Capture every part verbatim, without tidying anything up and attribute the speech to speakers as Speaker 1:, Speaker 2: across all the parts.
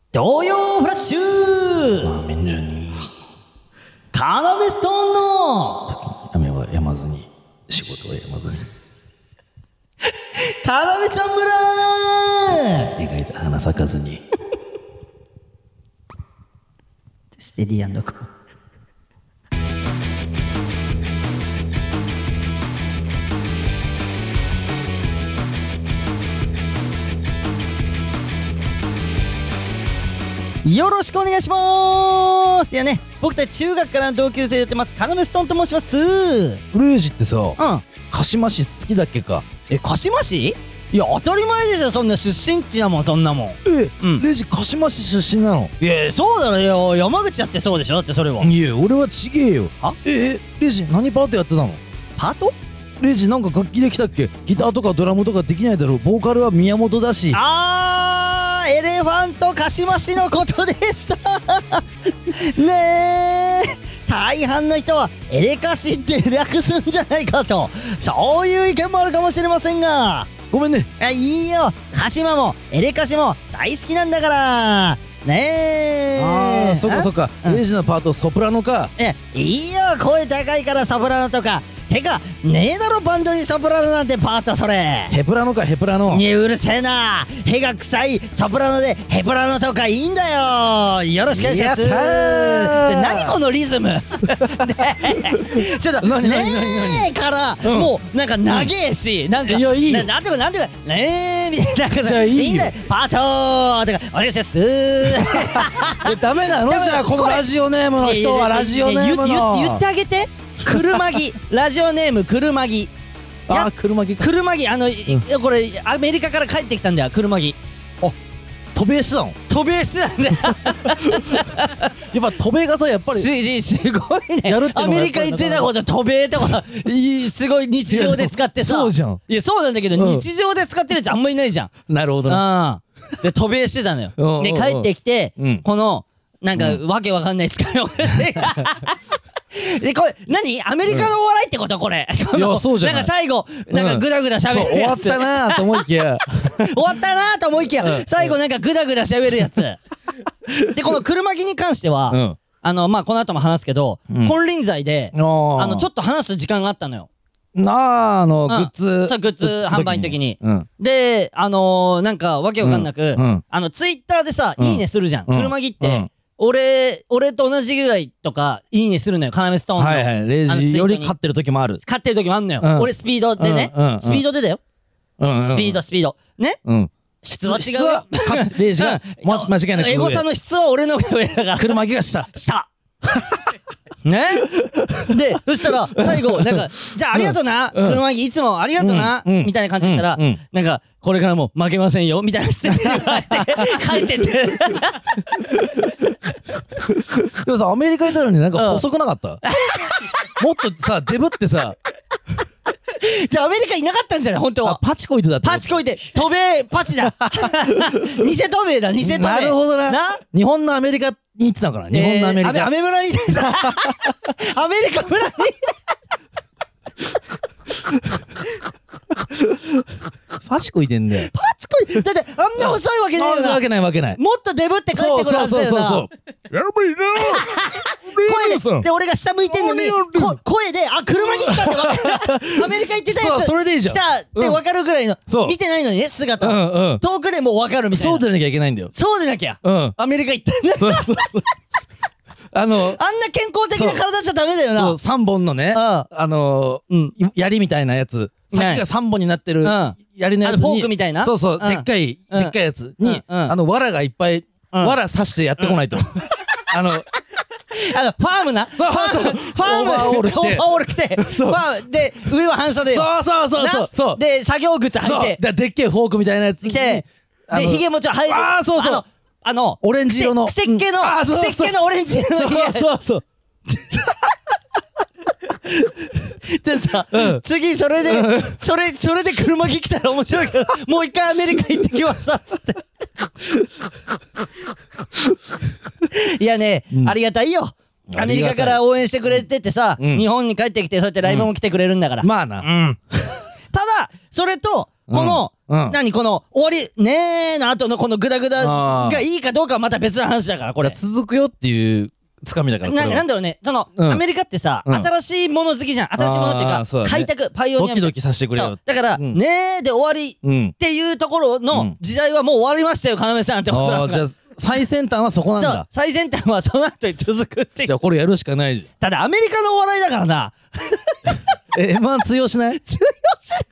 Speaker 1: 東洋フラッシュ
Speaker 2: まあ免除に
Speaker 1: カナメストーンの
Speaker 2: 時に雨は止まずに仕事は止まずに
Speaker 1: カナメちゃん村
Speaker 2: 描いた花咲かずに
Speaker 1: ステディー&コーよろしくお願いします。いやね、僕たち中学からの同級生でやってますカナメストーンと申します。
Speaker 2: レイジってさ、
Speaker 1: うん。
Speaker 2: 鹿島市好きだっけか。
Speaker 1: え、鹿島市？いや当たり前でしょ、そんな出身地だもん、そんなもん。
Speaker 2: え、
Speaker 1: うん、
Speaker 2: レイジ鹿島市出身なの？
Speaker 1: いやそうだろよ、山口だってそうでしょ。だってそれは。
Speaker 2: いや俺はちげえよ。
Speaker 1: は？
Speaker 2: ええ、レイジ何パートやってたの？
Speaker 1: パート？
Speaker 2: レイジなんか楽器できたっけ？ギターとかドラムとかできないだろ。ボーカルは宮本だし。
Speaker 1: あーエレファント鹿島市のことでしたねえ、大半の人はエレカシって略すんじゃないかと、そういう意見もあるかもしれませんが、
Speaker 2: ごめんね。
Speaker 1: いいよ、鹿島もエレカシも大好きなんだからねえ。
Speaker 2: ああそっかそっか、
Speaker 1: うん、
Speaker 2: レイジのパートソプラノか。
Speaker 1: えいいよ、声高いからソプラノとか。てかねえだろバンドにソプラノなんてパート。それ
Speaker 2: ヘプラノかヘプラノ。
Speaker 1: にうるせえな、へが臭いソプラノでヘプラノとかいいんだよ。よろしくお願いします。
Speaker 2: やったー。
Speaker 1: じゃ何このリズムねえちょっと
Speaker 2: 何何何
Speaker 1: ね
Speaker 2: 何
Speaker 1: えから、
Speaker 2: うん、
Speaker 1: もうなんか長えし、うん、なんか
Speaker 2: いやいいよ、
Speaker 1: ななんていうかなんていうかねえみたいな、なんか
Speaker 2: じゃあいいよ、
Speaker 1: いいんだよパートーとかお願いします
Speaker 2: えダメなの？じゃあこのラジオネームの人はラジオネームの
Speaker 1: 言言言ってあげて。車木ラジオネーム車木。
Speaker 2: あ、車木
Speaker 1: 車木、あの、
Speaker 2: うん、
Speaker 1: これアメリカから帰ってきたんだよ、車木。
Speaker 2: あ、渡米してたの？
Speaker 1: 渡米してたんだよ
Speaker 2: やっぱ渡米がさ、やっぱり
Speaker 1: す, すごいね。
Speaker 2: やるってのが
Speaker 1: アメリカ行ってたこと渡米とかすごい日常で使ってさ。
Speaker 2: そうじゃん。
Speaker 1: いやそうなんだけど、うん、日常で使ってるやつあんまいないじゃん。
Speaker 2: なるほどね。
Speaker 1: で渡米してたのよで帰ってきて、うん、このなんか、うん、わけわかんない使いをでこれ何アメリカのお笑いってことこれ、うん、
Speaker 2: いやそうじゃない。
Speaker 1: なんか最後なんかグダグダ喋るやつ、
Speaker 2: うん、終わったなーと思いきや
Speaker 1: 終わったなーと思いきや、うん、最後なんかグダグダ喋るやつでこの車木に関しては、うん、あのまあこの後も話すけど、うん、金輪際で、うん、あのちょっと話す時間があったのよ。
Speaker 2: なあ、あの、うん、グッズ
Speaker 1: そうグッズ販売の時に、うん、であのー、なんかわけわかんなく、うんうん、あのツイッターでさ、うん、いいねするじゃん、うん、車木って、うん俺、俺と同じぐらいとか、いいねするのよ、カナメストーンの。
Speaker 2: はいはい、レイジより勝ってる時もある。
Speaker 1: 勝ってる時もあんのよ。うん、俺、スピードでね、うんうんうん。スピードでだよ。うんうんうん、スピード、スピード。ね、うん、質は違うよ。
Speaker 2: レイジが、ま、間違いなく。
Speaker 1: エゴサの質は俺の上だから。
Speaker 2: 車木が下。
Speaker 1: 下。ねで、そしたら、最後、なんか、じゃあありがとな、うん、車木いつもありがとな、うん、みたいな感じだったら、うんうん、なんか、これからも負けませんよ、みたいなステップに書いてて。
Speaker 2: でもさ、アメリカ行ったのになんか細くなかった、うん、もっとさ、デブってさ。
Speaker 1: じゃあアメリカいなかったんじゃない本当は。
Speaker 2: パチコイてだって。
Speaker 1: パチコイて、渡米パチだ。偽渡米だ、偽渡米。
Speaker 2: なるほどな。な日本のアメリカに行ってたのかな、日本のアメリカ。
Speaker 1: えー、アメ村に行ってた。アメリカ村に。
Speaker 2: パチコいてんだよ。
Speaker 1: パチコいだってあんな遅いわけないよな。
Speaker 2: わけないわけない。
Speaker 1: もっとデブって帰ってくるはずだよな。そうそうそうそう。
Speaker 2: やばいな。
Speaker 1: 声で、で俺が下向いてんのに声であ車に来たってわかる。アメリカ行ってたやつ
Speaker 2: それでいいじゃん。
Speaker 1: 来たってわかるぐらいの、うん、見てないのにね姿、うんうん、遠くでもうわかるみたいな。
Speaker 2: そうでなきゃいけないんだよ。
Speaker 1: そうでなきゃ。うん、アメリカ行ったんだ。
Speaker 2: そうそうそう。あのあん
Speaker 1: な健康的な体じゃダメだよな。
Speaker 2: そうさんぼんのね、あの槍みたいなやつ、先がさんぼんになってる槍のやつに、
Speaker 1: フォークみたいな、
Speaker 2: そうそう、でっかいでっかいやつにあの藁がいっぱい藁刺してやってこないと、あの
Speaker 1: あのファームな、
Speaker 2: そうそう、フ
Speaker 1: ァームオーバーオール着て、オーバーオール着て、そうで上は半袖よ。
Speaker 2: そうそうそうそう。
Speaker 1: で作業靴履いて、
Speaker 2: でっけえフォークみたいなやつ
Speaker 1: 着て、でひげもちょっと生えて、
Speaker 2: ああそうそう。
Speaker 1: あの
Speaker 2: オレンジ色の
Speaker 1: クセッケのクセッケのオレンジ色の
Speaker 2: そうそうそう
Speaker 1: でさ、うん、次それで、うん、それそれで車来たら面白いけどもう一回アメリカ行ってきましたっつっていやね、うん、ありがたいよ。アメリカから応援してくれててさ、うん、日本に帰ってきてそうやってライブも来てくれるんだから、
Speaker 2: まあな、うん、
Speaker 1: ただそれとこの、 何この終わりねーの後のこのグダグダがいいかどうかはまた別の話だからこれ
Speaker 2: 続くよっていうつかみだから
Speaker 1: ななんだろうねそのアメリカってさ新しいもの好きじゃん新しいものっていうか開拓パイオニア
Speaker 2: ドキドキさせてくれよ
Speaker 1: だからねーで終わりっていうところの時代はもう終わりましたよ要さんってことだから
Speaker 2: 最先端はそこなんだ。
Speaker 1: そう最先端はその後に続くっていう。
Speaker 2: じゃあこれやるしかないじゃん。
Speaker 1: ただアメリカのお笑いだからな。
Speaker 2: え エムワン 通用しない？
Speaker 1: 通用しない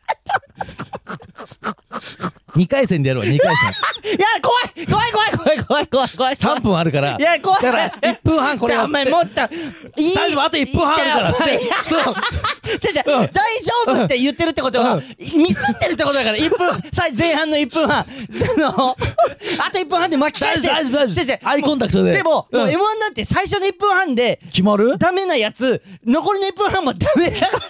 Speaker 2: にかい戦でやるわにかい戦。
Speaker 1: いや怖い怖い怖い怖い怖い怖い怖い
Speaker 2: さんぷんあるから。
Speaker 1: いや怖い
Speaker 2: だからいっぷんはんこれやって。
Speaker 1: じゃあお前もっといい
Speaker 2: 大丈夫あといっぷんはんあるからってそう
Speaker 1: じゃじゃ大丈夫って言ってるってことはミスってるってことだからいっぷんさ前半のいっぷんはんそのあといっぷんはんで巻き返して
Speaker 2: 大丈夫大丈夫アイコンタクトで
Speaker 1: でももう エムワン なんて最初のいっぷんはんで
Speaker 2: 決まる
Speaker 1: ダメなやつ残りのいっぷんはんもダメだから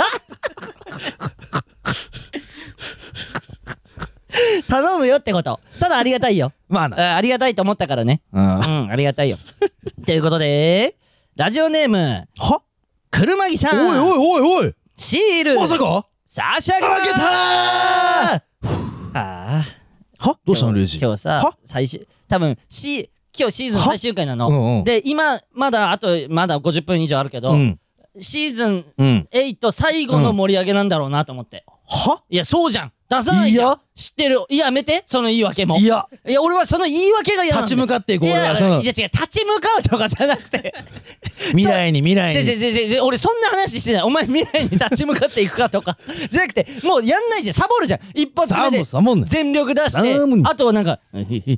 Speaker 1: 頼むよってこと。ただありがたいよ。
Speaker 2: まあな。
Speaker 1: ありがたいと思ったからね。
Speaker 2: うん、
Speaker 1: うん、ありがたいよ。ということで、ラジオネーム、
Speaker 2: は
Speaker 1: 車木さん。
Speaker 2: おいおいおいおい
Speaker 1: シール。
Speaker 2: まさか
Speaker 1: 差し上げま
Speaker 2: あげたー
Speaker 1: はあ。
Speaker 2: はどうしたのレイジ
Speaker 1: 今日さ、
Speaker 2: は
Speaker 1: 最終、多分、し、今日シーズン最終回なの。
Speaker 2: うんうん、
Speaker 1: で、今、まだあと、まだごじゅっぷん以上あるけど、うん、シーズンエイト最後の盛り上げなんだろうなと思って。
Speaker 2: うん、はい
Speaker 1: や、そうじゃん。出さないじゃん。知ってる。いや、やめて。その言い訳も。
Speaker 2: いや。
Speaker 1: いや、俺はその言い訳が嫌なんだ。
Speaker 2: 立ち向かっていこう。いや、
Speaker 1: いや違う。立ち向かうとかじゃなくて。
Speaker 2: 未来に未来に。
Speaker 1: 違う違う違う違う。俺そんな話してない。お前未来に立ち向かっていくかとか。じゃなくて、もうやんないじゃん。サボるじゃん。一発目で。全力出して。あとはなんか。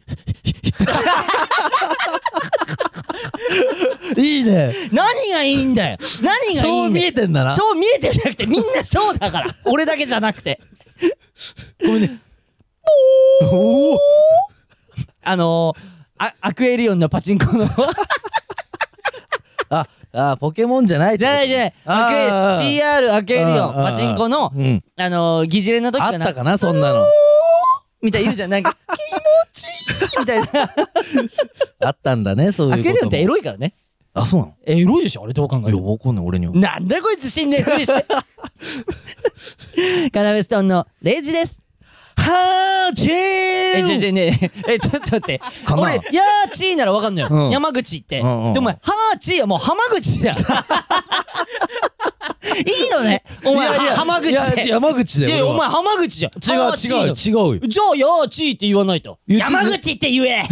Speaker 2: いいね。
Speaker 1: 何がいいんだよ。何がいいんだよ。
Speaker 2: そう見えてんだな。
Speaker 1: そう見えてるじゃなくて、みんなそうだから。俺だけじゃなくて。
Speaker 2: ごめんね。
Speaker 1: おーあのー、あアクエリオンのパチンコの
Speaker 2: ああポケモンじゃない
Speaker 1: じゃないじゃないアクエ シーアール アクエリオンパチンコの、うん、あのー、疑似連の時かな
Speaker 2: あったかなそんなの
Speaker 1: みたいな言うじゃんなんか気持ちいいみたいな
Speaker 2: あったんだねそういうことも
Speaker 1: アクエリオンってエロいからね
Speaker 2: あそうなの
Speaker 1: エロいでしょあれどう考えても
Speaker 2: いやわかんない俺には
Speaker 1: なんだこいつ死んでるふりしてカナメストーンのレイジですはーちーえ、ちょちょねえ、ちょっと待って。俺、やーちーならわかんのよ。うん、山口って。うんうん、で、お前、はーちーはもう浜口だよ。いいのね。お前、浜口で。いや、
Speaker 2: 山口だよ。
Speaker 1: いや、お前、浜口じゃん。
Speaker 2: 違う、違う、違うよ。
Speaker 1: じゃあ、やーちーって言わないと。山口って言え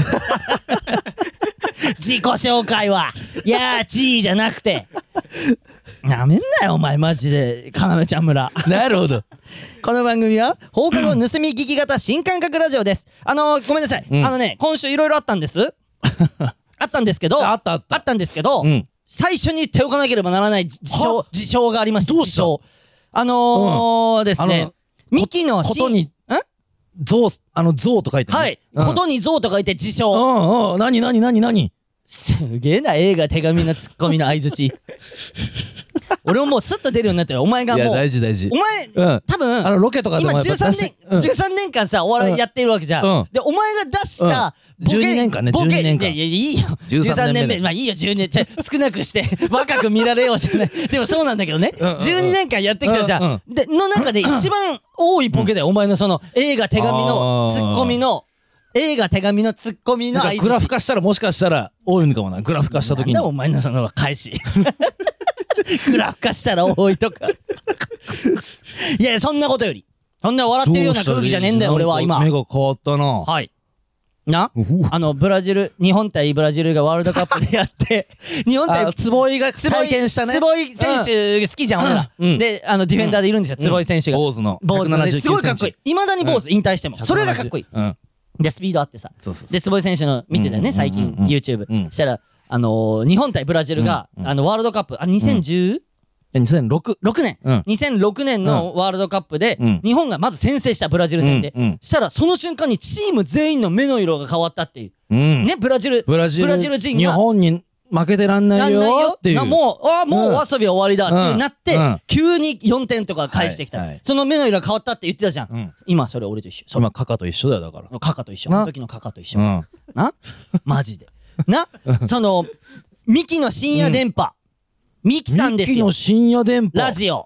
Speaker 1: 自己紹介は、やーちーじゃなくて。なめんなよお前マジでかなめちゃん村
Speaker 2: なるほど
Speaker 1: この番組は放課後盗み聞き型新感覚ラジオですあのー、ごめんなさい、うん、あのね今週いろいろあったんですあったんですけど
Speaker 2: あったあった
Speaker 1: あったんですけど、うん、最初に言っておかなければならない事象事象がありました
Speaker 2: どうした
Speaker 1: あのーうん、ですねミキの
Speaker 2: ことにんゾウあのゾウと書いて
Speaker 1: ねはい、うん、ことにゾウと書いて自称
Speaker 2: うんうん何何何何
Speaker 1: すげえな映画手紙のツッコミの相づち俺ももうスッと出るようになってるお前がもういや
Speaker 2: 大事大事
Speaker 1: お前、うん、多分
Speaker 2: あのロケとかでも
Speaker 1: 今じゅうさんねん、うん、じゅうさんねんかんさお笑いやってるわけじゃん、うん、でお前が出した
Speaker 2: ボケ、うん、じゅうにねんかんねじゅうにねんかん
Speaker 1: いやいやいいよじゅうさんねんめまあいいよじゅうねん少なくして若く見られようじゃないでもそうなんだけどねうん、うん、じゅうにねんかんやってきたじゃん、うんうん、での中で一番多いボケだよ、うん、お前のその映画手紙のツッコミの映画手紙のツッコミの相づち
Speaker 2: グラフ化したらもしかしたら多いのかもなグラフ化した時に
Speaker 1: なんだお前のその返しグラフ化したら多いとかいやそんなことよりそんな笑ってるような空気じゃねえんだよ俺は今
Speaker 2: 目が変わったな
Speaker 1: はいなあのブラジル日本対ブラジルがワールドカップでやって日本対
Speaker 2: 坪井が体験したね
Speaker 1: 坪井選手好きじゃん俺ら、うん、であのディフェンダーでいるんですよ、うん、坪井選手が
Speaker 2: 坊主の
Speaker 1: 坊主ですごいかっこいいいまだに坊主引退しても、うん、それがかっこいい、うんでスピードあってさ
Speaker 2: そうそうそう
Speaker 1: で坪井選手の見てたよね最近 YouTube、うん、したらあのー、日本対ブラジルが、うん、あのワールドカップあにせんじゅう、
Speaker 2: うん、にせんろく
Speaker 1: ねん、うん、にせんろくねんのワールドカップで、うん、日本がまず先制したブラジル戦で、うんうん、したらその瞬間にチーム全員の目の色が変わったっていう、うん、ねブラジル
Speaker 2: ブラジル
Speaker 1: ブラジル人が
Speaker 2: 日本に負けてらんないよっていう
Speaker 1: もうあもうお遊び終わりだってなって、うん、急によんてんとか返してきた、はいはい、その目の色が変わったって言ってたじゃん、うん、今それ俺と一緒
Speaker 2: それカカと一緒だよだから
Speaker 1: カカと一緒あの時のカカと一緒、うん、なマジでなそのミキの深夜電波、うん、ミキさんですよ
Speaker 2: ミキの深夜電波
Speaker 1: ラジオ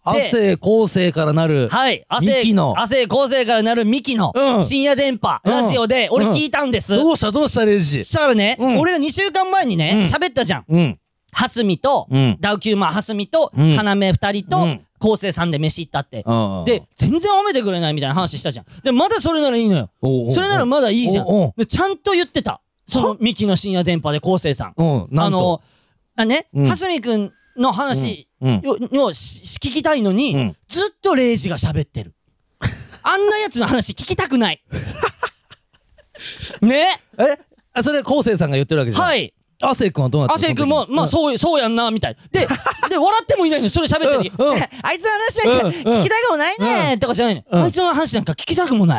Speaker 2: 亜生昴生からなる
Speaker 1: はい亜
Speaker 2: ミキの
Speaker 1: 生亜生昴生からなるミキの
Speaker 2: うん
Speaker 1: 深夜電波ラジオで俺聞いたんです。
Speaker 2: どうしたどうしたレイジ。
Speaker 1: そしたらね、
Speaker 2: うん
Speaker 1: 俺がにしゅうかんまえにね喋ったじゃん。
Speaker 2: うん
Speaker 1: はすみと、
Speaker 2: うん
Speaker 1: ダウキューマーはすみと、
Speaker 2: うん
Speaker 1: かなめふたりと、
Speaker 2: うん
Speaker 1: 昴生さんで飯行ったって。
Speaker 2: うんうん
Speaker 1: で、全然褒めてくれないみたいな話したじゃん。で、まだそれならいいのよ。
Speaker 2: おうおうおう
Speaker 1: それならまだいいじゃん
Speaker 2: おうおう。
Speaker 1: で、ちゃんと言ってた。そのミキの深夜電波で昴生さん。
Speaker 2: うんなんと
Speaker 1: あの、あね、
Speaker 2: うん
Speaker 1: はすみくんの話
Speaker 2: うん
Speaker 1: をしし聞きたいのに、
Speaker 2: うん
Speaker 1: ずっとレイジが喋ってる。あんなやつの話聞きたくない。ね
Speaker 2: えあそれ昴生さんが言ってるわけじゃん。
Speaker 1: はい
Speaker 2: 亜生君はどうなったの。
Speaker 1: 亜生君も、まあ、そう、そうやんな、みたい。で、で、笑ってもいないのよ、それ喋ってる時。
Speaker 2: うんうん
Speaker 1: あいつの話なんか聞きたくもないねとかじゃないのよ。
Speaker 2: うん
Speaker 1: あいつの話なんか聞きたくもない。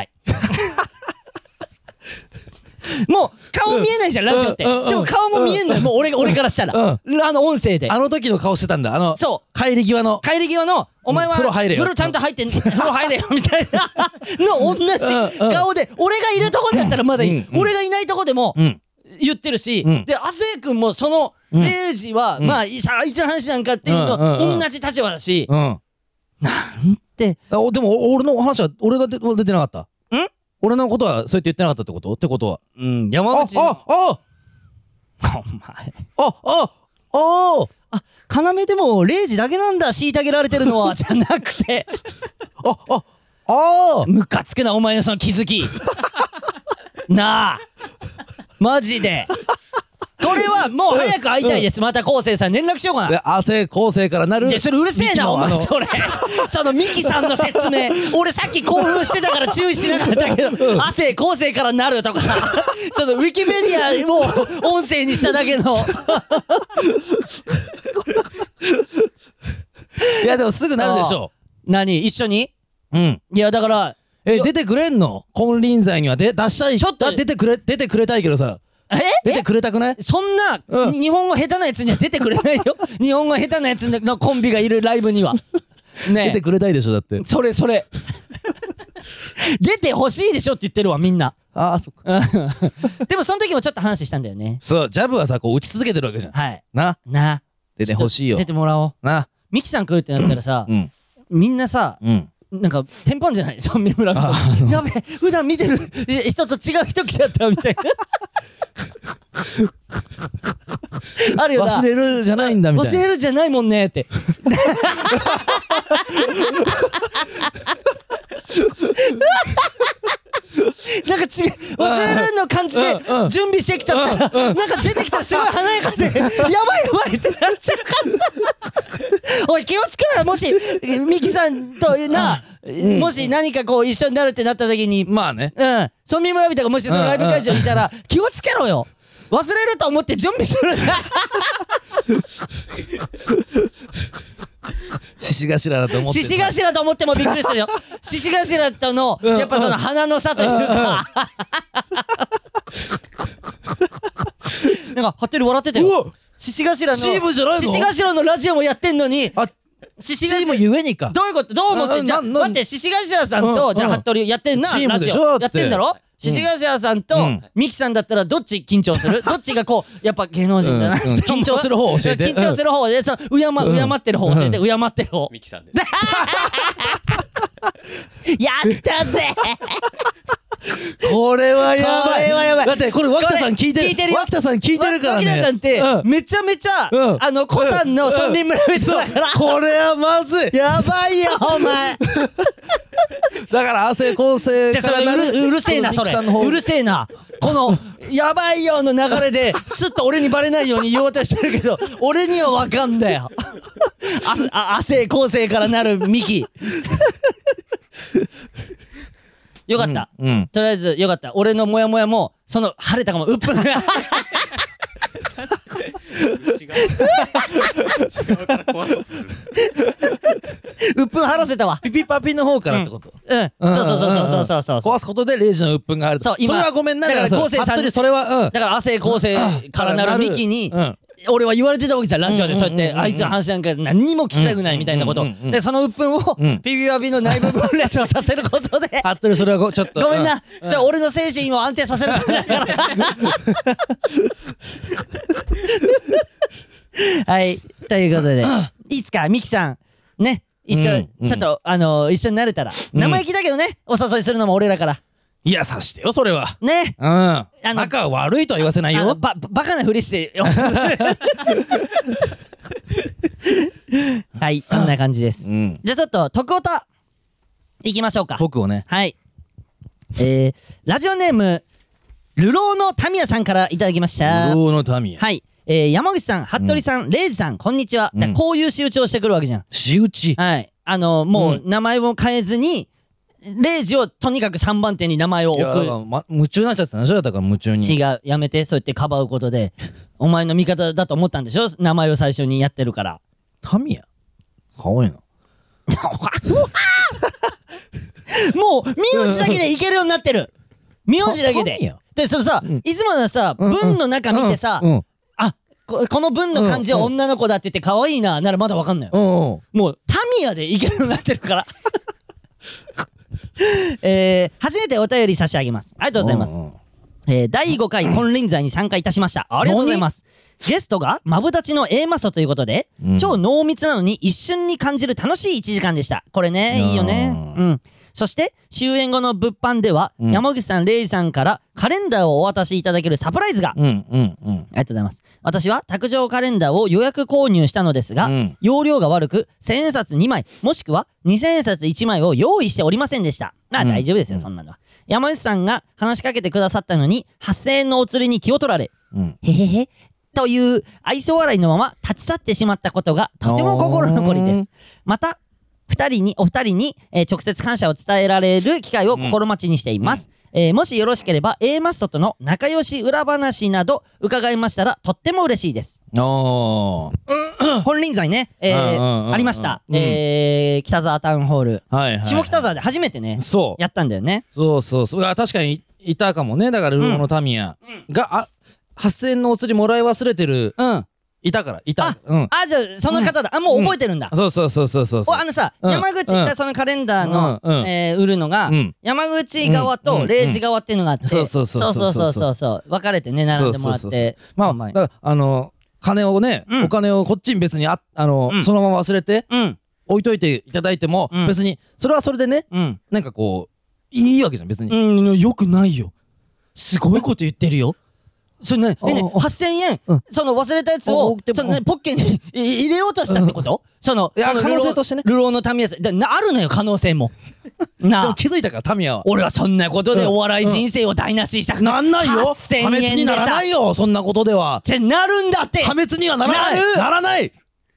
Speaker 1: もう、顔見えないじゃん、ラジオって。で
Speaker 2: うんうんうん
Speaker 1: も顔も見えんのよ、もう俺が、俺からしたら。あの、音声で。
Speaker 2: あの時の顔してたんだ。あの
Speaker 1: そう
Speaker 2: 帰り際の
Speaker 1: 帰り際の、お前は、
Speaker 2: 風呂入れよ
Speaker 1: 風呂ちゃんと入ってん、風呂入れよ、みたいな、の同じ顔で、俺がいるとこでやったらまだいい。
Speaker 2: うんうん
Speaker 1: 俺がいないとこでも、
Speaker 2: うん
Speaker 1: 言ってるし、
Speaker 2: うん
Speaker 1: で、亜生君もその、
Speaker 2: うん
Speaker 1: レイジは、まあ、いさあいつの話なんかっていう
Speaker 2: うんうんうん
Speaker 1: の、同じ立場だし、
Speaker 2: うん
Speaker 1: なんて、
Speaker 2: あおでも俺の話は俺が出出てなかった。
Speaker 1: ん
Speaker 2: 俺のことはそうやって言ってなかったってことってことは。
Speaker 1: うん、山
Speaker 2: あ
Speaker 1: 口の、
Speaker 2: ああ
Speaker 1: お前、
Speaker 2: あああ
Speaker 1: あ、要でも、レイジだけなんだ、虐げられてるのは、じゃなくて、
Speaker 2: ああああ
Speaker 1: ムカつけな、お前のその気づき。なあ、マジで。これはもう早く会いたいです。また昴生さん連絡しようかな。
Speaker 2: 亜生昴生からなる。
Speaker 1: いや、それうるせえな、お前、
Speaker 2: ミキの
Speaker 1: それ。そのミキさんの説明、俺さっき興奮してたから注意しなかったけど、亜生昴生からなるとかさ、そのウィキペディアを音声にしただけの。
Speaker 2: いやでもすぐなるでしょ
Speaker 1: 何一緒に
Speaker 2: う。うん。
Speaker 1: いや、だから、
Speaker 2: え出てくれんの金輪際にはで出したい。
Speaker 1: ちょっと
Speaker 2: あ出てくれ出てくれたいけどさ。
Speaker 1: え
Speaker 2: 出てくれたくない
Speaker 1: そんな、
Speaker 2: うん
Speaker 1: 日本語下手なやつには出てくれないよ。日本語下手なやつのコンビがいるライブには。ね
Speaker 2: 出てくれたいでしょだって。
Speaker 1: それそれ。出てほしいでしょって言ってるわ、みんな。
Speaker 2: ああそっか。
Speaker 1: でもその時もちょっと話したんだよね。
Speaker 2: そうジャブはさこう打ち続けてるわけじゃん。
Speaker 1: はい。
Speaker 2: な
Speaker 1: な。
Speaker 2: 出てほしいよ
Speaker 1: ちょっと出てもらおう。
Speaker 2: な。
Speaker 1: ミキさん来るってなったらさ、
Speaker 2: うん
Speaker 1: みんなさ、
Speaker 2: うん。
Speaker 1: なんかテンパンじゃないゾンビ村が。やべえ、普段見てる人と違う人来ちゃったみたいな。あるよな。
Speaker 2: 忘れるじゃないんだみたいな。
Speaker 1: 忘れるじゃないもんねって。なんか違う忘れるの感じで準備してきちゃったら、なんか出てきたらすごい華やかで、やばいやばいってなっちゃう感じだ。おい気をつけろよ、もしミキさんとな、もし何かこう一緒になるってなった時に、
Speaker 2: まあね。
Speaker 1: うんソンビ村人がもしそのライブ会場にいたら気をつけろよ。忘れると思って準備するんだ。
Speaker 2: 獅子頭だと思って
Speaker 1: 獅子頭と思ってもびっくりするよ。獅子頭とのやっぱその鼻の差というか、なんかハッテル笑ってたよ。獅子頭の
Speaker 2: チームじゃないの
Speaker 1: 獅子頭のラジオもやってんのに、
Speaker 2: あ
Speaker 1: 獅
Speaker 2: チームゆえにか。
Speaker 1: どういうこと？どう思って？じゃあ
Speaker 2: なな
Speaker 1: 待って、獅子頭さんとじゃあハットリやってんな、
Speaker 2: チーム
Speaker 1: ラジ
Speaker 2: でしょだって
Speaker 1: オやってんだろ。獅子頭さんとミキさんだったらどっち緊張する？どっちがこうやっぱ芸能人だなって思う。
Speaker 2: うんうん緊張する方を教えて
Speaker 1: 緊張する方で、その敬敬ってる方教えて、敬ってる方。
Speaker 3: ミキさんです。
Speaker 1: やったぜ。
Speaker 2: これはやばい。
Speaker 1: これはやばい
Speaker 2: だってこれ脇田さん聞いてる。
Speaker 1: 聞いてるよ
Speaker 2: 脇田さん聞いてるからね。
Speaker 1: 脇田さんって
Speaker 2: うん
Speaker 1: めちゃめちゃ
Speaker 2: うん
Speaker 1: あのコさんの村民村人だから。
Speaker 2: これはまずい。
Speaker 1: やばいよお前。
Speaker 2: だから亜生昴生
Speaker 1: じゃあそれ
Speaker 2: からなる
Speaker 1: うるうるせえなそれ。
Speaker 2: ミキさんの方
Speaker 1: うるせえな。このやばいよの流れですっと俺にバレないように言おうとしてるけど、俺にはわかんだよ。ああ亜生昴生からなるミキ。よかった、
Speaker 2: うんうん
Speaker 1: とりあえずよかった。俺のモヤモヤもその晴れたかも。うっぷん。
Speaker 3: 違うから怖そうとする。
Speaker 1: うっぷん晴らせたわ。
Speaker 2: ピピパピの方からってこと。
Speaker 1: うんそうそうそうそうそうそうそう。
Speaker 2: 壊すことでレイジの鬱憤がある。
Speaker 1: そう今
Speaker 2: それはごめんな。
Speaker 1: だから
Speaker 2: それ
Speaker 1: 昴生さん
Speaker 2: 服部それはうん。
Speaker 1: だから亜生昴生からなるミキに、
Speaker 2: うん
Speaker 1: 俺は言われてたわけじゃん、ラジオで。そうやってあいつの話なんか何にも聞きたくないみたいなこと
Speaker 2: うんうんうんうん
Speaker 1: で、その鬱憤を
Speaker 2: うん
Speaker 1: ピピパピの内部分裂をさせることで、
Speaker 2: 服部それはごちょっと
Speaker 1: ごめんな、じゃあ俺の精神を安定させるためだから。はい、ということでいつかミキさんね、 一緒、
Speaker 2: うんうん
Speaker 1: ちょっとあの一緒になれたら、
Speaker 2: うん
Speaker 1: 生意気だけどね、お誘いするのも俺らから
Speaker 2: いや、さしてよ、それは。
Speaker 1: ね。
Speaker 2: うん。
Speaker 1: の
Speaker 2: 仲悪いとは言わせないよ。
Speaker 1: あのばバカなふりしてよはい、そんな感じです。
Speaker 2: うん。
Speaker 1: じゃあちょっと徳岡いきましょうか。
Speaker 2: 僕をね。
Speaker 1: はい。えー、ラジオネーム流浪のタミヤさんからいただきました。
Speaker 2: 流浪の民や。
Speaker 1: はい。えー、山口さん、服部さん、レイジさん、こんにちは。
Speaker 2: うん
Speaker 1: だからこういう仕打ちをしてくるわけじゃん。
Speaker 2: 仕打ち。
Speaker 1: はい。あの、も
Speaker 2: う
Speaker 1: う名前を変えずに、レイジをとにかくさんばん手に名前を
Speaker 2: いや、
Speaker 1: 置
Speaker 2: ま、夢中になっちゃってたんでしょだから夢中
Speaker 1: く。
Speaker 2: に。
Speaker 1: 違う。やめて。そうやってかばうことで。お前の味方だと思ったんでしょ名前を最初にやってるから。
Speaker 2: 民や。かわいいな。
Speaker 1: もう、名字だけでいけるようになってる。名字だけで
Speaker 2: タミヤ。
Speaker 1: で、そのさ、いつものさ、文の中見てさ、
Speaker 2: うん。
Speaker 1: あ、ここの文の漢字は女の子だって言って可愛いな、ならまだわかんないよ。
Speaker 2: うん。うん。
Speaker 1: もう、タミヤでいけるようになってるから。えー、初めてお便り差し上げます。ありがとうございます。
Speaker 2: うんうん
Speaker 1: えー、だいごかい金輪際に参加いたしました。ありがとうございます。ゲストがマブダチの A マストということで、
Speaker 2: うん
Speaker 1: 超濃密なのに一瞬に感じる楽しいいちじかんでした。これね、いいよね。
Speaker 2: う
Speaker 1: うん。そして終演後の物販では、
Speaker 2: うん
Speaker 1: 山口さん、レイジさんからカレンダーをお渡しいただけるサプライズが、
Speaker 2: うんうんうん。
Speaker 1: ありがとうございます。私は卓上カレンダーを予約購入したのですが、
Speaker 2: うん
Speaker 1: 容量が悪くせんえんさつにまいもしくはにせんえんさついちまいを用意しておりませんでした。まあ
Speaker 2: うん
Speaker 1: 大丈夫ですよ、そんなのは。山内さんが話しかけてくださったのにはっせんえんのお釣りに気を取られ、
Speaker 2: うん。
Speaker 1: へへへという愛想笑いのまま立ち去ってしまったことがとても心残りです。また二人にお二人に、えー直接感謝を伝えられる機会を心待ちにしています。えーもしよろしければ A マストとの仲良し裏話など伺いましたらとっても嬉しいです。
Speaker 2: おー。
Speaker 1: 金輪際ね、えー
Speaker 2: うんうんうん
Speaker 1: ありました、
Speaker 2: うん
Speaker 1: えー北沢タウンホール、
Speaker 2: はいはい。
Speaker 1: 下北沢で初めてね
Speaker 2: そう。
Speaker 1: やったんだよね。
Speaker 2: そうそうそう。あ、確かにいいたかもね。だから、ルーモの民や。が、あ、はっせんえんのお釣りもらい忘れてる。
Speaker 1: うん
Speaker 2: いたから、いた。
Speaker 1: あ、
Speaker 2: うん。
Speaker 1: あじゃあその方だ、あもう覚えてるんだ、
Speaker 2: そうそうそうそうそう。
Speaker 1: おあのさ、
Speaker 2: うん
Speaker 1: 山口がそのカレンダーの、
Speaker 2: うんうん
Speaker 1: えー売るのが、
Speaker 2: うん
Speaker 1: 山口側
Speaker 2: うん
Speaker 1: とレイジ側っていうのがあって、
Speaker 2: そうそうそうそう
Speaker 1: そうそうそうそう分かれてね並んでもらって、
Speaker 2: そうそうそうまあ、
Speaker 1: まあ
Speaker 2: だから、あの、金をね、
Speaker 1: うん
Speaker 2: お金をこっちに別にあ、あの、
Speaker 1: うん
Speaker 2: そのまま忘れて
Speaker 1: うん
Speaker 2: 置いといていただいても、
Speaker 1: うん
Speaker 2: 別に、それはそれでね、
Speaker 1: うん
Speaker 2: なんかこう、いいわけじゃん、別に。
Speaker 1: うんよくないよ。すごいこと言ってるよ。それね、えね、
Speaker 2: ああ
Speaker 1: はっせんえん、
Speaker 2: うん
Speaker 1: その忘れたやつ
Speaker 2: あ
Speaker 1: を
Speaker 2: 送って、も
Speaker 1: そのね、ポッケにい入れようとしたってことその、
Speaker 2: いや
Speaker 1: この
Speaker 2: 可能性としてね
Speaker 1: 流浪の民やさん。だなあるのよ、可能性も。
Speaker 2: で
Speaker 1: なあ。
Speaker 2: も気づいたから、タミヤは。
Speaker 1: 俺はそんなことで
Speaker 2: うん
Speaker 1: お笑い人生を台無しにしたく
Speaker 2: なんないよ。
Speaker 1: はっせん
Speaker 2: 破滅
Speaker 1: えんで
Speaker 2: にならな
Speaker 1: さ。
Speaker 2: いよ、そんなことでは。
Speaker 1: じゃ、なるんだって
Speaker 2: 破滅にはならない。
Speaker 1: なる
Speaker 2: ならない。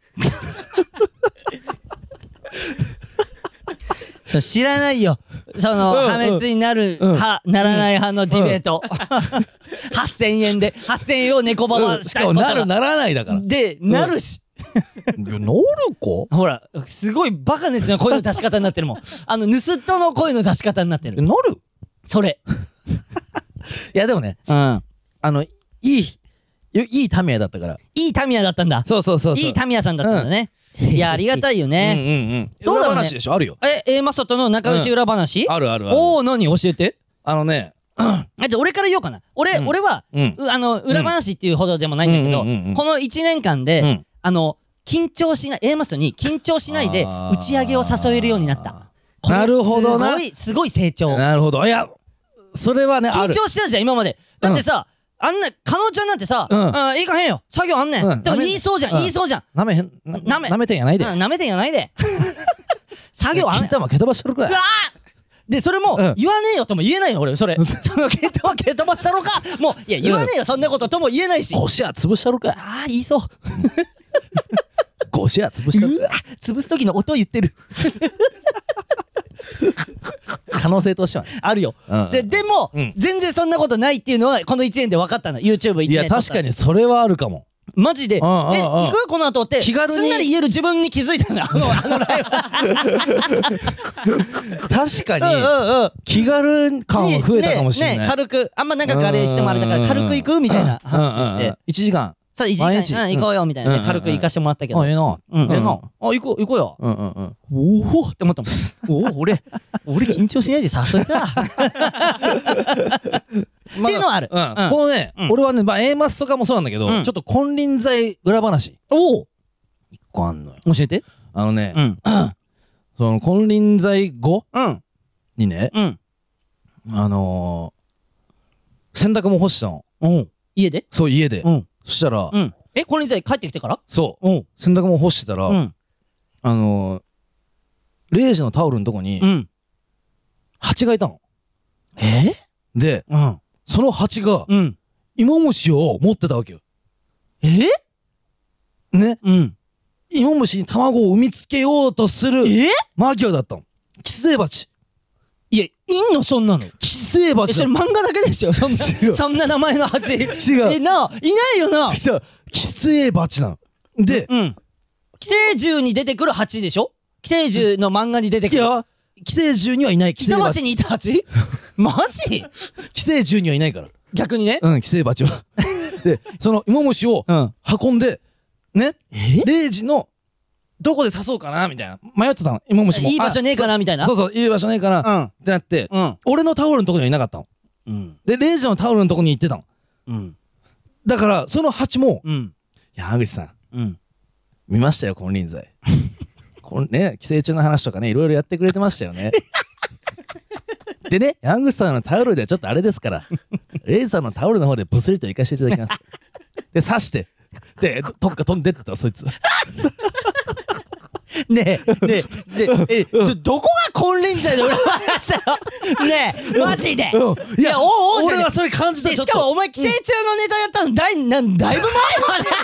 Speaker 1: そう、知らないよ。その、
Speaker 2: うんうん
Speaker 1: 破滅になる派、ならない派のディベート。はっせんえんで、はっせんえんを猫ばば
Speaker 2: しかも、
Speaker 1: したことが。
Speaker 2: なるならないだから。
Speaker 1: で、なるし。
Speaker 2: いや、なるか
Speaker 1: ほら、すごいバカ熱な声の出し方になってるもん。あの、盗人の声の出し方になってる。
Speaker 2: なる
Speaker 1: それ。
Speaker 2: いや、でもね、
Speaker 1: うん。
Speaker 2: あの、いい、いいタミヤだったから。
Speaker 1: いいタミヤだったんだ。
Speaker 2: そうそうそうそう。
Speaker 1: いいタミヤさんだったんだね。いや、ありがたいよ
Speaker 2: うん
Speaker 1: ね。
Speaker 2: うんうん。
Speaker 1: どうだろうね
Speaker 2: 裏話でしょ、あるよ。
Speaker 1: え、A マストとの仲良し裏話
Speaker 2: あるあるある。
Speaker 1: おー、何教えて。
Speaker 2: あのね、
Speaker 1: あ、じゃあ俺から言おうかな。俺、
Speaker 2: うん
Speaker 1: 俺は、
Speaker 2: うん
Speaker 1: うあの、裏話っていうほどでもないんだけど、
Speaker 2: うんうんうんうん
Speaker 1: このいちねんかんで、
Speaker 2: うん
Speaker 1: あの、緊張しない、A マストに緊張しないで
Speaker 2: あー
Speaker 1: 打ち上げを誘えるようになった。これ
Speaker 2: なるほどな
Speaker 1: すごい、すごい成長。
Speaker 2: なるほど。いや、それはね、あ
Speaker 1: 緊
Speaker 2: る。
Speaker 1: 張してたじゃん、今まで。だってさ、あんな、加納ちゃんなんてさ、
Speaker 2: うん
Speaker 1: うん、いいかへんよ。作業あんねん。
Speaker 2: うん
Speaker 1: でも言いそうじゃん、
Speaker 2: うん
Speaker 1: 言いそうじゃん。
Speaker 2: なめへん、な
Speaker 1: なめ
Speaker 2: なめてんやないで。
Speaker 1: うん、なめてんやないで。作業あんねん。
Speaker 2: 金玉蹴飛ばしてるか
Speaker 1: うわーで、それも、
Speaker 2: うん
Speaker 1: 言わねえよとも言えないよ、俺、それ。その、蹴飛ば、蹴飛ばしたのか。もう、いや、言わねえよ、そんなこととも言えないし。
Speaker 2: 腰は潰したるか。
Speaker 1: ああ、言いそう。
Speaker 2: 腰は潰したる
Speaker 1: うわ潰す時の音言ってる。
Speaker 2: 可能性としてはね。
Speaker 1: あるよ。
Speaker 2: うん
Speaker 1: で、でも、
Speaker 2: うん
Speaker 1: 全然そんなことないっていうのは、このいちねんで分かったの。YouTube いちねん。
Speaker 2: いや、確か。にそれはあるかも。
Speaker 1: マジで、え、
Speaker 2: うんうんうん
Speaker 1: 行くこの後って、
Speaker 2: 気軽に
Speaker 1: すんなり言える自分に気づいたんだ。あの、あのライブ。
Speaker 2: 確かに、
Speaker 1: うんうんうん。
Speaker 2: 気軽感は増えたかもしれない。
Speaker 1: ねね軽く、あんま長くあれしてもあれだから、軽く行くみたいな話して。
Speaker 2: いちじかん。
Speaker 1: さあ、いちじかん、
Speaker 2: 毎日
Speaker 1: うん行こうよ、みたいなね。
Speaker 2: うん
Speaker 1: 軽く行かしてもらったけど。
Speaker 2: あ、ええな。
Speaker 1: うん、ええな。
Speaker 2: うん
Speaker 1: あ、行こう、行こうよ。
Speaker 2: うんうんうん。
Speaker 1: おおって思ったもん。おお、俺、俺緊張しないで誘えた。っていうのはある。
Speaker 2: うん。
Speaker 1: うん
Speaker 2: このね
Speaker 1: うん、
Speaker 2: 俺はね、まあ A マスとかもそうなんだけど、
Speaker 1: うん
Speaker 2: ちょっと金輪際裏話。
Speaker 1: おお
Speaker 2: 一個あんのよ。
Speaker 1: 教えて。
Speaker 2: あのね、
Speaker 1: うん。
Speaker 2: その金輪際後
Speaker 1: うん
Speaker 2: にね、
Speaker 1: うん
Speaker 2: あのー、洗濯も干したの。
Speaker 1: うん家で
Speaker 2: そう家で、
Speaker 1: うん、
Speaker 2: そしたら、
Speaker 1: うん、え金輪際帰ってきてから
Speaker 2: そう
Speaker 1: うん
Speaker 2: 洗濯も干してたら、
Speaker 1: うん、
Speaker 2: あのー、レイジのタオルのとこに、
Speaker 1: うん、
Speaker 2: 蜂がいたの。
Speaker 1: え
Speaker 2: で、
Speaker 1: うん、
Speaker 2: その蜂が、
Speaker 1: うん、
Speaker 2: 芋虫を持ってたわけよ。
Speaker 1: え
Speaker 2: ね、
Speaker 1: うん、
Speaker 2: 芋虫に卵を産みつけようとする
Speaker 1: え
Speaker 2: 間際だったの。寄生蜂。
Speaker 1: いやいんのそんなの
Speaker 2: 寄生
Speaker 1: え
Speaker 2: 蜂だ
Speaker 1: それ漫画だけでしょそんな
Speaker 2: 違う
Speaker 1: そんな名前の蜂違
Speaker 2: う
Speaker 1: えないないよな
Speaker 2: じゃあ寄生蜂なの。で、
Speaker 1: うん寄生獣に出てくる蜂でしょ寄生獣の漫画に出てくる
Speaker 2: いや寄生獣にはいない。寄生
Speaker 1: 板
Speaker 2: 蜂
Speaker 1: 橋にいた蜂マジ
Speaker 2: 寄生獣にはいないから。
Speaker 1: 逆にね
Speaker 2: うん寄生蜂はでその芋虫を
Speaker 1: うん
Speaker 2: 運んでね
Speaker 1: え
Speaker 2: レイジのどこで刺そうかなみたいな迷ってたの。芋虫も
Speaker 1: いい場所ねえかなみたいな
Speaker 2: そうそういい場所ねえかな、
Speaker 1: うん
Speaker 2: ってなって、
Speaker 1: うん
Speaker 2: 俺のタオルのとこにはいなかったの。
Speaker 1: うん
Speaker 2: でレイジのタオルのとこに行ってたの。
Speaker 1: うん
Speaker 2: だからその蜂も
Speaker 1: うん
Speaker 2: 山口さん
Speaker 1: うん
Speaker 2: 見ましたよ金輪際このね寄生虫の話とかねいろいろやってくれてましたよねでね山口さんのタオルではちょっとあれですからレイジさんのタオルの方でブスリと行かせていただきますで刺してでどっか飛んでってたそいつ
Speaker 1: ねえねえねええどどこが金輪際の裏話だよねえマジで
Speaker 2: うん
Speaker 1: いやおうおうじゃねえ
Speaker 2: 俺はそれ感じた。
Speaker 1: で
Speaker 2: ちょっと
Speaker 1: しかもお前寄生虫のネタやったのだいなんだいぶ前まで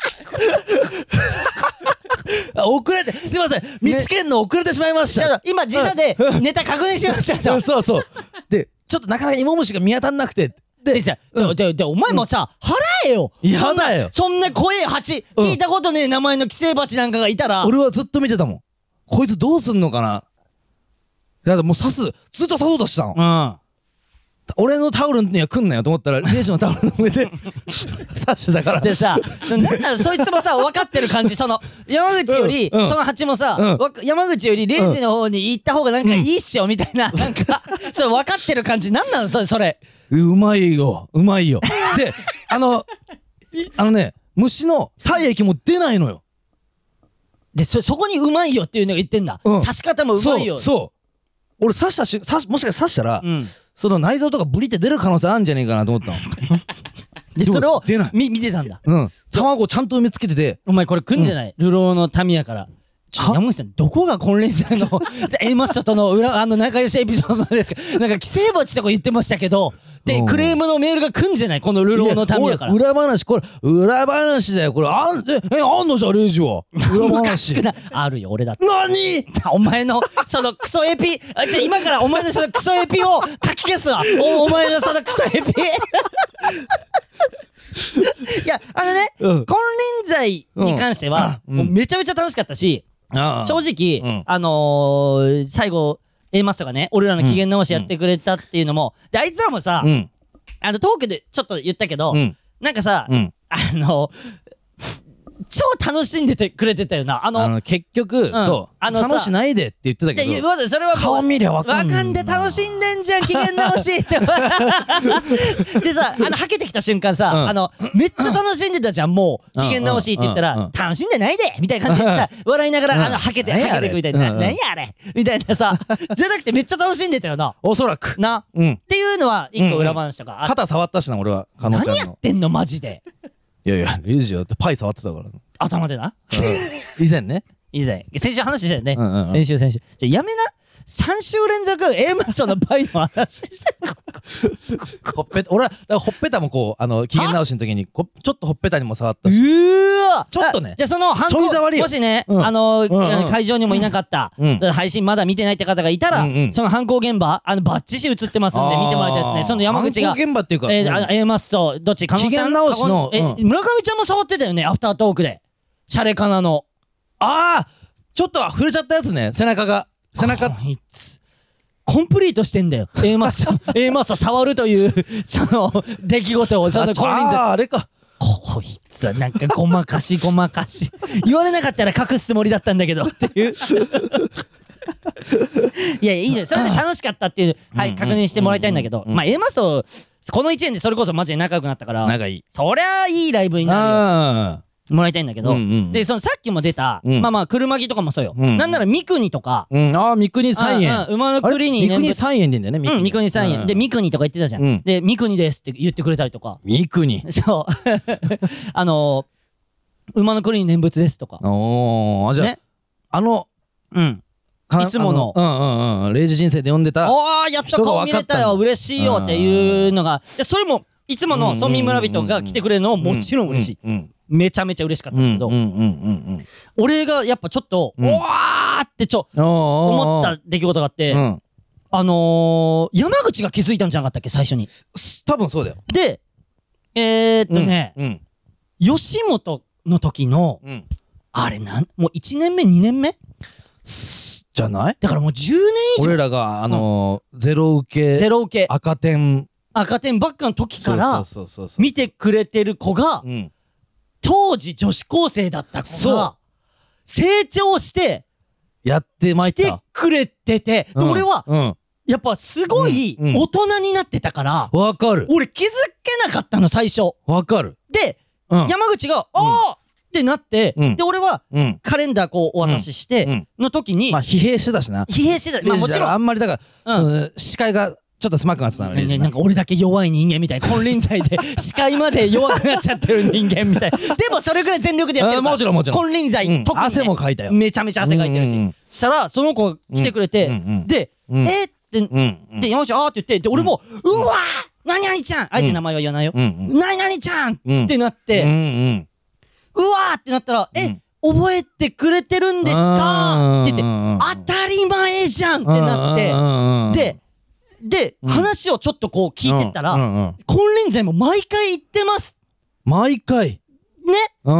Speaker 2: あ遅れてすいません見つけんの遅れてしまいまし
Speaker 1: だか
Speaker 2: た、
Speaker 1: ら今時差でネタ確認しましたよ
Speaker 2: うんそうそうでちょっとなかなか芋虫が見当たんなくてで
Speaker 1: でさ、でででお前もさ、払えよ
Speaker 2: いやだよ
Speaker 1: そんな怖え蜂、
Speaker 2: うん
Speaker 1: 聞いたことねえ名前の寄生蜂なんかがいたら
Speaker 2: 俺はずっと見てたもん。こいつどうすんのかな。だってもう刺すずっと刺そうとしたの。
Speaker 1: うん
Speaker 2: 俺のタオルには来んなよと思ったらレイジのタオルの上で刺してたから
Speaker 1: でさなんだろそいつもさ分かってる感じその山口より、
Speaker 2: うんうん
Speaker 1: その蜂もさ、
Speaker 2: うん
Speaker 1: わ山口よりレイジの方に行った方がなんかいいっしょみたいな、なんかそれ分かってる感じなんなのそれそれ
Speaker 2: うまいようまいよであのいあのね虫の体液も出ないのよ。
Speaker 1: でそそこにうまいよっていうのを言ってんだ、
Speaker 2: うん
Speaker 1: 刺し方もうまいよ
Speaker 2: そうそう俺刺したし刺しもしかして刺したら、
Speaker 1: うん
Speaker 2: その内臓とかブリって出る可能性あるんじゃねえかなと思ったの
Speaker 1: でそれを
Speaker 2: 出ない
Speaker 1: み見てたんだ
Speaker 2: うん卵ちゃんと埋め付けてて
Speaker 1: お前これ来んじゃない、流浪の民やからちょ
Speaker 2: は
Speaker 1: 山口さんどこが金輪際の A マストとの裏あの仲良しエピソードなんですかなんか寄生蜂とか言ってましたけどで
Speaker 2: うん
Speaker 1: クレームのメールが来んじゃないこの流浪の民やから
Speaker 2: いや俺裏話これ裏話だよこれあんええあんのじゃんレイジは裏話
Speaker 1: 昔なあるよ俺だって
Speaker 2: 何
Speaker 1: お前のそのクソエピあじゃあ今からお前のそのクソエピを書き消すわおお前のそのクソエピいやあのね、
Speaker 2: うん
Speaker 1: 金輪際に関しては、
Speaker 2: うん
Speaker 1: もうめちゃめちゃ楽しかったし、
Speaker 2: ああ
Speaker 1: 正直、
Speaker 2: うん
Speaker 1: あのー、最後 A マストがね俺らの機嫌直しやってくれたっていうのも、であいつらもさ、
Speaker 2: うん
Speaker 1: あのトークでちょっと言ったけど、
Speaker 2: うん
Speaker 1: なんかさ、
Speaker 2: うん
Speaker 1: あの超楽しんでてくれてたよなあの
Speaker 2: あの結局、
Speaker 1: ん
Speaker 2: そう
Speaker 1: あのさ
Speaker 2: 楽しないでって言ってた
Speaker 1: で
Speaker 2: けど
Speaker 1: まずそれはもう
Speaker 2: 顔見りゃわかん
Speaker 1: わかんで楽しんでんじゃん機嫌直しってでさあのはけてきた瞬間さ、
Speaker 2: うん
Speaker 1: あのめっちゃ楽しんでたじゃんもう
Speaker 2: うん
Speaker 1: 機嫌直しって言ったら、
Speaker 2: うんうん
Speaker 1: 楽しんでないでみたいな感じでさ笑いながら、
Speaker 2: うん
Speaker 1: あのはけて
Speaker 2: 何やあれ
Speaker 1: はけてくみたいな、
Speaker 2: うんうん
Speaker 1: 何やあれみたいなさじゃなくてめっちゃ楽しんでたよな
Speaker 2: おそらく
Speaker 1: なっ
Speaker 2: うん
Speaker 1: ていうのは一個裏話とかあって、
Speaker 2: 肩触ったしな俺は加納ち
Speaker 1: 何
Speaker 2: ゃんの
Speaker 1: やってんのマジで
Speaker 2: いやいやレイジだってパイ触ってたから
Speaker 1: 頭でな
Speaker 2: 以前ね
Speaker 1: 以前先週話したよね、
Speaker 2: うんうんうん
Speaker 1: 先週先週じゃやめなさん週連続 A マストのパイの話して
Speaker 2: ほっぺ俺はだからほっぺたもこうあの機嫌直しの時にこちょっとほっぺたにも触ったし
Speaker 1: うーわ
Speaker 2: ちょっとね
Speaker 1: あじゃあその反
Speaker 2: ちょい触りよ
Speaker 1: 抗もしね、
Speaker 2: うん
Speaker 1: あのー
Speaker 2: うんうん
Speaker 1: 会場にもいなかった、
Speaker 2: うん
Speaker 1: その配信まだ見てないって方がいたら、
Speaker 2: うんうん
Speaker 1: その犯行現場あのバッチシ映ってますんで見てもらいたいですねその山口が
Speaker 2: 犯行現場っていうか、
Speaker 1: えー、あ
Speaker 2: うん
Speaker 1: の A マストどっち加納ちゃん
Speaker 2: 機嫌直しの
Speaker 1: え、
Speaker 2: うん
Speaker 1: 村上ちゃんも触ってたよねアフタートークでシャレカナの
Speaker 2: ああちょっと触れちゃったやつね背中が背中
Speaker 1: こいつコンプリートしてんだよ A マスト A マスト触るというその出来事をその
Speaker 2: あ
Speaker 1: 金輪際
Speaker 2: あーあれか
Speaker 1: こいつはなんかごまかしごまかし言われなかったら隠すつもりだったんだけどっていういやいやいいのよそれで楽しかったっていうはい確認してもらいたいんだけどまあ A マストこのいちねんでそれこそマジで仲良くなったから
Speaker 2: 仲いい
Speaker 1: そりゃいいライブにな
Speaker 2: あ
Speaker 1: もらいたいんだけど、
Speaker 2: うんうん、
Speaker 1: でそのさっきも出た、うん、まあまあ車木とかもそうよ、うん、なんなら三国とか、
Speaker 2: うん、ああ三国三円、
Speaker 1: うん、馬の栗に
Speaker 2: 三国三円でんだよね。
Speaker 1: 三国三円、うん、で三国とか言ってたじゃん、うん、で三国ですって言ってくれたりとか。
Speaker 2: 三国
Speaker 1: そうあのー、馬の栗に念仏ですとか。
Speaker 2: おー、じゃあ、ね、あの
Speaker 1: うんいつもの
Speaker 2: うんうんうんレイジ人生で読んでた
Speaker 1: おーやっと顔見れたよ嬉しいよっていうのがでそれもいつもの村民村人が来てくれるのももちろん嬉しい、うんうんうん、めちゃめちゃ嬉しかったんだけど、うんうんうんうん、俺がやっぱちょっと、うん、おわーってちょ思った出来事があって、うん、あのー、山口が気づいたんじゃなかったっけ最初に。
Speaker 2: 多分そうだよ。
Speaker 1: でえー、っとね、うんうん、吉本の時の、うん、あれなんもういちねんめにねんめ
Speaker 2: じゃない
Speaker 1: だからもうじゅうねん以上
Speaker 2: 俺らがあのーうん、ゼロ受け
Speaker 1: ゼロ受け
Speaker 2: 赤点
Speaker 1: 赤点ばっかの時から見てくれてる子が、うん、当時女子高生だった子が成長して
Speaker 2: やってまいった
Speaker 1: 来てくれてて、うん、で俺は、うん、やっぱすごい大人になってたから、
Speaker 2: わかる
Speaker 1: 俺気づけなかったの最初。
Speaker 2: わかる
Speaker 1: で、うん、山口が「あー!」ってなって、うん、で俺は、うん、カレンダーこうお渡しして、うん、の時に
Speaker 2: まあ疲弊してたしな
Speaker 1: 疲弊してた、まあ、もちろん
Speaker 2: あんまりだから、うん、その視界がちょっと狭くなってたのね。
Speaker 1: なんか俺だけ弱い人間みたいな金輪際で視界まで弱くなっちゃってる人間みたいなでもそれぐらい全力でやってるから
Speaker 2: もちろんもちろん
Speaker 1: 金輪際、うん、特に、ね、
Speaker 2: 汗もかいたよ
Speaker 1: めちゃめちゃ汗かいてるし、うんうん、したらその子来てくれて、うんうん、で、うん、えー、って、うんうん、で山口あーって言ってで俺も、うん、うわー何々ちゃんあえて名前は言わないよ、うんうん、何々ちゃん、うん、ってなって、うんうん、うわーってなったら、うん、え覚えてくれてるんですかって言って当たり前じゃんってなってでで、うん、話をちょっとこう聞いてったら、うんうんうん、金輪際も毎回言ってます
Speaker 2: 毎回
Speaker 1: ね、
Speaker 2: うん、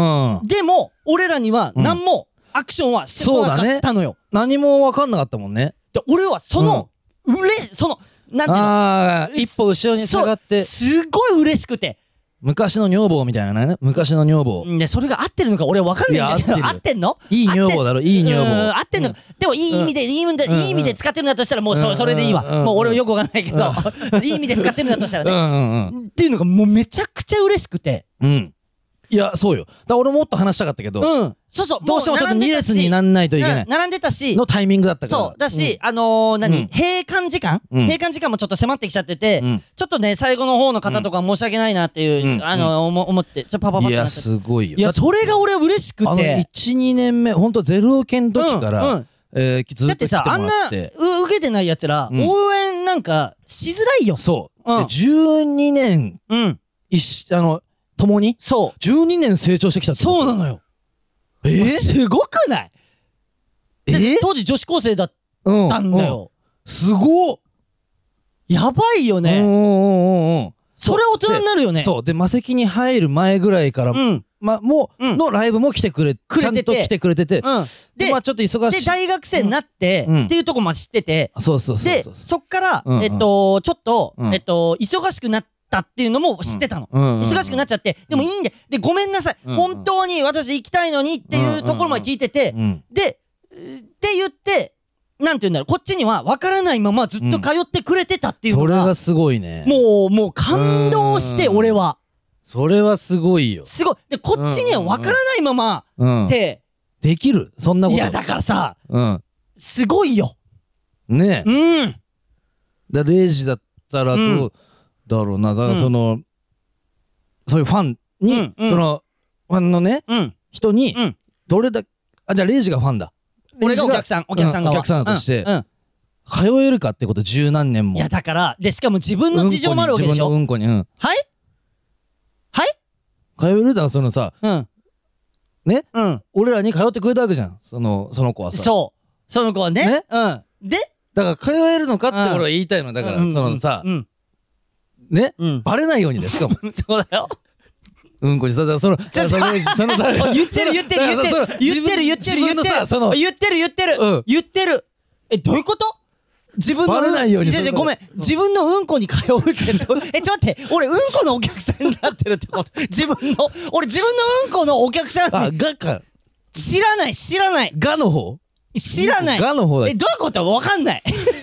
Speaker 1: でも俺らには何もアクションはしてこなかったのよ、
Speaker 2: ね、何も分かんなかったもんね。
Speaker 1: で俺はその、うん、うれそのなんていうの
Speaker 2: あ一歩後ろに下がって
Speaker 1: すごい嬉しくて
Speaker 2: 昔の女房みたいなね昔の女房
Speaker 1: ねそれが合ってるのか俺は分かんないんだけど合ってんの
Speaker 2: いい女房だろいい女房
Speaker 1: 合ってんの、うん、でもいい意味で、うん、いい意味で、うん、いい意味で使ってるんだとしたらもう そ,、うん、それでいいわ、うん、もう俺はよく分かんないけど、うん、いい意味で使ってるんだとしたらね、うんうんうん、っていうのがもうめちゃくちゃ嬉しくて
Speaker 2: うんいやそうよだから俺もっと話したかったけど、うん、
Speaker 1: そうそう
Speaker 2: どうしてもちょっとに列になんないといけない、
Speaker 1: うん、並んでたし
Speaker 2: のタイミングだったから
Speaker 1: そうだし、うん、あのー、何、うん、閉館時間、うん、閉館時間もちょっと迫ってきちゃってて、うん、ちょっとね最後の方の方とか申し訳ないなっていう、うん、あのー、思, 思ってちょっとパパパってなっちゃって。
Speaker 2: いやすごいよ
Speaker 1: いやそれが俺は嬉しくて
Speaker 2: あのいちにねんめほんとゼロ受けの時から、うんうんえー、ずっと来てもらってだってさあんな
Speaker 1: 受けてないやつら、うん、応援なんかしづらいよ。
Speaker 2: そう、うん、じゅうにねん、うん、一あの共に
Speaker 1: そう
Speaker 2: じゅうにねん成長してきたってこと。
Speaker 1: そうなのよ。
Speaker 2: えー、
Speaker 1: すごくない？えー、当時女子高生だったんだよ、うんうん、
Speaker 2: すごっ
Speaker 1: やばいよね。うんうんうんうんそれは大人になるよね。
Speaker 2: そうで魔石に入る前ぐらいから、うんま、もう、うん、のライブも来てくれちゃんと来てくれてて、うん、で、まあ、ちょっと忙しい
Speaker 1: で大学生になって、うん、っていうとこまで知ってて、
Speaker 2: うん、そうそうそう
Speaker 1: そうでそっから、うんうん、えっとちょっと、うん、えっと忙しくなってっていうのも知ってたの、うんうんうん、忙しくなっちゃってでもいいんででごめんなさい、うんうん、本当に私行きたいのにっていうところまで聞いてて、うんうんうん、でって言ってなんて言うんだろうこっちには分からないままずっと通ってくれてたっていうのが、
Speaker 2: うん、それがすごいね。
Speaker 1: もうもう感動して俺は
Speaker 2: それはすごいよ。
Speaker 1: すごいでこっちには分からないままって、うんうんうん、
Speaker 2: できるそんなこと。
Speaker 1: いやだからさ、うん、すごいよ
Speaker 2: ねえ、
Speaker 1: うん、
Speaker 2: だレイジだったらどう、うんだろうな、うん、そのそういうファンに、うんうん、そのファンのね、うん、人に、うん、どれだあじゃあレイジがファンだ
Speaker 1: 俺がお客さんお客さん側、
Speaker 2: うん、お客さんとして、うんうん、通えるかってこと十何年も。
Speaker 1: いやだからでしかも自分の事情もあるわけでしょ。
Speaker 2: 自分のうんこに、うん、
Speaker 1: はいはい
Speaker 2: 通えるだからそのさ、うん、ね、うん、俺らに通ってくれたわけじゃんそのその子はさ。
Speaker 1: そうその子はね、ねうんで
Speaker 2: だから通えるのかって俺は言いたいのだから、うん、そのさ、うんうんね、うん、バレないようにだしかも
Speaker 1: そうだよ
Speaker 2: うんこにさその
Speaker 1: そのその言ってる言ってる言ってる言ってる言ってる言ってる言ってる言ってる言ってるえどういうこと？自分の
Speaker 2: バレないように
Speaker 1: ごめん自分のうんこに通うってえちょっと待って俺うんこのお客さんになってるってこと自分の俺自分のうんこのお客さん
Speaker 2: あがか
Speaker 1: 知らない知らない
Speaker 2: がの方
Speaker 1: 知らない
Speaker 2: がの方だ
Speaker 1: えどういうことわかんない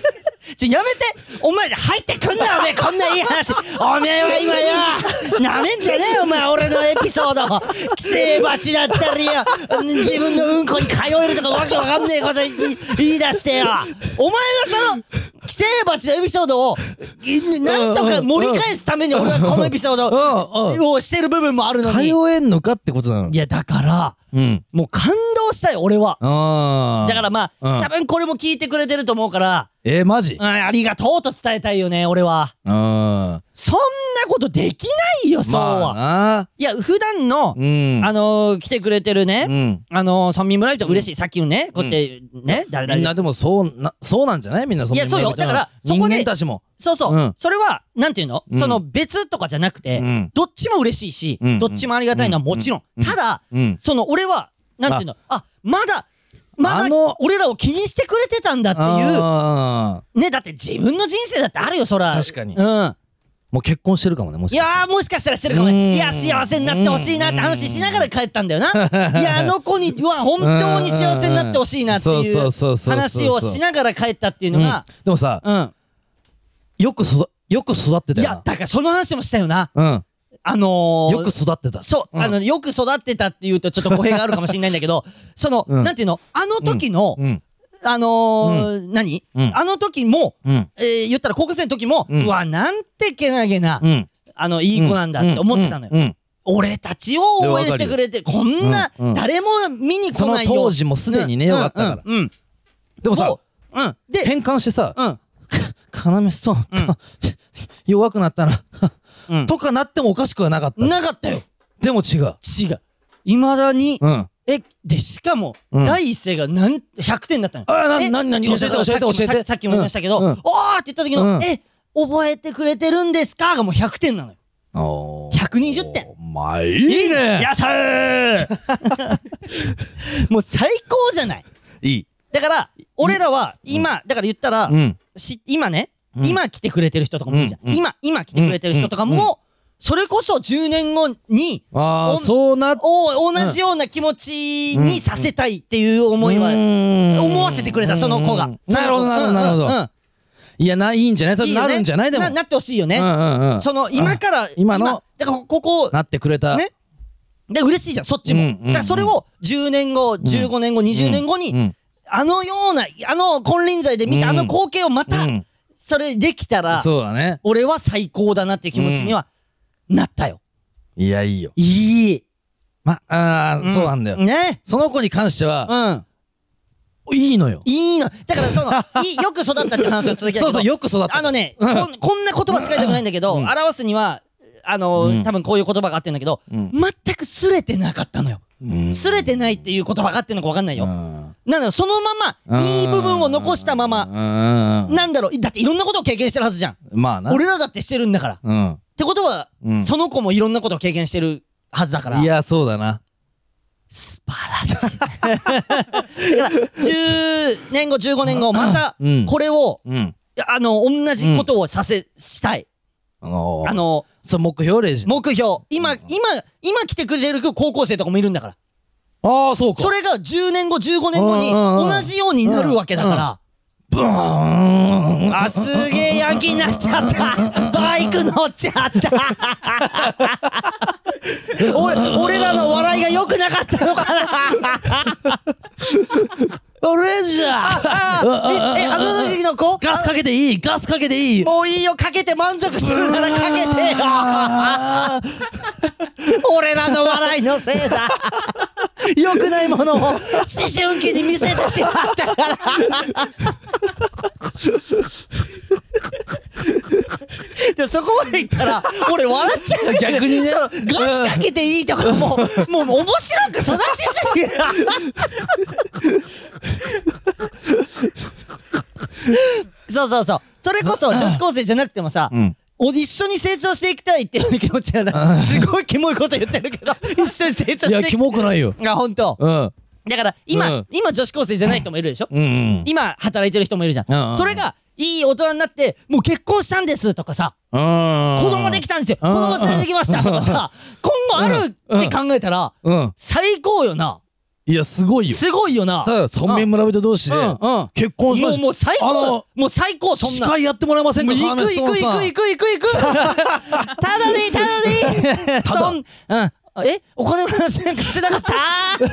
Speaker 1: ちょやめてお前入ってくんなお前こんないい話お前は今よなめんじゃねえよお前俺のエピソード寄生蜂だったりよ自分のうんこに通えるとかわけわかんねえこと言い言い出してよお前がその寄生蜂のエピソードをなんとか盛り返すために俺はこのエピソードをしてる部分もあるのに
Speaker 2: 通えんのかってことなの。
Speaker 1: いやだから
Speaker 2: うん
Speaker 1: もう感動したよ俺は
Speaker 2: あ
Speaker 1: だからまあ、
Speaker 2: うん
Speaker 1: 多分これも聞いてくれてると思うから
Speaker 2: えー、マジ
Speaker 1: うんありがとうと伝えたいよね俺は
Speaker 2: うん
Speaker 1: そんなことできないよそうは、
Speaker 2: まあ
Speaker 1: いや普段の、
Speaker 2: うん
Speaker 1: あのー、来てくれてるね、
Speaker 2: うん
Speaker 1: あのー、村民村人嬉しい、さっきのねこうやってね、誰々です
Speaker 2: みんなでもそうなそうなんじゃないみんなそんない
Speaker 1: やそうよだからそこで
Speaker 2: 人間たちも
Speaker 1: そうそう、
Speaker 2: うん
Speaker 1: それはなんていうの、
Speaker 2: うん
Speaker 1: その別とかじゃなくて、
Speaker 2: うん
Speaker 1: どっちも嬉しいし、
Speaker 2: うん
Speaker 1: どっちもありがたいのはもちろん、
Speaker 2: うん
Speaker 1: ただ、
Speaker 2: うん
Speaker 1: その俺はなんていうのあまだまだ
Speaker 2: あの
Speaker 1: 俺らを気にしてくれてたんだっていう
Speaker 2: あー
Speaker 1: ねだって自分の人生だってあるよそら
Speaker 2: 確かに
Speaker 1: うん
Speaker 2: もう結婚してるかもねもし
Speaker 1: い
Speaker 2: かしたら
Speaker 1: やーもしかしたらしてるかも
Speaker 2: うん
Speaker 1: ねいや幸せになってほしいなって話しながら帰ったんだよないやあの子にうわ本当に幸せになってほしいなってい
Speaker 2: そうそうそうそうそう
Speaker 1: う話をしながら帰ったっていうのが
Speaker 2: うんでもさ
Speaker 1: うん
Speaker 2: よく育よく育ってた
Speaker 1: い
Speaker 2: よな
Speaker 1: やだからその話もしたよな
Speaker 2: うん
Speaker 1: あのー
Speaker 2: よく育ってた
Speaker 1: そう、
Speaker 2: ん
Speaker 1: あのよく育ってたっていうとちょっと語弊があるかもしれないんだけどその、
Speaker 2: うん
Speaker 1: なんていうのあの時の、
Speaker 2: うん
Speaker 1: あのー何、
Speaker 2: うん
Speaker 1: あの時も、
Speaker 2: うん
Speaker 1: えー言ったら高校生の時も、う
Speaker 2: うん
Speaker 1: わなんてけなげな、
Speaker 2: うん
Speaker 1: あのいい子なんだって思ってたのよ、
Speaker 2: うんうん
Speaker 1: 俺たちを応援してくれてこんな、
Speaker 2: うんうん
Speaker 1: 誰も見に来
Speaker 2: その
Speaker 1: ないよ
Speaker 2: 当時もすでにねよかったから
Speaker 1: うんうんうん
Speaker 2: でもさ
Speaker 1: もううんで
Speaker 2: 変換してさ
Speaker 1: うん
Speaker 2: 要ストーン弱くなったな
Speaker 1: うん
Speaker 2: とかなってもおかしくはなかった
Speaker 1: なかったよ
Speaker 2: でも違う
Speaker 1: 違ういまだに、
Speaker 2: うん
Speaker 1: えでしかも、
Speaker 2: うん
Speaker 1: 第一声がなんひゃくてんだったの
Speaker 2: あな
Speaker 1: え
Speaker 2: なになに教えて
Speaker 1: だから
Speaker 2: 教えて教えて
Speaker 1: さっきもささっきも言いましたけど、
Speaker 2: うんうん
Speaker 1: おーって言った時の、
Speaker 2: うん
Speaker 1: え覚えてくれてるんですかがもうひゃくてんなのよ
Speaker 2: おー
Speaker 1: ひゃくにじゅってん
Speaker 2: まあいいね
Speaker 1: やったーもう最高じゃない
Speaker 2: いい
Speaker 1: だから俺らは今、だから言ったら、
Speaker 2: うん
Speaker 1: し今ね、
Speaker 2: うん
Speaker 1: 今来てくれてる人とかもいるじゃん、
Speaker 2: うんうん
Speaker 1: 今今来てくれてる人とかも、
Speaker 2: うんうん
Speaker 1: それこそじゅうねんごに
Speaker 2: ああ
Speaker 1: お
Speaker 2: そうなっ
Speaker 1: お同じような気持ちにさせたいっていう思いは思わせてくれたその子が
Speaker 2: うんなるほどなるほどなるほど
Speaker 1: うんうんうん
Speaker 2: いやないいんじゃないそれ
Speaker 1: いいよね
Speaker 2: なるんじゃないでも
Speaker 1: ななってほしいよね、
Speaker 2: うんうんうん
Speaker 1: その今から
Speaker 2: 今の
Speaker 1: だからここ
Speaker 2: なってくれた
Speaker 1: ねで嬉しいじゃんそっちも、
Speaker 2: うんうんうん
Speaker 1: だからそれをじゅうねんごじゅうごねんごにじゅうねんごに、
Speaker 2: うん
Speaker 1: あのようなあの金輪際で見たあの光景をまた、
Speaker 2: うん
Speaker 1: それできたら
Speaker 2: そうだね
Speaker 1: 俺は最高だなっていう気持ちにはなったよ、
Speaker 2: いやいいよ
Speaker 1: いい
Speaker 2: まあーそうなんだよ
Speaker 1: ね
Speaker 2: その子に関しては
Speaker 1: うん
Speaker 2: いいのよ
Speaker 1: いいのだからそのいいよく育ったっていう話の続きだけど
Speaker 2: そうそうよく育った
Speaker 1: あのねこんこんな言葉使いたくないんだけど、
Speaker 2: うん
Speaker 1: 表すにはあの、
Speaker 2: うん
Speaker 1: 多分こういう言葉があってんだけど、
Speaker 2: うん
Speaker 1: 全くすれてなかったのよ
Speaker 2: うん
Speaker 1: すれてないっていう言葉があってんのか分かんないよ、
Speaker 2: うん
Speaker 1: なのでそのままいい部分を残したまま
Speaker 2: うん
Speaker 1: なんだろうだっていろんなことを経験してるはずじゃん
Speaker 2: まあな
Speaker 1: 俺らだってしてるんだからっ
Speaker 2: うん
Speaker 1: てことは、
Speaker 2: うん
Speaker 1: その子もいろんなことを経験してるはずだから
Speaker 2: いやそうだな
Speaker 1: 素晴らしいだからじゅうねんごじゅうごねんごまた
Speaker 2: うん
Speaker 1: これを
Speaker 2: うん
Speaker 1: あの同じことをさせしたい
Speaker 2: あ
Speaker 1: あの
Speaker 2: そう目標レイジ
Speaker 1: 目標今今今来てくれてる高校生とかもいるんだから
Speaker 2: ああそうか
Speaker 1: それがじゅうねんごじゅうごねんごに
Speaker 2: うんうんうん
Speaker 1: 同じようになるわけだから
Speaker 2: ブーン
Speaker 1: あすげえヤンキーになっちゃったバイク乗っちゃった俺俺らの笑いが良くなかったのかな
Speaker 2: レイジャー
Speaker 1: あええあの時の子
Speaker 2: ガスかけていいガスかけていい
Speaker 1: もういいよかけて満足するならかけてよ俺らの笑いのせいだ良くないものを思春期に見せてしまったからでもそこまでいったら俺笑っちゃうけど
Speaker 2: 逆にね
Speaker 1: そうガスかけていいとかもうもう面白く育ちすぎるそうそうそうそれこそ女子高生じゃなくてもさ、
Speaker 2: うん
Speaker 1: お一緒に成長していきたいっていう気持ちなんだすごいキモいこと言ってるけど一緒に成長していきたい
Speaker 2: いやキモくないよ
Speaker 1: あ本当
Speaker 2: うん
Speaker 1: だから今、
Speaker 2: うん
Speaker 1: 今女子高生じゃない人もいるでしょ、
Speaker 2: うんうん
Speaker 1: 今働いてる人もいるじゃん、
Speaker 2: うんうん
Speaker 1: それがいい大人になってもう結婚したんですとかさ
Speaker 2: 子
Speaker 1: 子供できたんですよ子供連れてきましたとかさ今後あるって考えたら
Speaker 2: うん
Speaker 1: 最高よな
Speaker 2: いやすごいよ。
Speaker 1: すごいよな。
Speaker 2: ただ村民村人同士で
Speaker 1: うんうん
Speaker 2: 結婚しました。
Speaker 1: もうもう最
Speaker 2: あの
Speaker 1: 高もう最高そんな
Speaker 2: 司会やってもらえませんか。
Speaker 1: もう行く行く行く行く行く行くただでいいただでいい
Speaker 2: ただ
Speaker 1: そんうんえお金の話なんかしてなかった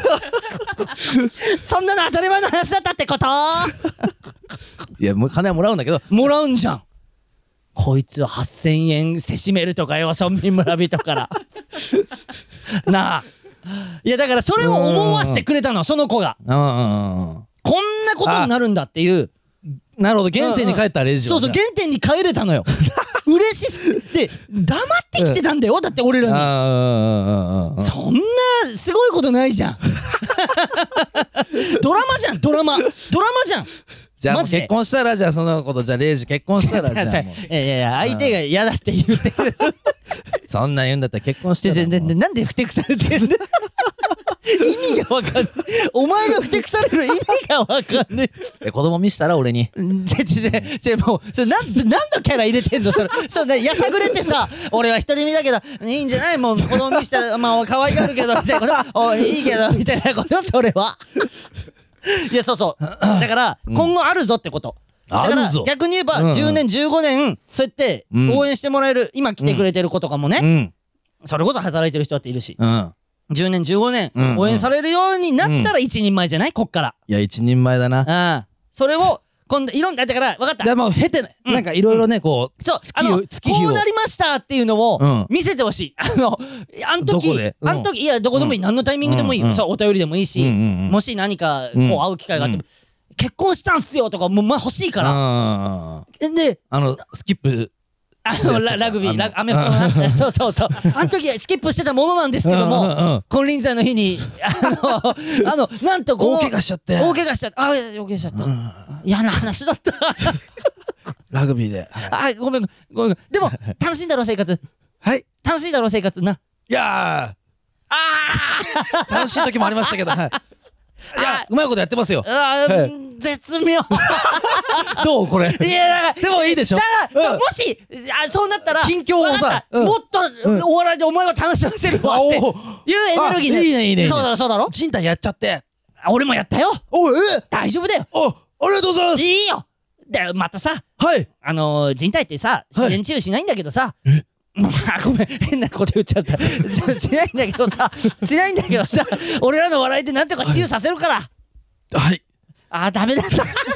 Speaker 1: そんなの当たり前の話だったってこと
Speaker 2: いやもう金はもらうんだけど
Speaker 1: もらうんじゃん。こいつははっせんえんせしめるとかよ村民村人からなあいやだからそれを思わせてくれたのその子が
Speaker 2: うんうんうん
Speaker 1: こんなことになるんだっていう
Speaker 2: なるほど原点に帰ったレジ
Speaker 1: そうそう原点に帰れたのよ嬉しすぎて黙ってきてたんだよだって俺らに
Speaker 2: ああ
Speaker 1: そんなすごいことないじゃんドラマじゃんドラマドラマじゃん
Speaker 2: じゃあもう
Speaker 1: マジで
Speaker 2: 結婚したらじゃあそのことじゃあレイジ結婚したらじゃあもう
Speaker 1: いやいやいや相手が嫌だって言ってる
Speaker 2: そんなん言うんだったら結婚して
Speaker 1: ちょちょななんでふてくされてんだ意味がわかんないお前がふてくされる意味がわかんない
Speaker 2: え子供見したら俺に
Speaker 1: ちょちょちょちょもうそれなん何のキャラ入れてんのそれそうねやさぐれてさ俺は独り身だけどいいんじゃないもう子供見したらまあ可愛がるけどみたいなことおいいけどみたいなことそれはいやそうそうだから今後あるぞってことだから
Speaker 2: あるぞ
Speaker 1: 逆に言えば
Speaker 2: うんうん
Speaker 1: じゅうねんじゅうごねんそうやって応援してもらえる今来てくれてる子とかもね
Speaker 2: うん
Speaker 1: それこそ働いてる人だっているし
Speaker 2: うん
Speaker 1: じゅうねんじゅうごね
Speaker 2: うんうん
Speaker 1: ん応援されるようになったら一人前じゃないこっから
Speaker 2: いや一人前だな
Speaker 1: ああそれを今度いろんなだから分かった
Speaker 2: でも経てなんかいろいろねこう
Speaker 1: そう
Speaker 2: 月
Speaker 1: あの
Speaker 2: 月日を
Speaker 1: こうなりましたっていうの
Speaker 2: うん
Speaker 1: を見せてほしいあのあん
Speaker 2: ど
Speaker 1: 時
Speaker 2: こでうん
Speaker 1: あん時いやどこでもいい何のタイミングでもいい
Speaker 2: うんうん
Speaker 1: そうお便りでもいいし
Speaker 2: うんうんうん
Speaker 1: もし何かこ
Speaker 2: うん
Speaker 1: う会う機会があっても結婚したんすよとかもうまあ欲しいから
Speaker 2: あ
Speaker 1: で
Speaker 2: あのスキップ
Speaker 1: あのララグビーラアメフトのなそうそうそうあの時はスキップしてたものなんですけど
Speaker 2: うんうんうん
Speaker 1: も金輪際の日にあのあのなんとこう
Speaker 2: 大怪我しちゃって
Speaker 1: 大怪我しちゃったあ大怪我しちゃった嫌な話だった
Speaker 2: ラグビーで
Speaker 1: あごめんごめんでも楽しいんだろ生活
Speaker 2: はい
Speaker 1: 楽しいだろ生活ない
Speaker 2: や
Speaker 1: あ
Speaker 2: ー楽しい時もありましたけどはいいやうまいことやってますよ
Speaker 1: ーあー絶妙
Speaker 2: どうこれ
Speaker 1: いや
Speaker 2: でもいいでしょ
Speaker 1: だから、そう
Speaker 2: うん
Speaker 1: もしあそうなったら
Speaker 2: 近況をさ
Speaker 1: わかった
Speaker 2: うん
Speaker 1: もっと、お笑いでお前は楽しませるわっていう
Speaker 2: あおう
Speaker 1: エネルギーで
Speaker 2: あいいねいいねいいね
Speaker 1: そうだろそうだろ
Speaker 2: 賃貸やっちゃって
Speaker 1: あ俺もやったよ
Speaker 2: おいえ
Speaker 1: 大丈夫だよ
Speaker 2: あありがとうございます
Speaker 1: いいよでまたさ
Speaker 2: はい
Speaker 1: あのー、人体ってさ自然治癒しないんだけどさ、もうあごめん変なこと言っちゃったししないんだけどさしないんだけどさ俺らの笑いでなんとか治癒させるから
Speaker 2: はい
Speaker 1: あーダメだ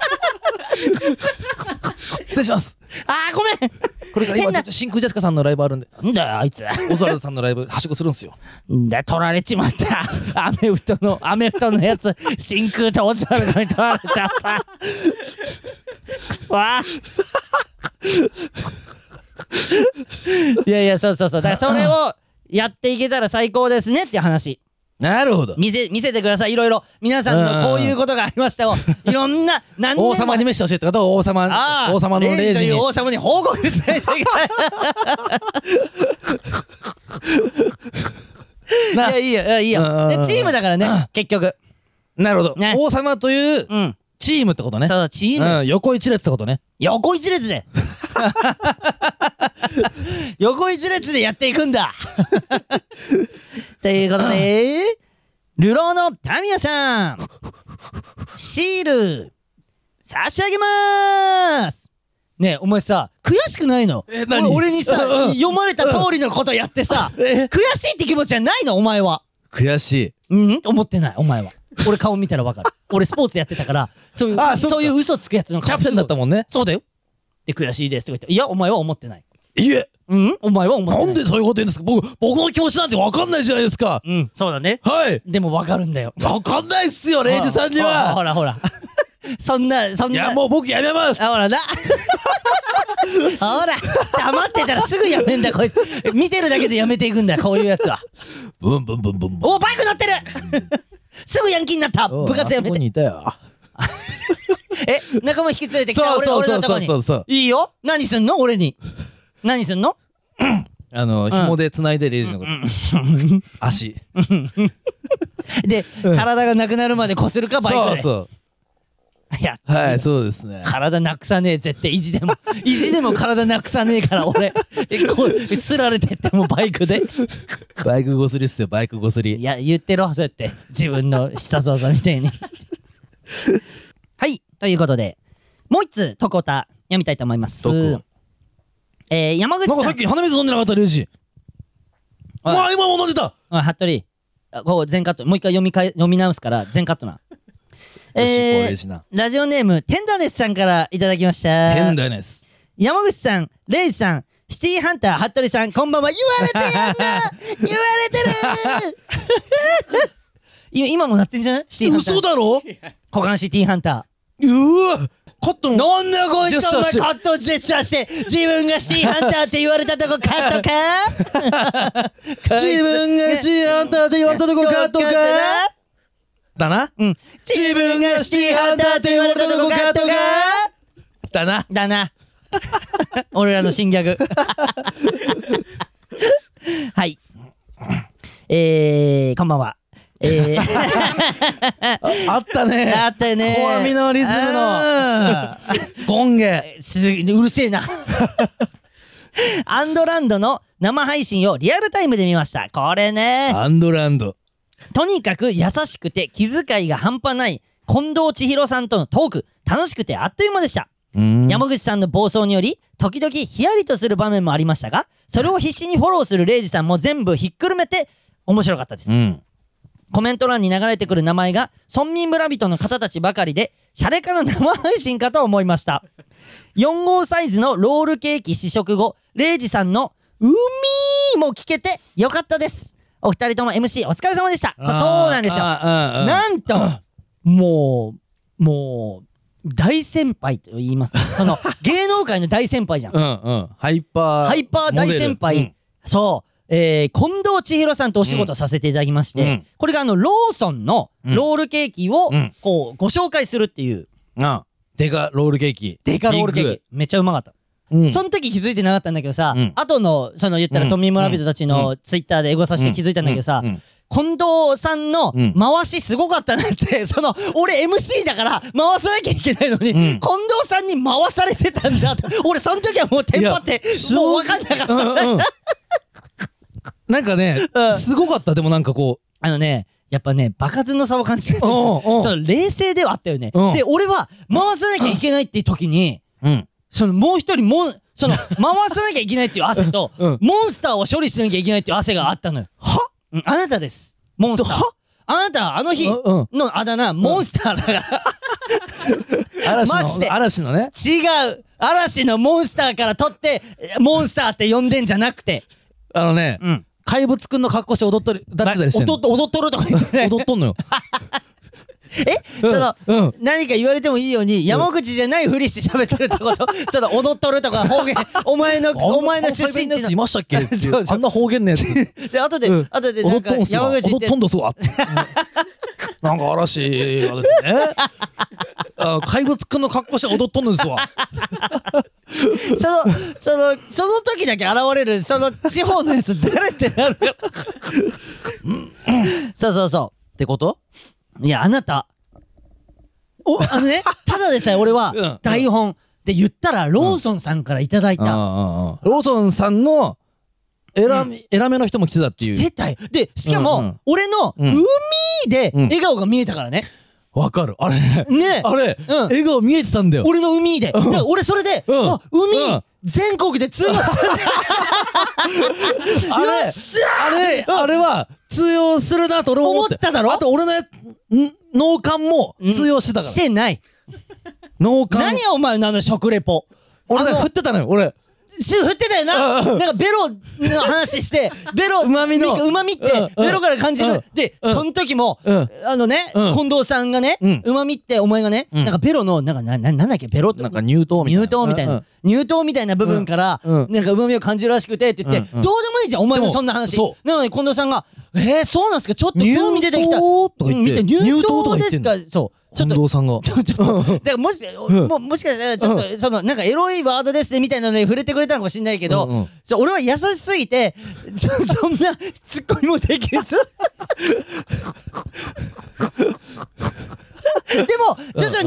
Speaker 2: 失礼します
Speaker 1: あーごめん
Speaker 2: これから今ちょっと真空ジェシカさんのライブあるんで
Speaker 1: なんだよあいつ
Speaker 2: オズワルドさんのライブはしごするんですよ
Speaker 1: んだ取られちまったアメフトのアメフトのやつ真空とオズワルドに取られちゃったくそーいやいやそうそうそうだからそれをやっていけたら最高ですねっていう話
Speaker 2: なるほど
Speaker 1: 見せ見せてくださいいろいろ皆さんのこういうことがありましたをいろんな何年も
Speaker 2: 王様に召してほしいって方は王様
Speaker 1: ああ
Speaker 2: 王様の
Speaker 1: レイジという
Speaker 2: レイジに
Speaker 1: 王様に報告しないといけないいやいいよいやいいよ
Speaker 2: うん
Speaker 1: でチームだからね結局
Speaker 2: なるほど
Speaker 1: ね
Speaker 2: 王様という
Speaker 1: うん
Speaker 2: チームってことね
Speaker 1: そうチーム
Speaker 2: うん横一列ってことね
Speaker 1: 横一列で横一列でやっていくんだということで流浪のタミヤさんシール差し上げまーすねえお前さ悔しくないの
Speaker 2: え何
Speaker 1: 俺俺にさ
Speaker 2: うんうん
Speaker 1: 読まれた通りのことやってさ
Speaker 2: え
Speaker 1: 悔しいって気持ちはないのお前は
Speaker 2: 悔しい
Speaker 1: うん思ってないお前は俺顔見たらわかる俺スポーツやってたからそういう
Speaker 2: あそっか
Speaker 1: そういう嘘つくやつの顔
Speaker 2: キャプテンだったもんね
Speaker 1: そうだよで悔しいですって言っていやお前は思ってない
Speaker 2: いえ
Speaker 1: うんお前は思ってない
Speaker 2: なんでそういうこと言うんですか僕僕の気持ちなんて分かんないじゃないですか
Speaker 1: うんそうだね
Speaker 2: はい
Speaker 1: でもわかるんだよ
Speaker 2: 分かんないっすよレイジさんに
Speaker 1: ほらほ
Speaker 2: は
Speaker 1: らほらそんなそんない
Speaker 2: やもう僕やめます
Speaker 1: あほらなほら黙ってたらすぐやめんだこいつ見てるだけでやめていくんだこういうやつは
Speaker 2: ブンブンブンブンブン
Speaker 1: おバイク乗ってるすぐヤンキーになった部活やめ
Speaker 2: あそこ
Speaker 1: て
Speaker 2: にいたよ
Speaker 1: え仲間引き連れてきた俺
Speaker 2: そうそうそう
Speaker 1: 俺のとこに
Speaker 2: そうそう
Speaker 1: いいよ何すんの俺に何すんの
Speaker 2: あの紐で繋いでレイジのこと足
Speaker 1: で体がなくなるまでこするかバイクで
Speaker 2: そうそう
Speaker 1: いや
Speaker 2: はい、そうですね。
Speaker 1: 体なくさねえ絶対意地でも意地でも体なくさねえから俺えこうすられてってもバイクで
Speaker 2: バイクごすりっすよ、バイクごすり。
Speaker 1: いや言ってろそうやって自分の必殺技みたいにはいということでもう一つトコタ読みたいと思います。
Speaker 2: どこ
Speaker 1: えー、山口さん
Speaker 2: なんかさっき鼻水飲んでなかったレイジ。
Speaker 1: あ
Speaker 2: まあ今も飲んでた。
Speaker 1: あ服部あこう全カットもう一回読みかえ読み直すから全カットな
Speaker 2: よし
Speaker 1: え
Speaker 2: レイジな。
Speaker 1: ー、ラジオネームテンダネスさんからいただきました
Speaker 2: 変だよねす。
Speaker 1: 山口さんレイジさんシティハンター服部さんこんばんは。言われてやんな言われてるい今もなってんじゃないシティハンター
Speaker 2: 嘘だろ。
Speaker 1: 股間シティハンタ
Speaker 2: うわカット
Speaker 1: ー
Speaker 2: の
Speaker 1: なんだこいつお前
Speaker 2: ジェスチャーして
Speaker 1: カットジェスチャーして自分がシティハンターって言われたとこカットか
Speaker 2: 自分がシティハンターって言われたとこカットかだな。
Speaker 1: うん自分がシティハンターって言われたとこカットか
Speaker 2: だな。
Speaker 1: だな俺らの新ギャグはいえー、こんばんはえー、
Speaker 2: あったね。
Speaker 1: あったよね
Speaker 2: コアミのリズムの
Speaker 1: あ
Speaker 2: ゴンゲ。
Speaker 1: ーすうるせえなアンドランドの生配信をリアルタイムで見ました。これね
Speaker 2: アンドランド。
Speaker 1: とにかく優しくて気遣いが半端ない近藤千尋さんとのトーク楽しくてあっという間でした。山口さんの暴走により時々ヒヤリとする場面もありましたがそれを必死にフォローするレイジさんも全部ひっくるめて面白かったです、
Speaker 2: うん。
Speaker 1: コメント欄に流れてくる名前が村民村人の方たちばかりでシャレかな生配信かと思いましたよん号サイズのロールケーキ試食後レイジさんのうみーも聞けてよかったです。お二人とも エムシー お疲れ様でした。そうなんですよ。なんともうもう大先輩と言いますかその芸能界の大先輩じゃん。
Speaker 2: うんうん。ハイパー。
Speaker 1: ハイパー大先輩、
Speaker 2: うん、
Speaker 1: そう、えー、近藤千尋さんとお仕事させていただきまして、うん、これがあのローソンのロールケーキをこうご紹介するっていう、
Speaker 2: うん、あデカロールケーキ
Speaker 1: デカロールケーキめっちゃうまかった、うん、その時気づいてなかったんだけどさ、うん、後のその言ったら村民村人たちのツイッターでエゴさして気づいたんだけどさ、うんうんうん近藤さんの回しすごかったなって、うん、その俺 エムシー だから回さなきゃいけないのに、うん、近藤さんに回されてたんだって俺その時はもうテンパってもう分かんなかった、うんうん、
Speaker 2: なんかね、うん、すごかった。でもなんかこう
Speaker 1: あのねやっぱね場数の差を感じてその冷静ではあったよね、うん、で俺は回さなきゃいけないっていう時に、うん、そのもう一人もその回さなきゃいけないっていう汗と、うん、モンスターを処理しなきゃいけないっていう汗があったのよ。はあなたです。モンスター。あなたあの日のあだ名、モンスターだから
Speaker 2: 嵐のマジで嵐のね
Speaker 1: 違う嵐のモンスターから取ってモンスターって呼んでんじゃなくて
Speaker 2: あのね、うん、怪物くんの格好して踊っとるだってたりしてんの。
Speaker 1: 踊っとるとか言ってね
Speaker 2: 踊っとんのよ
Speaker 1: え、うん、その、うん、何か言われてもいいように、うん、山口じゃないふりして喋ってるってことその踊っとるとか方言お前のお前の出身地の
Speaker 2: いましたっけそうそうあんな方言のやつ
Speaker 1: で後で、うん、後でなんか山口
Speaker 2: 踊っとんどすわなんか嵐がですねあ怪物くんの格好して踊っとんのですわ
Speaker 1: そのそのその時だけ現れるその地方のやつ誰ってなるそうそうそう
Speaker 2: ってこと。
Speaker 1: いやあなたおあのねただでさえ俺は台本で言ったらローソンさんからいただいた、うん、
Speaker 2: ローソンさんの偉め、うん、めの人も来てたっていう。
Speaker 1: 来てたよ。でしかも、うんうん、俺の海で笑顔が見えたからね。
Speaker 2: わかるあれ
Speaker 1: ね
Speaker 2: あれ、うん、笑顔見えてたんだよ
Speaker 1: 俺の海で、うん、俺それで、うん、あ海、うん、全国で通用するんだよ
Speaker 2: あれ
Speaker 1: よっしゃ
Speaker 2: ーあれ、うん、あれは通用するなと俺も思って
Speaker 1: 思っただろ。
Speaker 2: あと俺のや脳幹も通用してたから、
Speaker 1: うん、してない
Speaker 2: 脳幹
Speaker 1: 何やお前のあの食レポ
Speaker 2: 俺ね振ってたのよ俺
Speaker 1: 振ってたよな。なんかベロの話してベロ
Speaker 2: うまみの
Speaker 1: うまみってベロから感じるでその時もあのね近藤さんがねうまみってお前がねなんかベロのなんかななんだっけベロって
Speaker 2: なんか乳頭みたいな
Speaker 1: 乳頭みたいな乳頭みたいな部分からなんかうまみを感じるらしくてって言ってどうでもいいじゃんお前のそんな話なのに近藤さんがえーそうなんすかちょっと興味出てきた
Speaker 2: とか言って
Speaker 1: 乳頭ですかそう
Speaker 2: 近藤さんが
Speaker 1: ちょちょっとだからもしももしかしたらちょっとそのなんかエロいワードですねみたいなのに触れてくれたのかもしれないけど、うんうん、俺は優しすぎてそ, そんなツッコミもできずでも徐々に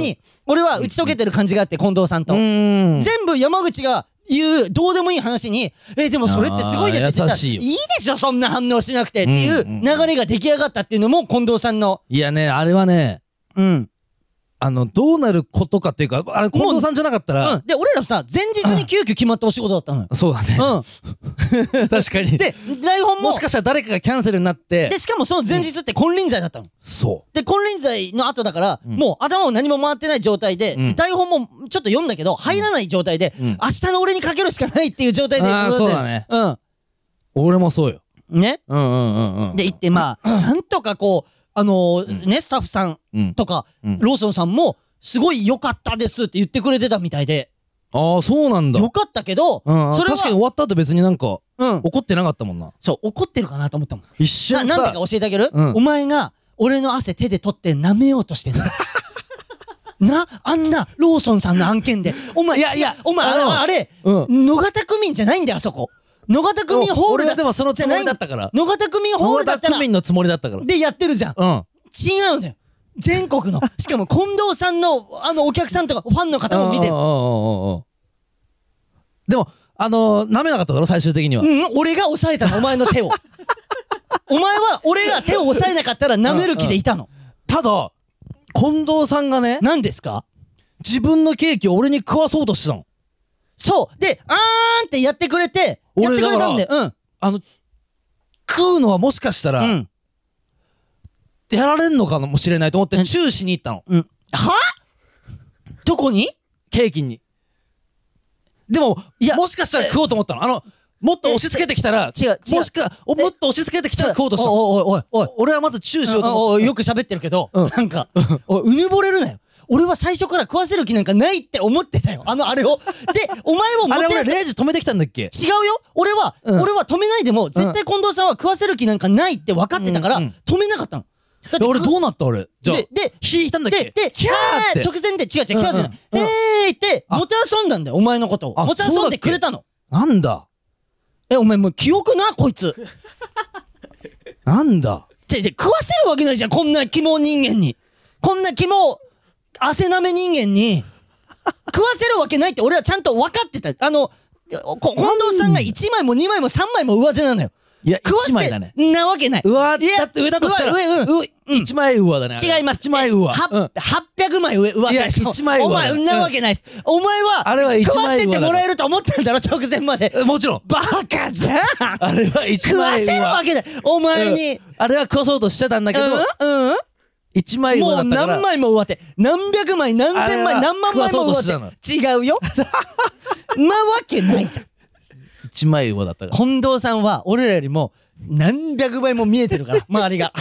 Speaker 1: 俺は打ち解けてる感じがあって近藤さんと
Speaker 2: うん
Speaker 1: 全部山口が言うどうでもいい話にえでもそれってすごいですって言ったら
Speaker 2: 優しいよ
Speaker 1: いいですよそんな反応しなくてっていう流れが出来上がったっていうのも近藤さんの
Speaker 2: いやねあれはね
Speaker 1: うん
Speaker 2: あのどうなることかっていうかあれ近藤さんじゃなかったら、
Speaker 1: うん、で俺らさ前日に急遽決まったお仕事だったのよ
Speaker 2: そうだね、
Speaker 1: うん、
Speaker 2: 確かに
Speaker 1: で台本も
Speaker 2: もしかしたら誰かがキャンセルになって
Speaker 1: でしかもその前日って金輪際だったの、
Speaker 2: そ
Speaker 1: で金輪際の後だから、
Speaker 2: うん
Speaker 1: もう頭も何も回ってない状態で、
Speaker 2: うん
Speaker 1: 台本もちょっと読んだけど入らない状態で、
Speaker 2: うん
Speaker 1: 明日の俺にかけるしかないっていう状態で
Speaker 2: あーそうだね
Speaker 1: うん
Speaker 2: 俺もそうよ
Speaker 1: ね
Speaker 2: うんうんうんうん
Speaker 1: で行ってまあなんとかこうあのーねスタッフさん
Speaker 2: うん
Speaker 1: とか、
Speaker 2: うん
Speaker 1: ローソンさんもすごい良かったですって言ってくれてたみたいで
Speaker 2: ああそうなんだ
Speaker 1: 良かったけど、
Speaker 2: うんうん
Speaker 1: それは
Speaker 2: 確かに終わった後別になんか
Speaker 1: うん
Speaker 2: 怒ってなかったもんな
Speaker 1: そう怒ってるかなと思ったもん
Speaker 2: 一瞬さ
Speaker 1: ななんでか教えてあげる、
Speaker 2: うん
Speaker 1: お前が俺の汗手で取って舐めようとしてるなあんなローソンさんの案件でお前
Speaker 2: いやいや
Speaker 1: お前あ
Speaker 2: あの
Speaker 1: のあれ
Speaker 2: うん
Speaker 1: 野方区民じゃないんだよあそこ野方区民ホール
Speaker 2: 俺
Speaker 1: だ
Speaker 2: はでもそのつもりだったから
Speaker 1: 野方区民ホールだったら
Speaker 2: 野方区民のつもりだったから
Speaker 1: でやってるじゃん
Speaker 2: うん
Speaker 1: 違うのよ全国のしかも近藤さんのあのお客さんとかファンの方も見てる
Speaker 2: うんうんうんうんうんでもあのー舐めなかっただろ最終的には
Speaker 1: うん俺が押さえたのお前の手をお前は俺が手を押さえなかったら舐める気でいたの
Speaker 2: ただ近藤さんがね
Speaker 1: 何ですか
Speaker 2: 自分のケーキを俺に食わそうとしてたの
Speaker 1: そうであーんってやってくれてやってくれたんでうん
Speaker 2: あの食うのはもしかしたら、
Speaker 1: うん
Speaker 2: やられんのかもしれないと思ってチューしに行ったの
Speaker 1: うんはどこに
Speaker 2: ケーキにでも
Speaker 1: いや
Speaker 2: もしかしたら食おうと思ったのあのもっと押し付けてきたら
Speaker 1: 違う違う
Speaker 2: もしかおもっと押し付けてきたら食おうとしたの
Speaker 1: おいおいおいおい
Speaker 2: 俺はまずチューしようと
Speaker 1: あ
Speaker 2: 思って
Speaker 1: おいよく喋ってるけど、
Speaker 2: うん
Speaker 1: なんかおいうぬぼれるなよ俺は最初から食わせる気なんかないって思ってたよあのあれをでお前も
Speaker 2: あれ俺
Speaker 1: もてあそ
Speaker 2: レイジ止めてきたんだっけ
Speaker 1: 違うよ俺は、
Speaker 2: うん
Speaker 1: 俺は止めないでも絶対近藤さんは食わせる気なんかないって分かってたから、
Speaker 2: うんうん
Speaker 1: 止めなかったのだ
Speaker 2: で俺
Speaker 1: う
Speaker 2: どうなった俺じゃあ
Speaker 1: でで
Speaker 2: 火引いたんだっけ
Speaker 1: でで
Speaker 2: キャーって
Speaker 1: 直前で違う違うキャーじゃない、
Speaker 2: うんうんうん
Speaker 1: えーって
Speaker 2: あ
Speaker 1: もてあそんだんだよお前のことを
Speaker 2: あ
Speaker 1: もてあそんでくれたの
Speaker 2: なんだ
Speaker 1: えお前もう記憶なこいつ
Speaker 2: なんだ
Speaker 1: 違う違う食わせるわけないじゃんこんな肝人間にこんな肝汗なめ人間に食わせるわけないって俺はちゃんと分かってたあのこ近藤さんがいちまいもにまいもさんまいも上手なのよ
Speaker 2: いや
Speaker 1: 食わせ
Speaker 2: 一枚だね
Speaker 1: なわけない
Speaker 2: 上だ
Speaker 1: いや
Speaker 2: って上だとしたら
Speaker 1: 上上うん
Speaker 2: う一枚上だねあれ
Speaker 1: 違います
Speaker 2: 一枚上
Speaker 1: は
Speaker 2: うん
Speaker 1: はっぴゃくまい上上
Speaker 2: いや
Speaker 1: そう
Speaker 2: 一枚上
Speaker 1: お前
Speaker 2: だね
Speaker 1: なわけないですお前は
Speaker 2: あれは一
Speaker 1: 食わせ
Speaker 2: 枚上だ
Speaker 1: てもらえると思ったんだろ直前まで
Speaker 2: えもちろん
Speaker 1: バカじゃん
Speaker 2: あれは一
Speaker 1: 食わ
Speaker 2: 枚上
Speaker 1: せるわけないお前に
Speaker 2: あれは食わそうとしてたんだけど
Speaker 1: うんうん
Speaker 2: 一枚上
Speaker 1: もう
Speaker 2: だったから
Speaker 1: 何枚も上手何百枚何千枚
Speaker 2: あれは
Speaker 1: 何万枚も
Speaker 2: 食わ
Speaker 1: 上
Speaker 2: そうとしてたの
Speaker 1: 手違うよなわけないじゃん
Speaker 2: 一枚上だったから
Speaker 1: 近藤さんは俺らよりも何百倍も見えてるから周りが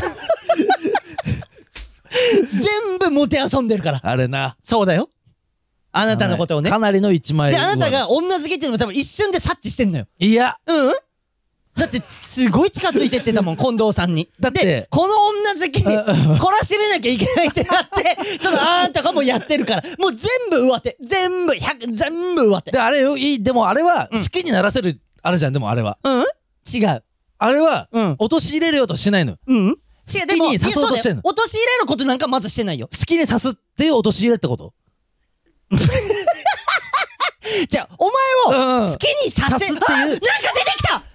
Speaker 1: 全部もてあそんでるから
Speaker 2: あれな
Speaker 1: そうだよあなたのことをね
Speaker 2: かなりの一枚上
Speaker 1: であなたが女好きっていうのも多分一瞬で察知してんのよ
Speaker 2: いや
Speaker 1: うんだってすごい近づいてってたもん近藤さんに
Speaker 2: だって
Speaker 1: でこの女好き懲らしめなきゃいけないってなってそのあんたかもやってるからもう全部上手全部ひゃく全部上手
Speaker 2: であれよいいでもあれは好きにならせるあれじゃんでもあれは
Speaker 1: うん違う
Speaker 2: あれは
Speaker 1: うん
Speaker 2: 陥れるようとしてないの
Speaker 1: うん違うでも
Speaker 2: 好きに誘おうとしてんの
Speaker 1: いやそうだよ陥れることなんかまずしてないよ
Speaker 2: 好きにさすっていう陥れってこと
Speaker 1: じゃあお前を好きにさせ
Speaker 2: さすっていう
Speaker 1: あなんか出てきた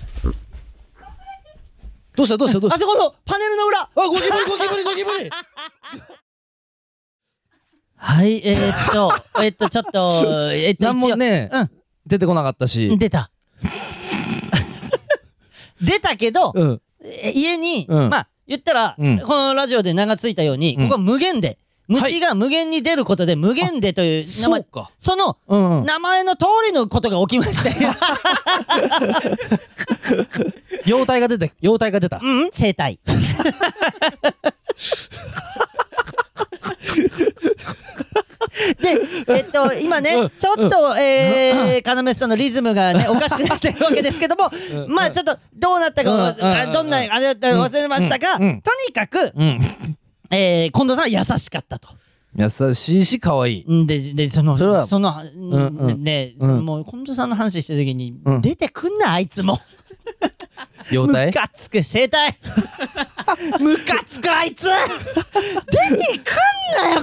Speaker 2: どうしたどうしたどうした
Speaker 1: あそこのパネルの裏
Speaker 2: あゴキブリゴキブリゴキブリ
Speaker 1: はいえー、っとえー、っとちょっとえー、っと
Speaker 2: なんもね
Speaker 1: 一応
Speaker 2: 出てこなかったし
Speaker 1: うん出た出たけど、
Speaker 2: うん
Speaker 1: え家に、
Speaker 2: うん
Speaker 1: まあ言ったら、
Speaker 2: うん
Speaker 1: このラジオで名がついたように、
Speaker 2: うん
Speaker 1: ここは無限で虫が無限に出ることで無限でという名前
Speaker 2: そうか
Speaker 1: その
Speaker 2: うんうん
Speaker 1: 名前の通りのことが起きまして
Speaker 2: 妖体が出て妖体が出た
Speaker 1: うん生態でえっと今ね、
Speaker 2: うん
Speaker 1: ちょっと、えー、要さんのリズムがねおかしくなってるわけですけども、まあちょっとどうなったか忘れ、
Speaker 2: うん
Speaker 1: どんなあれだったか忘れましたが、
Speaker 2: うんうん
Speaker 1: とにかく、
Speaker 2: うん
Speaker 1: えー、近藤さんは優しかったと。
Speaker 2: 優しいし可愛い
Speaker 1: んででその
Speaker 2: それは
Speaker 1: その、
Speaker 2: んうん
Speaker 1: ね、
Speaker 2: うん
Speaker 1: そのもう近藤さんの話してる時に、
Speaker 2: うん
Speaker 1: 出てくんなあいつも
Speaker 2: 妖体
Speaker 1: ムカつく生態ムカつくあいつ出てくんなよこん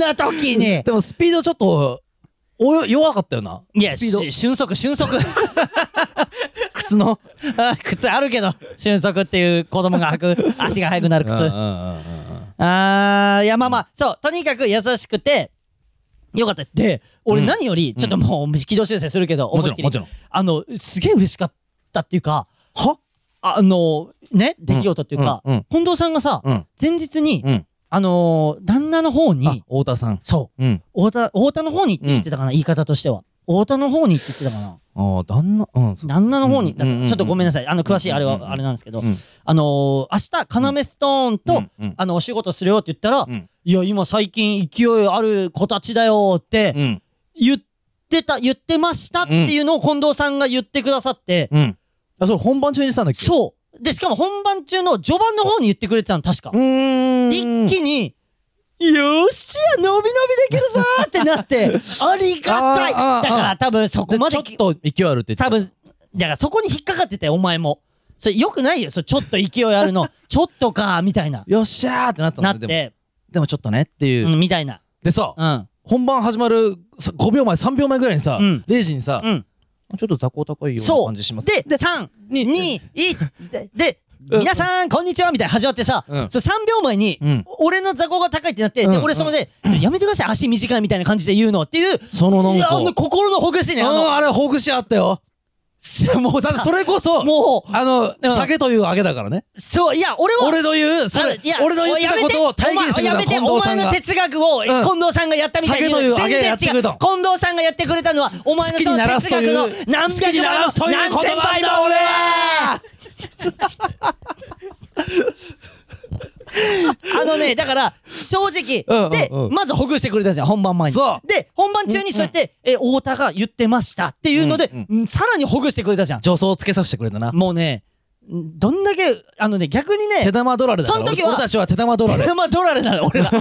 Speaker 1: な時に
Speaker 2: でもスピードちょっとおよ弱かったよな。
Speaker 1: いや
Speaker 2: スピード
Speaker 1: し瞬足瞬足
Speaker 2: 靴の
Speaker 1: あ靴あるけど瞬足っていう子供が履く足が速くなる靴。
Speaker 2: うんうんうんうん
Speaker 1: あーいやまあまあそうとにかく優しくてよかったです。で俺
Speaker 2: うん
Speaker 1: 何よりちょっともう軌道修正するけど、
Speaker 2: もちろん
Speaker 1: 思いっきり
Speaker 2: もちろん
Speaker 1: あのすげえ嬉しかったっていうか
Speaker 2: は
Speaker 1: あのね出来事っていうか、
Speaker 2: うんうん
Speaker 1: 近藤さんがさ、
Speaker 2: うん
Speaker 1: 前日に、
Speaker 2: うん
Speaker 1: あのー、旦那の方
Speaker 2: あ
Speaker 1: に
Speaker 2: 太田さん
Speaker 1: そう
Speaker 2: うん
Speaker 1: 太田太田の方にって言ってたかな、言い方としては太田の方にって言ってたかな
Speaker 2: あー旦那うんそう
Speaker 1: 旦那の方にだった
Speaker 2: うんうんうん
Speaker 1: ちょっとごめんなさいあの詳しいあれ
Speaker 2: うんうんうん
Speaker 1: はあれなんですけど、
Speaker 2: うん
Speaker 1: あのー、明日要ストーンと、
Speaker 2: うんうん
Speaker 1: あのお仕事するよって言ったら、
Speaker 2: うん
Speaker 1: いや今最近勢いある子たちだよって
Speaker 2: うん
Speaker 1: 言ってた言ってましたっていうのを近藤さんが言ってくださって、
Speaker 2: うんあそう本番中にしたんだっけ
Speaker 1: そうでしかも本番中の序盤の方に言ってくれてたの確か、
Speaker 2: うーん
Speaker 1: 一気によっしゃ伸び伸びできるぞーってなってありがたい
Speaker 2: あーあー
Speaker 1: だから多分そこまで
Speaker 2: ちょっと勢いあるって言ってた
Speaker 1: 多分だからそこに引っかかっててお前もそれよくないよそれちょっと勢いあるのちょっとかみたいな
Speaker 2: よっしゃーってなったのねでも
Speaker 1: なって
Speaker 2: でもちょっとねっていう
Speaker 1: うんみたいな
Speaker 2: でさ
Speaker 1: うん
Speaker 2: 本番始まるさごびょうまえさんびょうまえぐらいにさ
Speaker 1: うん
Speaker 2: れいじにさ
Speaker 1: うん
Speaker 2: ちょっと座高高いような
Speaker 1: そう
Speaker 2: 感じします
Speaker 1: でさん
Speaker 2: に
Speaker 1: にいちでで
Speaker 2: うん
Speaker 1: 皆さんこんにちはみたいな始まってさ、
Speaker 2: うん
Speaker 1: そさんびょうまえに、
Speaker 2: うん
Speaker 1: 俺の座高が高いってなって、で
Speaker 2: うん
Speaker 1: 俺それで、やめてください足短いみたいな感じで言うのっていう
Speaker 2: そのなんか
Speaker 1: いやあの心のほぐしねあの
Speaker 2: うんあれほぐしあったよ
Speaker 1: もう
Speaker 2: だってそれこそ
Speaker 1: もう
Speaker 2: あの
Speaker 1: うん
Speaker 2: 酒というあげだからね
Speaker 1: そういや俺は
Speaker 2: 俺の言うそれ
Speaker 1: いや
Speaker 2: 俺の言ってたことを体現してくれた
Speaker 1: やめて
Speaker 2: 近藤さんが
Speaker 1: お前の哲学を近藤さんがやったみたいに言う
Speaker 2: 酒というあげ
Speaker 1: 全
Speaker 2: やってくれた
Speaker 1: 然違う近藤さんがやってくれたのはお前の
Speaker 2: 好きにならすという
Speaker 1: その哲学の何
Speaker 2: 好きにな
Speaker 1: 百倍も
Speaker 2: らすという
Speaker 1: 何千
Speaker 2: ことなん
Speaker 1: 倍も
Speaker 2: だ俺は
Speaker 1: あのねだから正直
Speaker 2: うんうんうん
Speaker 1: でまずほぐしてくれたじゃん本番前に
Speaker 2: そう
Speaker 1: で本番中にそうやってえ太田が言ってましたっていうので
Speaker 2: うん
Speaker 1: うんさらにほぐしてくれたじゃん
Speaker 2: 助走をつけさせてくれたな
Speaker 1: もうねどんだけあのね逆にね
Speaker 2: 手玉ドラレだから
Speaker 1: その時は
Speaker 2: 俺たちは手玉ドラレ
Speaker 1: まあドラレなの俺ら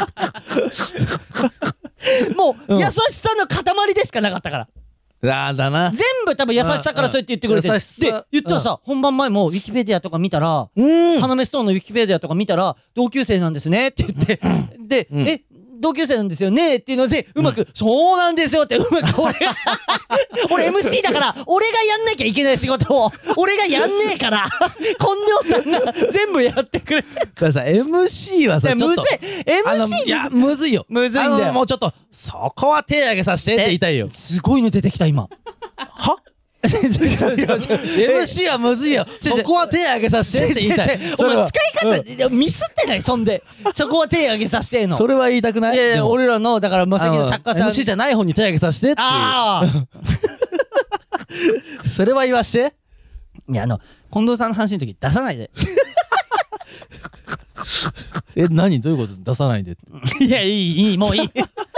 Speaker 1: もう、
Speaker 2: うん
Speaker 1: 優しさの塊でしかなかったから
Speaker 2: あーだな
Speaker 1: 全部多分優しさからそうやって言ってくれて
Speaker 2: うん優しさ
Speaker 1: で言ったらさ、本番前もウィキペディアとか見たら
Speaker 2: うん
Speaker 1: 要ストーンのウィキペディアとか見たら同級生なんですねって言ってで、
Speaker 2: うん
Speaker 1: え同級生なんですよねっていうのでうまく、そうなんですよってうまく俺が俺 エムシー だから俺がやんなきゃいけない仕事を俺がやんねえから近藤さんが全部やってくれて
Speaker 2: だからさ エムシー はさちょっと
Speaker 1: むずい
Speaker 2: あの
Speaker 1: エムシー
Speaker 2: いやむずいよ
Speaker 1: むずいんだよ
Speaker 2: あのもうちょっとそこは手挙げさせてって言いたいよ
Speaker 1: すごいの出てきた今
Speaker 2: は
Speaker 1: ちょちょちょちょ
Speaker 2: エムシー はむずいよ
Speaker 1: ちょ
Speaker 2: そこは手挙げさせてって言いたい
Speaker 1: お前
Speaker 2: それは
Speaker 1: 使い方、いやミスってないそんでそこは手挙げさせてんの
Speaker 2: それは言いたくない
Speaker 1: いやいや
Speaker 2: でも
Speaker 1: 俺らのだからまさきの作家さん
Speaker 2: エムシー じゃない方に手挙げさせてっていう
Speaker 1: ああ
Speaker 2: それは言わして
Speaker 1: いやあの近藤さんの話の時出さないで
Speaker 2: え何どういうこと出さないでって
Speaker 1: いやいいいいもういい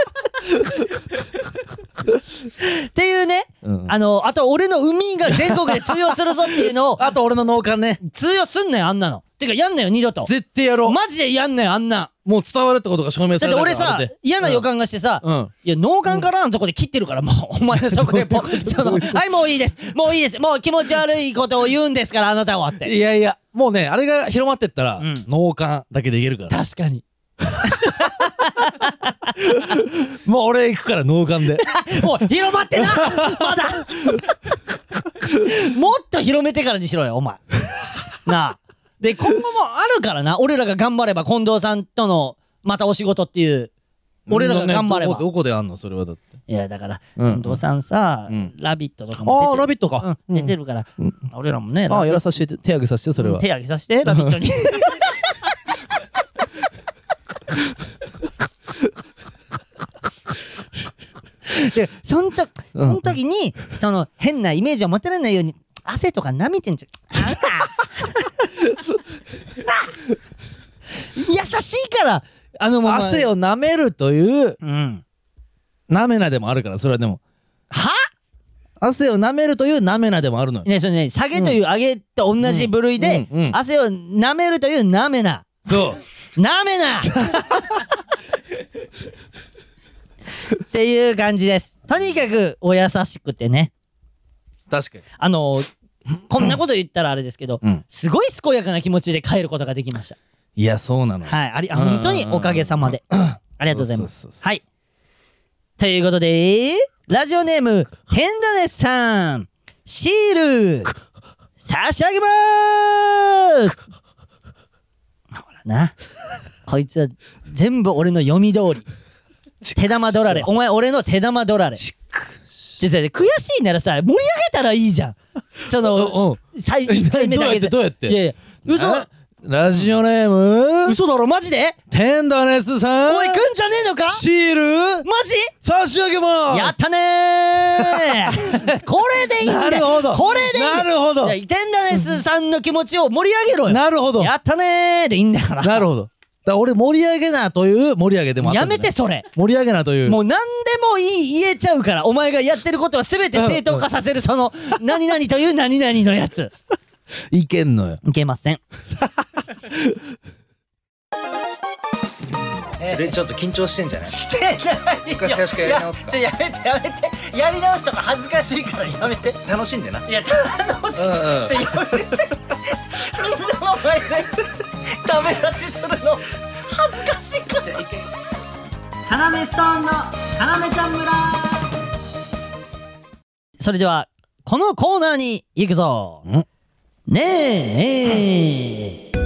Speaker 1: っていうね、
Speaker 2: うん
Speaker 1: あのあと俺の海が全国で通用するぞっていうのを
Speaker 2: あと俺の脳幹ね
Speaker 1: 通用すんなよあんなのてかやんなよ二度と
Speaker 2: 絶対やろう
Speaker 1: マジでやんなよあんな
Speaker 2: もう伝わるってことが証明さ
Speaker 1: だって
Speaker 2: れたから
Speaker 1: 俺さ嫌な予感がしてさ、
Speaker 2: うん
Speaker 1: いや脳幹からのとこで切ってるからもうお前の食レポそのはいもういいですもういいですもう気持ち悪いことを言うんですからあなたはって
Speaker 2: いやいやもうねあれが広まってったら、
Speaker 1: うん
Speaker 2: 脳幹だけでいけるから
Speaker 1: 確かに
Speaker 2: もう俺行くから脳幹で
Speaker 1: おい広まってなまだもっと広めてからにしろよお前なあで今後もあるからな俺らが頑張れば近藤さんとのまたお仕事っていう俺らが頑張れば、
Speaker 2: どこどこであんのそれはだって
Speaker 1: いやだから
Speaker 2: うん
Speaker 1: 近藤さんさ、
Speaker 2: うん
Speaker 1: ラビットとかも出て
Speaker 2: ああラビットか、
Speaker 1: うん、出てるから、俺らもね
Speaker 2: ああやら
Speaker 1: さ
Speaker 2: させて手挙げさせてそれは
Speaker 1: 手挙げさせてラビットにでそんとその時に、その変なイメージを持たれないように汗とか舐めてんじゃんあんた優しいからあのまま
Speaker 2: 汗を舐めるという
Speaker 1: うん
Speaker 2: なめなでもあるからそれはでも
Speaker 1: は
Speaker 2: 汗を舐めるというなめなでもあるのよ
Speaker 1: ねそれね下げという上げと同じ部類で、
Speaker 2: うんうんうん
Speaker 1: 汗を舐めるというなめな
Speaker 2: そう
Speaker 1: なめなっていう感じですとにかくお優しくてね
Speaker 2: 確かに
Speaker 1: あのー、こんなこと言ったらあれですけど、
Speaker 2: うん
Speaker 1: すごい健やかな気持ちで帰ることができました
Speaker 2: いやそうなのよ
Speaker 1: はいありあ本当におかげさまであありがとうございます。
Speaker 2: そうそうそう
Speaker 1: はい。ということで、ラジオネーム、ヘンダネスさん、シール、差し上げまーすほらな。こいつは全部俺の読み通り。手玉ドラレ。お前俺の手玉ドラレ。実際悔しいならさ、盛り上げたらいいじゃん。その、最いっかいめだけで。
Speaker 2: どうやってどうやって
Speaker 1: いやいや、嘘
Speaker 2: ラジオネーム
Speaker 1: 嘘だろマジで
Speaker 2: テンダネスさん
Speaker 1: おい、来んじゃねえのか
Speaker 2: シール
Speaker 1: マジ
Speaker 2: 差し上げます
Speaker 1: やったねーこれでいいんだよ。
Speaker 2: なるほど
Speaker 1: これでいい
Speaker 2: なるほど。
Speaker 1: いやテンダネスさんの気持ちを盛り上げろよ。
Speaker 2: なるほど。
Speaker 1: やったねーでいいんだから。
Speaker 2: なるほど。だから俺盛り上げなという盛り上げでもあった
Speaker 1: や
Speaker 2: んだね。
Speaker 1: めてそれ。
Speaker 2: 盛り上げなという。
Speaker 1: もう何でもいい言えちゃうから。お前がやってることは全て正当化させるその何々という何々のやつ。
Speaker 2: いけんのよ。
Speaker 1: いけません。
Speaker 2: でちょっと緊張してんじゃない？
Speaker 1: してないよ。
Speaker 2: 一回最初からやり直すか
Speaker 1: いやちょやめてやめて。やり直すとか恥ずかしいからやめて。
Speaker 2: 楽しんでな。
Speaker 1: いや楽しい。
Speaker 2: うんうん
Speaker 1: ちょやめて。みんなの前でダメ出しするの恥ずかしいから。カナメストーンのカナメちゃん村。それではこのコーナーに行くぞ。
Speaker 2: ん
Speaker 1: ねえねえ。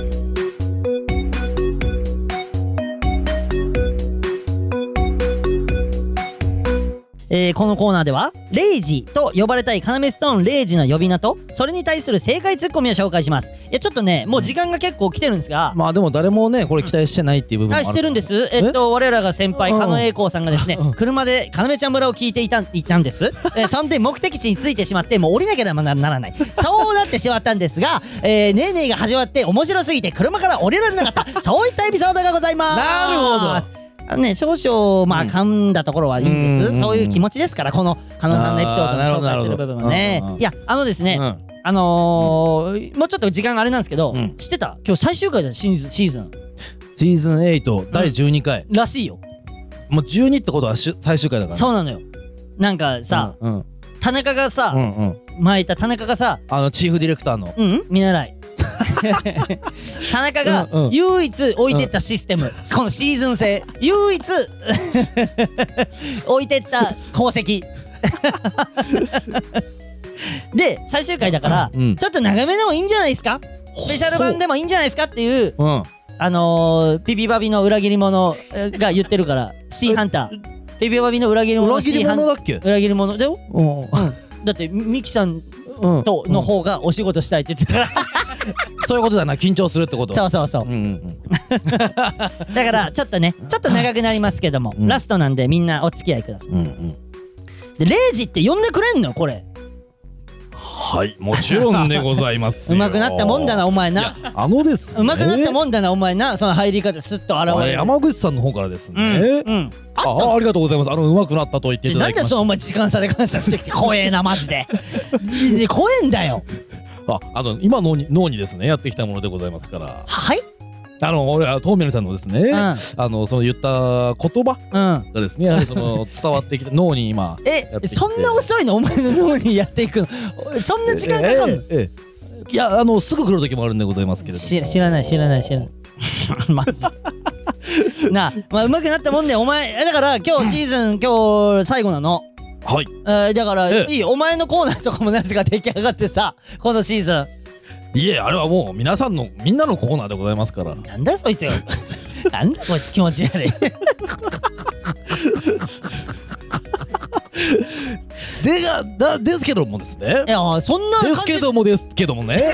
Speaker 1: えー、このコーナーではレイジと呼ばれたいカナメストーンレイジの呼び名とそれに対する正解ツッコミを紹介します。いやちょっとねもう時間が結構来てるんですが、
Speaker 2: まあでも誰もねこれ期待してないっていう部分もある。
Speaker 1: はいしてるんです。えっと我らが先輩
Speaker 2: うん
Speaker 1: 狩野英孝さんがですね車でカナメちゃん村を聞いていたいたんです。えー、そんで目的地に着いてしまってもう降りなきゃならないそうなってしまったんですが、えー、ねえねえが始まって面白すぎて車から降りられなかったそういったエピソードがございます。
Speaker 2: なるほど。
Speaker 1: あのね、少々まあ噛んだところはいいんです、
Speaker 2: うん
Speaker 1: そういう気持ちですからこの加納さんのエピソードの紹介する部分はね。いやあのですね、
Speaker 2: うん
Speaker 1: あのー、もうちょっと時間があれなんですけど、
Speaker 2: うん
Speaker 1: 知ってた今日最終回だよシーズンシーズン
Speaker 2: シーズンエイトだいじゅうにかい、
Speaker 1: らしいよ。
Speaker 2: もうじゅうにってことはしゅ最終回だから。
Speaker 1: そうなのよ。なんかさ、
Speaker 2: うんうん
Speaker 1: 田中がさ、
Speaker 2: うんうん
Speaker 1: 前いた田中がさ
Speaker 2: あのチーフディレクターの
Speaker 1: うん見習い田中が
Speaker 2: うんうん
Speaker 1: 唯一置いてったシステム、このシーズン制唯一置いてった功績で最終回だから、
Speaker 2: うん
Speaker 1: ちょっと長めでもいいんじゃないですか、スペシャル版でもいいんじゃないですかっていう
Speaker 2: うん
Speaker 1: あのー、ピピバビの裏切り者が言ってるからシティハンターピピバビの裏切り者
Speaker 2: 裏切り者だっけ？
Speaker 1: 裏切り者だよ。
Speaker 2: うん
Speaker 1: うんだってミキさん
Speaker 2: うん
Speaker 1: との方がお仕事したいって言ってたから
Speaker 2: そういうことだな、緊張するってこと。
Speaker 1: そうそうそう、
Speaker 2: うんうん
Speaker 1: だからちょっとねちょっと長くなりますけども、
Speaker 2: うん
Speaker 1: ラストなんでみんなお付き合いください。
Speaker 2: うんうん
Speaker 1: でレイジって呼んでくれんのこれ。
Speaker 2: はいもちろんでございますよ。
Speaker 1: うまくなったもんだなお前な。
Speaker 2: あのですね、
Speaker 1: うまくなったもんだなお前な、その入り方スッと現
Speaker 2: あれ
Speaker 1: れる。
Speaker 2: 山口さんの方からです
Speaker 1: うん
Speaker 2: ね、
Speaker 1: うんあった
Speaker 2: ああありがとうございます。あのうまくなったと言っていた
Speaker 1: なんで
Speaker 2: だきました。
Speaker 1: そのお前時間差で感謝してきて怖えなマジでいや怖えんだよ。
Speaker 2: ああの今脳に脳にですねやってきたものでございますから、
Speaker 1: はい
Speaker 2: あの俺はトーメルさんのですね、
Speaker 1: ん
Speaker 2: あのその言った言葉
Speaker 1: うん
Speaker 2: がですねやはりその伝わってきて脳に今
Speaker 1: え
Speaker 2: やってきて
Speaker 1: そんな遅いのお前の脳にやっていくのそんな時間かかるの、
Speaker 2: ええええいやあのすぐ来る時もあるんでございますけれども。
Speaker 1: 知知らない知らない知らないマジなあまあ上手くなったもんねお前だから今日シーズン今日最後なの。
Speaker 2: はい
Speaker 1: えーだから
Speaker 2: ええ
Speaker 1: いいお前のコーナーとかもなぜか出来上がってさこのシーズン
Speaker 2: いえあれはもう皆さんのみんなのコーナーでございますから。
Speaker 1: なんだよそいつよなんだこいつ気持ち悪い
Speaker 2: でがだですけどもですね
Speaker 1: いやそんな感じ
Speaker 2: ですけどもですけどもね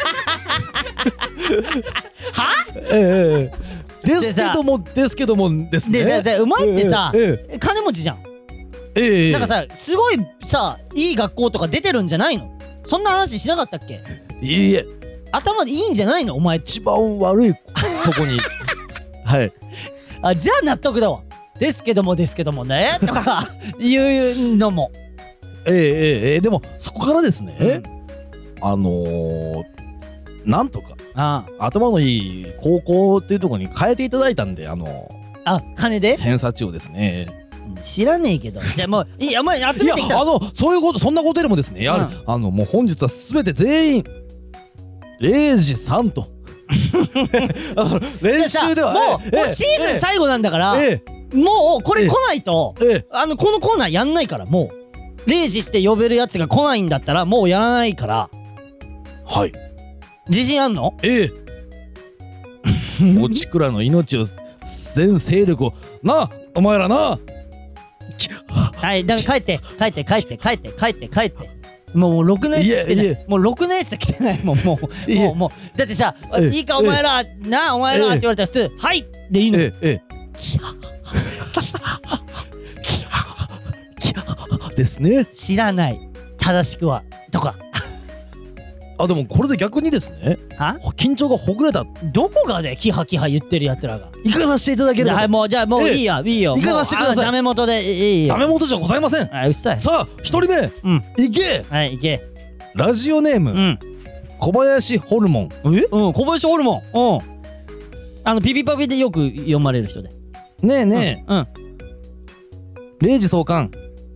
Speaker 1: は
Speaker 2: ええですけどもですけどもですね。
Speaker 1: でさでうまいってさ、
Speaker 2: ええ
Speaker 1: 金持ちじゃん、
Speaker 2: ええええ
Speaker 1: なんかさすごいさいい学校とか出てるんじゃないの。そんな話しなかったっけ。
Speaker 2: いえいえ
Speaker 1: 頭でいいんじゃないのお前。
Speaker 2: 一番悪いとこにはい
Speaker 1: あじゃあ納得だわ。ですけどもですけどもねとかいうのも
Speaker 2: ええええええでもそこからですね、
Speaker 1: うん
Speaker 2: あのー、なんとか
Speaker 1: あ
Speaker 2: 頭のいい高校っていうところに変えていただいたんで、あの
Speaker 1: あ金で
Speaker 2: 偏差値をですね。
Speaker 1: 知らねえけどじゃあもういいやお前集
Speaker 2: いや
Speaker 1: めてきた
Speaker 2: あのそういうことそんなことよりもですね、やはりあのもう本日はすべて全員レイジさんとあの練習では
Speaker 1: もう
Speaker 2: ええ
Speaker 1: もうシーズン最後なんだから
Speaker 2: ええ
Speaker 1: もうこれ来ないと
Speaker 2: ええ
Speaker 1: あのこのコーナーやんないから。もうレイジって呼べるやつが来ないんだったらもうやらないから。
Speaker 2: はい。
Speaker 1: 自信あんの？
Speaker 2: ええおちくらの命を全勢力をなあお前らな。
Speaker 1: はい、だから帰って帰って帰って帰って帰って帰ってもうろくのやつ来てない。
Speaker 2: いえ
Speaker 1: もうろくのやつ来てないもん。もう
Speaker 2: いえ
Speaker 1: もうもうだってさ「
Speaker 2: ええ
Speaker 1: いいかお前らなあお前ら」って言われたら普通「はい」でいいの。
Speaker 2: ええええですね。
Speaker 1: 知らない正しくはとか。
Speaker 2: あでもこれで逆にですね、
Speaker 1: は
Speaker 2: 緊張がほぐれた。
Speaker 1: どこがでキハキハ言ってるやつらが。
Speaker 2: 行かさせていただければと。
Speaker 1: はい、もうじゃあもう
Speaker 2: ええ
Speaker 1: いいやいいよ。
Speaker 2: 行かさせてください
Speaker 1: もうあダメ元でいいよ。
Speaker 2: ダメ元じゃございません。
Speaker 1: あうっさい。
Speaker 2: さあ一人目、
Speaker 1: うん
Speaker 2: 行け。
Speaker 1: はい行け。
Speaker 2: ラジオネーム、
Speaker 1: うん
Speaker 2: 小林ホルモン。
Speaker 1: えうん小林ホルモン。うんあのピピパピでよく読まれる人で。
Speaker 2: ねえね
Speaker 1: うん、うん
Speaker 2: え、レイジ総監。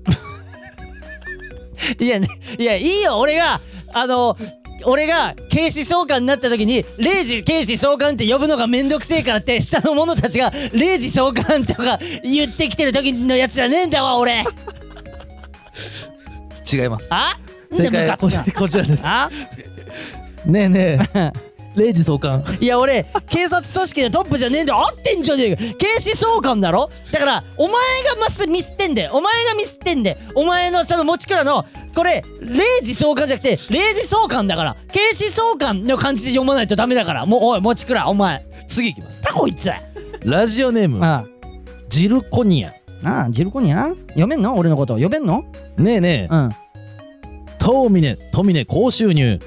Speaker 1: いやねいやいいよ。俺があの俺が警視総監になった時にレイジ警視総監って呼ぶのがめんどくせえからって下の者たちがレイジ総監とか言ってきてる時のやつじゃねえんだわ俺。
Speaker 2: 違います。
Speaker 1: あ
Speaker 2: 正解はこちらこちらです。
Speaker 1: あ
Speaker 2: ねえねえレイジ総監。
Speaker 1: いや俺警察組織のトップじゃねえんだよ。合ってんじゃねえか。警視総監だろ。だからお前がマスミスってんだよ。お前がミスってんだよ。お前のその持ち倉のこれレイジ総監じゃなくてレイジ総監だから。警視総監の感じで読まないとダメだから。もうおい持ち倉お前
Speaker 2: 次いきます。
Speaker 1: だこいつ。
Speaker 2: ラジオネーム、
Speaker 1: あ
Speaker 2: ジルコニア。
Speaker 1: ああジルコニア読めんの？俺のこと読めんの？
Speaker 2: ねえねえ、
Speaker 1: うん
Speaker 2: トミネトミネ高収入。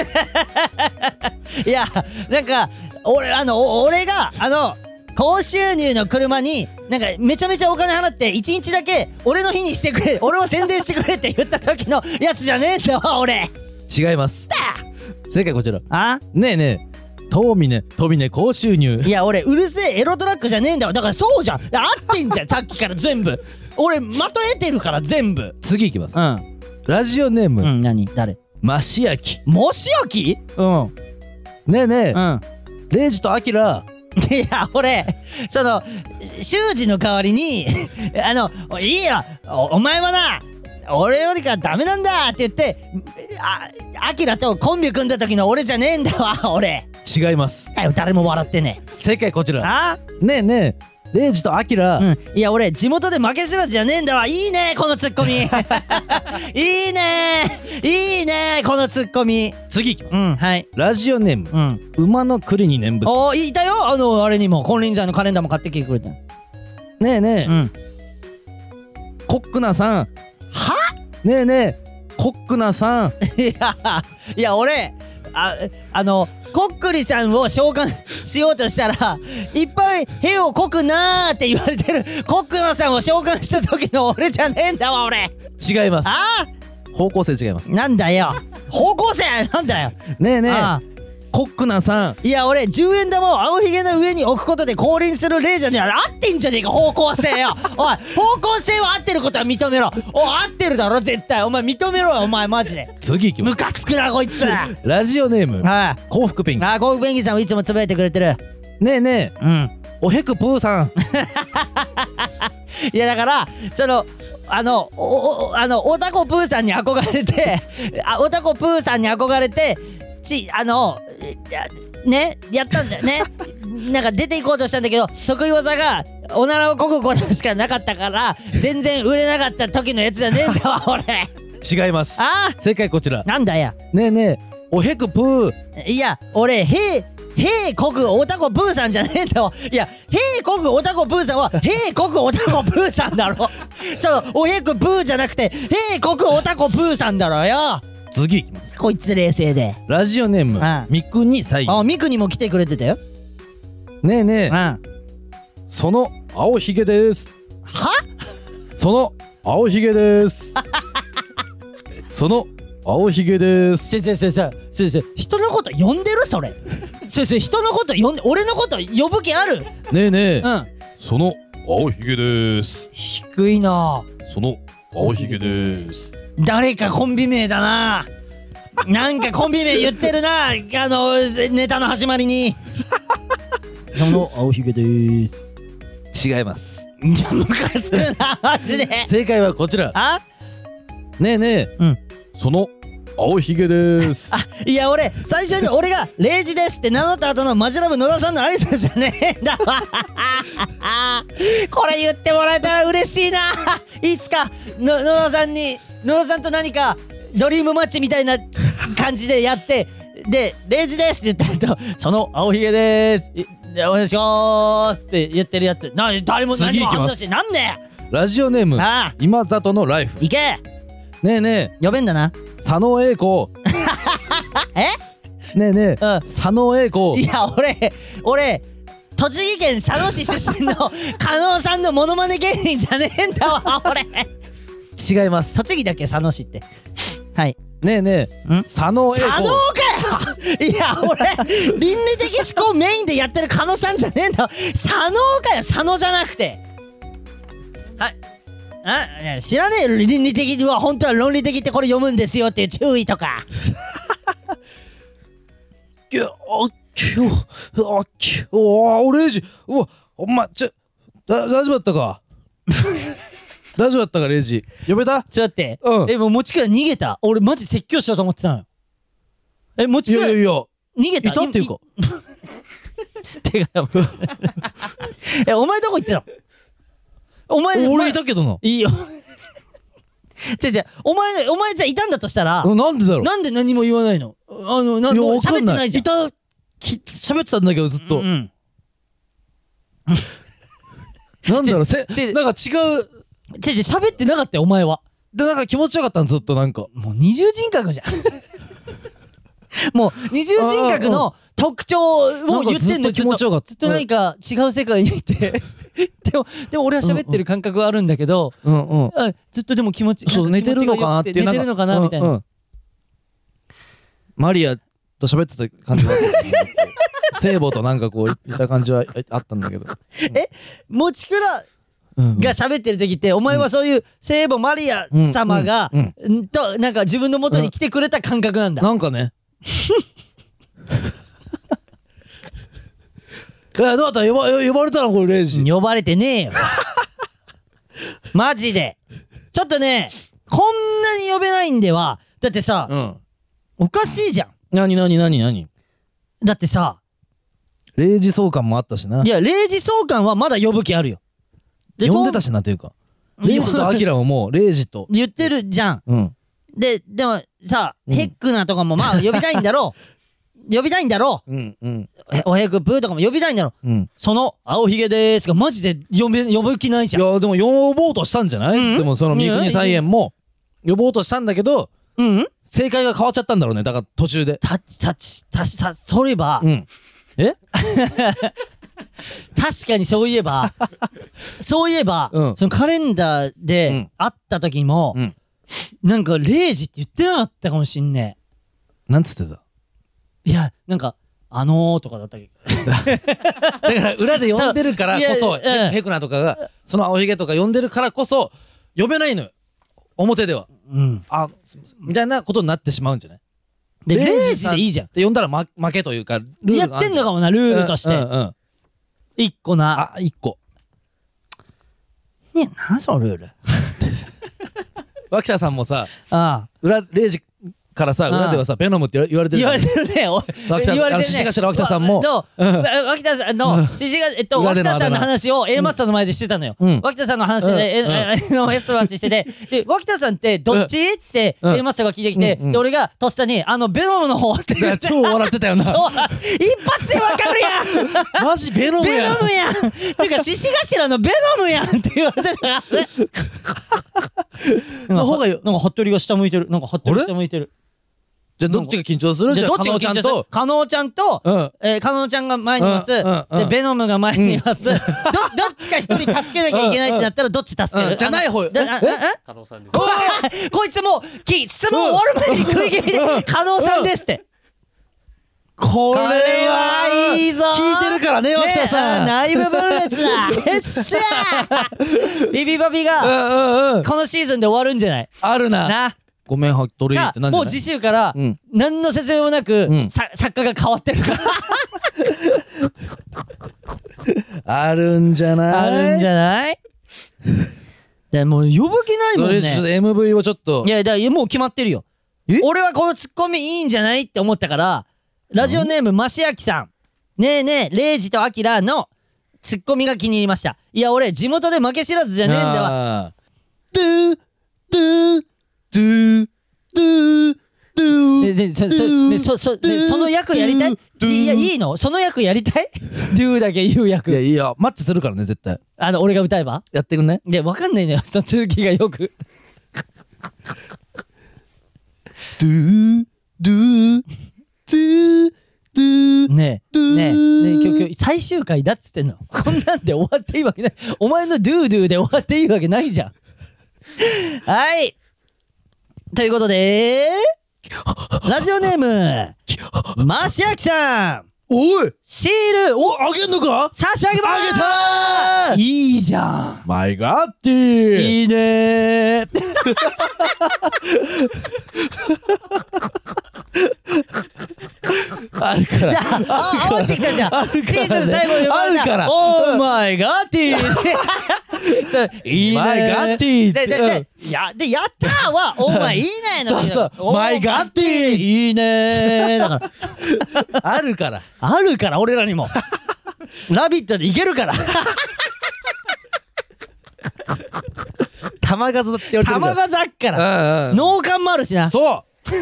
Speaker 1: いやなんか俺あのお俺があの高収入の車になんかめちゃめちゃお金払っていちにちだけ俺の日にしてくれ俺を宣伝してくれって言った時のやつじゃねえんだわ俺。
Speaker 2: 違います。正解こちら。
Speaker 1: あ
Speaker 2: ねえねえ、トミネトミネ高収入。
Speaker 1: いや俺うるせえエロトラックじゃねえんだわ。だからそうじゃん。合ってんじゃんさっきから全部俺まとえてるから全部。
Speaker 2: 次いきます。
Speaker 1: うん
Speaker 2: ラジオネーム、
Speaker 1: うん何誰？
Speaker 2: マシヤキ。
Speaker 1: もしやき？うん
Speaker 2: ねえねえ、
Speaker 1: うん
Speaker 2: レイジとアキラ。
Speaker 1: いや俺その修二の代わりにあのいいよ お, お前はな俺よりかダメなんだって言ってあアキラとコンビ組んだ時の俺じゃねえんだわ俺。
Speaker 2: 違います。
Speaker 1: だよ誰も笑ってね
Speaker 2: 正解こち
Speaker 1: え。
Speaker 2: ら。
Speaker 1: あ
Speaker 2: ねえねえ、レイジとアキラ。
Speaker 1: うんいや俺地元で負け知らずじゃねえんだわ。いいねこのツッコミいいねいいねこのツッコミ。
Speaker 2: 次いきます。
Speaker 1: うんはい
Speaker 2: ラジオネーム、
Speaker 1: うん
Speaker 2: 馬の栗に念仏。
Speaker 1: おいたよあのあれにも金輪際のカレンダーも買ってきてくれた。
Speaker 2: ねえねえ、
Speaker 1: うん
Speaker 2: コックナさん。はねえねえ、コックナさん。
Speaker 1: いやいや俺ああのコックリさんを召喚しようとしたらいっぱい屁をこくなーって言われてるコックナさんを召喚した時の俺じゃねえんだわ俺。
Speaker 2: 違います。
Speaker 1: あ
Speaker 2: 方向性違います。
Speaker 1: なんだよ方向性なんだよ。
Speaker 2: ねえねえ、
Speaker 1: あ
Speaker 2: コックナさん。
Speaker 1: いや俺じゅうえん玉を青ひげの上に置くことで降臨する例じゃねえ。合ってんじゃねえか方向性よおい方向性は合ってることは認めろ。おい合ってるだろ絶対。お前認めろよお前マジで。
Speaker 2: 次いきます。
Speaker 1: ムカつくなこいつは
Speaker 2: ラジオネーム、
Speaker 1: い
Speaker 2: 幸福ペンギン。
Speaker 1: あ幸福ペンギンさんもいつもつぶやいてくれてる。
Speaker 2: ねえねえ、
Speaker 1: うん
Speaker 2: おへくプーさん。
Speaker 1: いやだからそのあのおおあのオタコプーさんに憧れてあオタコプーさんに憧れてちあのやねやったんだよねなんか出ていこうとしたんだけど得意技がおならをこぐことしかなかったから全然売れなかった時のやつじゃねえんだわ俺。
Speaker 2: 違います。
Speaker 1: あ
Speaker 2: 正解こちら。
Speaker 1: なんだよ。
Speaker 2: ねえねえ、おへくプー。
Speaker 1: いや俺へいへいこぐオタコプーさんじゃねえんだわ。いやへいこぐオタコプーさんはへいこぐオタコプーさんだろそのおへくプーじゃなくてへいこぐオタコプーさんだろよ。
Speaker 2: 次いきます。
Speaker 1: こいつ冷静で。
Speaker 2: ラジオネーム、
Speaker 1: ああ
Speaker 2: みくにさい。
Speaker 1: あミクにも来てくれてたよ。
Speaker 2: ねえねえ、
Speaker 1: うん
Speaker 2: その青ひげです。
Speaker 1: は
Speaker 2: その青ひげですその青ひげです。
Speaker 1: 先生先生先生人のこと呼んでるそれ先生人のこと呼んで俺のこと呼ぶ気ある？
Speaker 2: ねえねえ、
Speaker 1: うん
Speaker 2: その青ひげです。
Speaker 1: 低いな。
Speaker 2: その青ひげです。
Speaker 1: 誰かコンビ名だななんかコンビ名言ってるなあのネタの始まりにその青ひげでーす。
Speaker 2: 違います。
Speaker 1: じゃムカつくなマジで。
Speaker 2: 正解はこちら。
Speaker 1: あ
Speaker 2: ねえねえ、
Speaker 1: うん、
Speaker 2: その青ひげです。
Speaker 1: あ、いや俺最初に俺が「レイジです」って名乗った後のマジラブ野田さんの挨拶じゃねえんだわこれ言ってもらえたら嬉しいないつかの野田さんに野田さんと何かドリームマッチみたいな感じでやってで「レイジです」って言った後「その青ひげです」お願いしますって言ってるやつな、誰も何も反応してなんで
Speaker 2: ラジオネーム
Speaker 1: ああ
Speaker 2: 今里のライフ。
Speaker 1: いけ
Speaker 2: ねえね
Speaker 1: 呼べんだな
Speaker 2: え佐野英子
Speaker 1: え
Speaker 2: ねえねえ、
Speaker 1: うん
Speaker 2: 佐野英子。
Speaker 1: いや俺俺栃木県佐野市出身の加納さんのモノマネ芸人じゃねえんだわ俺
Speaker 2: 違います。
Speaker 1: 栃木だっけ佐野市ってはい
Speaker 2: ねえねえ
Speaker 1: ん
Speaker 2: 佐野英子。
Speaker 1: 佐野かよいや俺倫理的思考メインでやってる加納さんじゃねえんだ佐野かよ佐野じゃなくてはいあいや知らねえよ倫理的は本当は論理的ってこれ読むんですよっていう注意とか
Speaker 2: いや、あ、きゅあ、きゅあ、俺レイジ、うわ、お前、ちょ、だ、大丈夫だったか大丈夫だったか、レイジ。呼べた？
Speaker 1: ちょっと待って、
Speaker 2: うん、
Speaker 1: え、もうもちくら逃げた。俺マジ説教しようと思ってたのよ。え、もちくら
Speaker 2: いやいやいや
Speaker 1: 逃げた。
Speaker 2: いたっていうか
Speaker 1: てかえ、お前どこ行ってたの？お前
Speaker 2: 俺いたけどな。
Speaker 1: いいよじゃじゃお前お前じゃいたんだとしたら
Speaker 2: なんでだろう。
Speaker 1: なんで何も言わないの？あのなん
Speaker 2: いやわか
Speaker 1: 喋って
Speaker 2: んな。
Speaker 1: ないいじゃん。
Speaker 2: いたき喋ってたんだけどずっと。
Speaker 1: うんうん、
Speaker 2: なんだろうせ
Speaker 1: ち
Speaker 2: なんか違う。
Speaker 1: ちち喋ってなかったよお前は。
Speaker 2: でなんか気持ちよかったのずっとなんか。
Speaker 1: もう二重人格じゃんもう二重人格の特徴を言ってんの。
Speaker 2: 気持ちよかった。
Speaker 1: ずっと何か違う世界にいてでもでも俺は喋ってる感覚はあるんだけど、
Speaker 2: うんうん、
Speaker 1: ずっとでも気持ち
Speaker 2: そう寝てるのかなっていう
Speaker 1: 寝てるのかなみたいな、うんうん、
Speaker 2: マリアと喋ってた感じがあった聖母となんかこういた感じはあったんだけど
Speaker 1: えもちくらが喋ってる時ってお前はそういう聖母マリア様が、うんうんうん、となんか自分の元に来てくれた感覚なんだ、
Speaker 2: うん、なんかねいやどうだった呼ば呼ばれたのこれレイジ。
Speaker 1: 呼ばれてねえよマジでちょっとねこんなに呼べないんではだってさ、うん、おかしいじゃん。
Speaker 2: なになになになに
Speaker 1: だってさ
Speaker 2: レイジ総監もあったしな。
Speaker 1: いやレイジ総監はまだ呼ぶ気あるよ。
Speaker 2: で呼んでたしなっていうかレイジとアキラをもうレイジと
Speaker 1: 言ってるじゃん、うん、ででもさ、うん、ヘックナとかもまあ呼びたいんだろう呼びたいんだろう、うんうん、おへくぷーとかも呼びたいんだろう、うん、その青ひげでーすがマジで呼べ呼ぶ気ないじゃん。
Speaker 2: いやでも呼ぼうとしたんじゃない、うん、でもその三国菜園も呼ぼうとしたんだけど、うん、正解が変わっちゃったんだろうね。だから途中でタッチタッチタッチタッチそれば、うん、え
Speaker 1: 確かにそういえばそういえば、うん、そのカレンダーで会った時も、うん、なんかレイジって言ってなかったかもしんね
Speaker 2: え。なんつってた？
Speaker 1: いやなんかあのーとかだったけど
Speaker 2: だから裏で呼んでるからこそ、うん、ヘクナとかがその青ひげとか呼んでるからこそ呼べないのよ表では、うん、あすいませんみたいなことになってしまうんじゃない？
Speaker 1: でレイジでいいじゃんって
Speaker 2: 呼んだら、ま、負けというかルール
Speaker 1: やってんのかもなルールとして、うんうんうん、一個な
Speaker 2: あ一個
Speaker 1: ねえ何そのルール
Speaker 2: 脇田さんもさ
Speaker 1: あ
Speaker 2: 裏レイジからさ裏ではさベノムって言われてる
Speaker 1: 言われてるね言われてるね
Speaker 2: 獅子頭脇田さんも
Speaker 1: 脇田さんの獅子頭えっと脇田さんの話を A マスターの前でしてたのよ。脇田さんの話で A マスターの話しててで脇田さんってどっちって A マスターが聞いてきてで俺がとっさにあのベノムの方って言って
Speaker 2: 超笑ってたよな。一
Speaker 1: 発でわかるやん
Speaker 2: マジベノムやん
Speaker 1: ベノムやんてか獅子頭のベノムやんって言われてたからの方がなんか服部が下向いてるなんか服部下向いてる。
Speaker 2: じゃあどっちが緊張する？じゃあ加納ちゃんと
Speaker 1: 加納ちゃんと加納ちゃんが前にいますでベノムが前にいますどどっちか一人助けなきゃいけないってなったらどっち助ける？
Speaker 2: じゃない方よ。
Speaker 3: 加納さんです。
Speaker 1: こいつもう質問終わる前に食い気味で加納さんですって
Speaker 2: これ
Speaker 1: はいいぞ
Speaker 2: 聞いてるからね脇田さん
Speaker 1: 内部分裂だよっしゃビビバビがこのシーズンで終わるんじゃない？
Speaker 2: あるな
Speaker 1: な
Speaker 2: ごめんハットリーってなんじゃない？
Speaker 1: もう次週から何の説明もなく、うん、作家が変わってるから
Speaker 2: あるんじゃない？
Speaker 1: あるんじゃない？ でもう呼ぶ気ないもん
Speaker 2: それちょっと
Speaker 1: ね。
Speaker 2: エムブイ をちょっと
Speaker 1: いやだからもう決まってるよ。
Speaker 2: え
Speaker 1: 俺はこのツッコミいいんじゃないって思ったから、ラジオネームマシアキさん、ねえねえレイジとアキラのツッコミが気に入りました。いや俺地元で負け知らずじゃねえんだわ。
Speaker 2: あードゥドゥドゥドゥドゥ
Speaker 1: ででそそでそそでその役やりたい？いやいいの？その役やりたい？ドゥだけ言う役。
Speaker 2: いやいやマッチするからね絶対
Speaker 1: あの俺が歌えば？
Speaker 2: やってくんない？
Speaker 1: でわかんないのよその続きがよく。
Speaker 2: ドゥドゥドゥドゥ
Speaker 1: ねえねえねえ今日今日最終回だっつってんの。こんなんで終わっていいわけない。お前のドゥドゥで終わっていいわけないじゃん。はいということでラジオネームマシアキさん、
Speaker 2: おい
Speaker 1: シール
Speaker 2: おあげんのか？
Speaker 1: 差し上げまーす。
Speaker 2: あげたー
Speaker 1: いいじゃん。
Speaker 2: マイガッティー
Speaker 1: いいねー。
Speaker 2: あるから
Speaker 1: あ、合わせてきたじゃん。
Speaker 2: あるからね
Speaker 1: シーズン最後に呼ばれた
Speaker 2: あるから
Speaker 1: オーマイガッティー。そういいねー。
Speaker 2: マイガッティー
Speaker 1: で、で、で、や、で、やったーは、お前いいねーの。
Speaker 2: そうそう
Speaker 1: オー
Speaker 2: マイガッティー
Speaker 1: いいねー。だから、
Speaker 2: あるから
Speaker 1: あるから、俺らにも。ラビットでいけるから。
Speaker 2: 玉数だって言われてる
Speaker 1: 玉
Speaker 2: から
Speaker 1: がざっか
Speaker 2: う
Speaker 1: ら。
Speaker 2: んうん
Speaker 1: 脳幹もあるしな。
Speaker 2: そう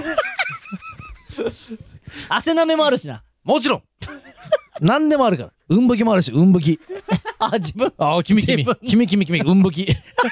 Speaker 1: 汗なめもあるしな。
Speaker 2: もちろん何でもあるからうんぶきもあるしうんぶき
Speaker 1: あ、自分。
Speaker 2: ああ君君
Speaker 1: 自分
Speaker 2: 君君君うんぶき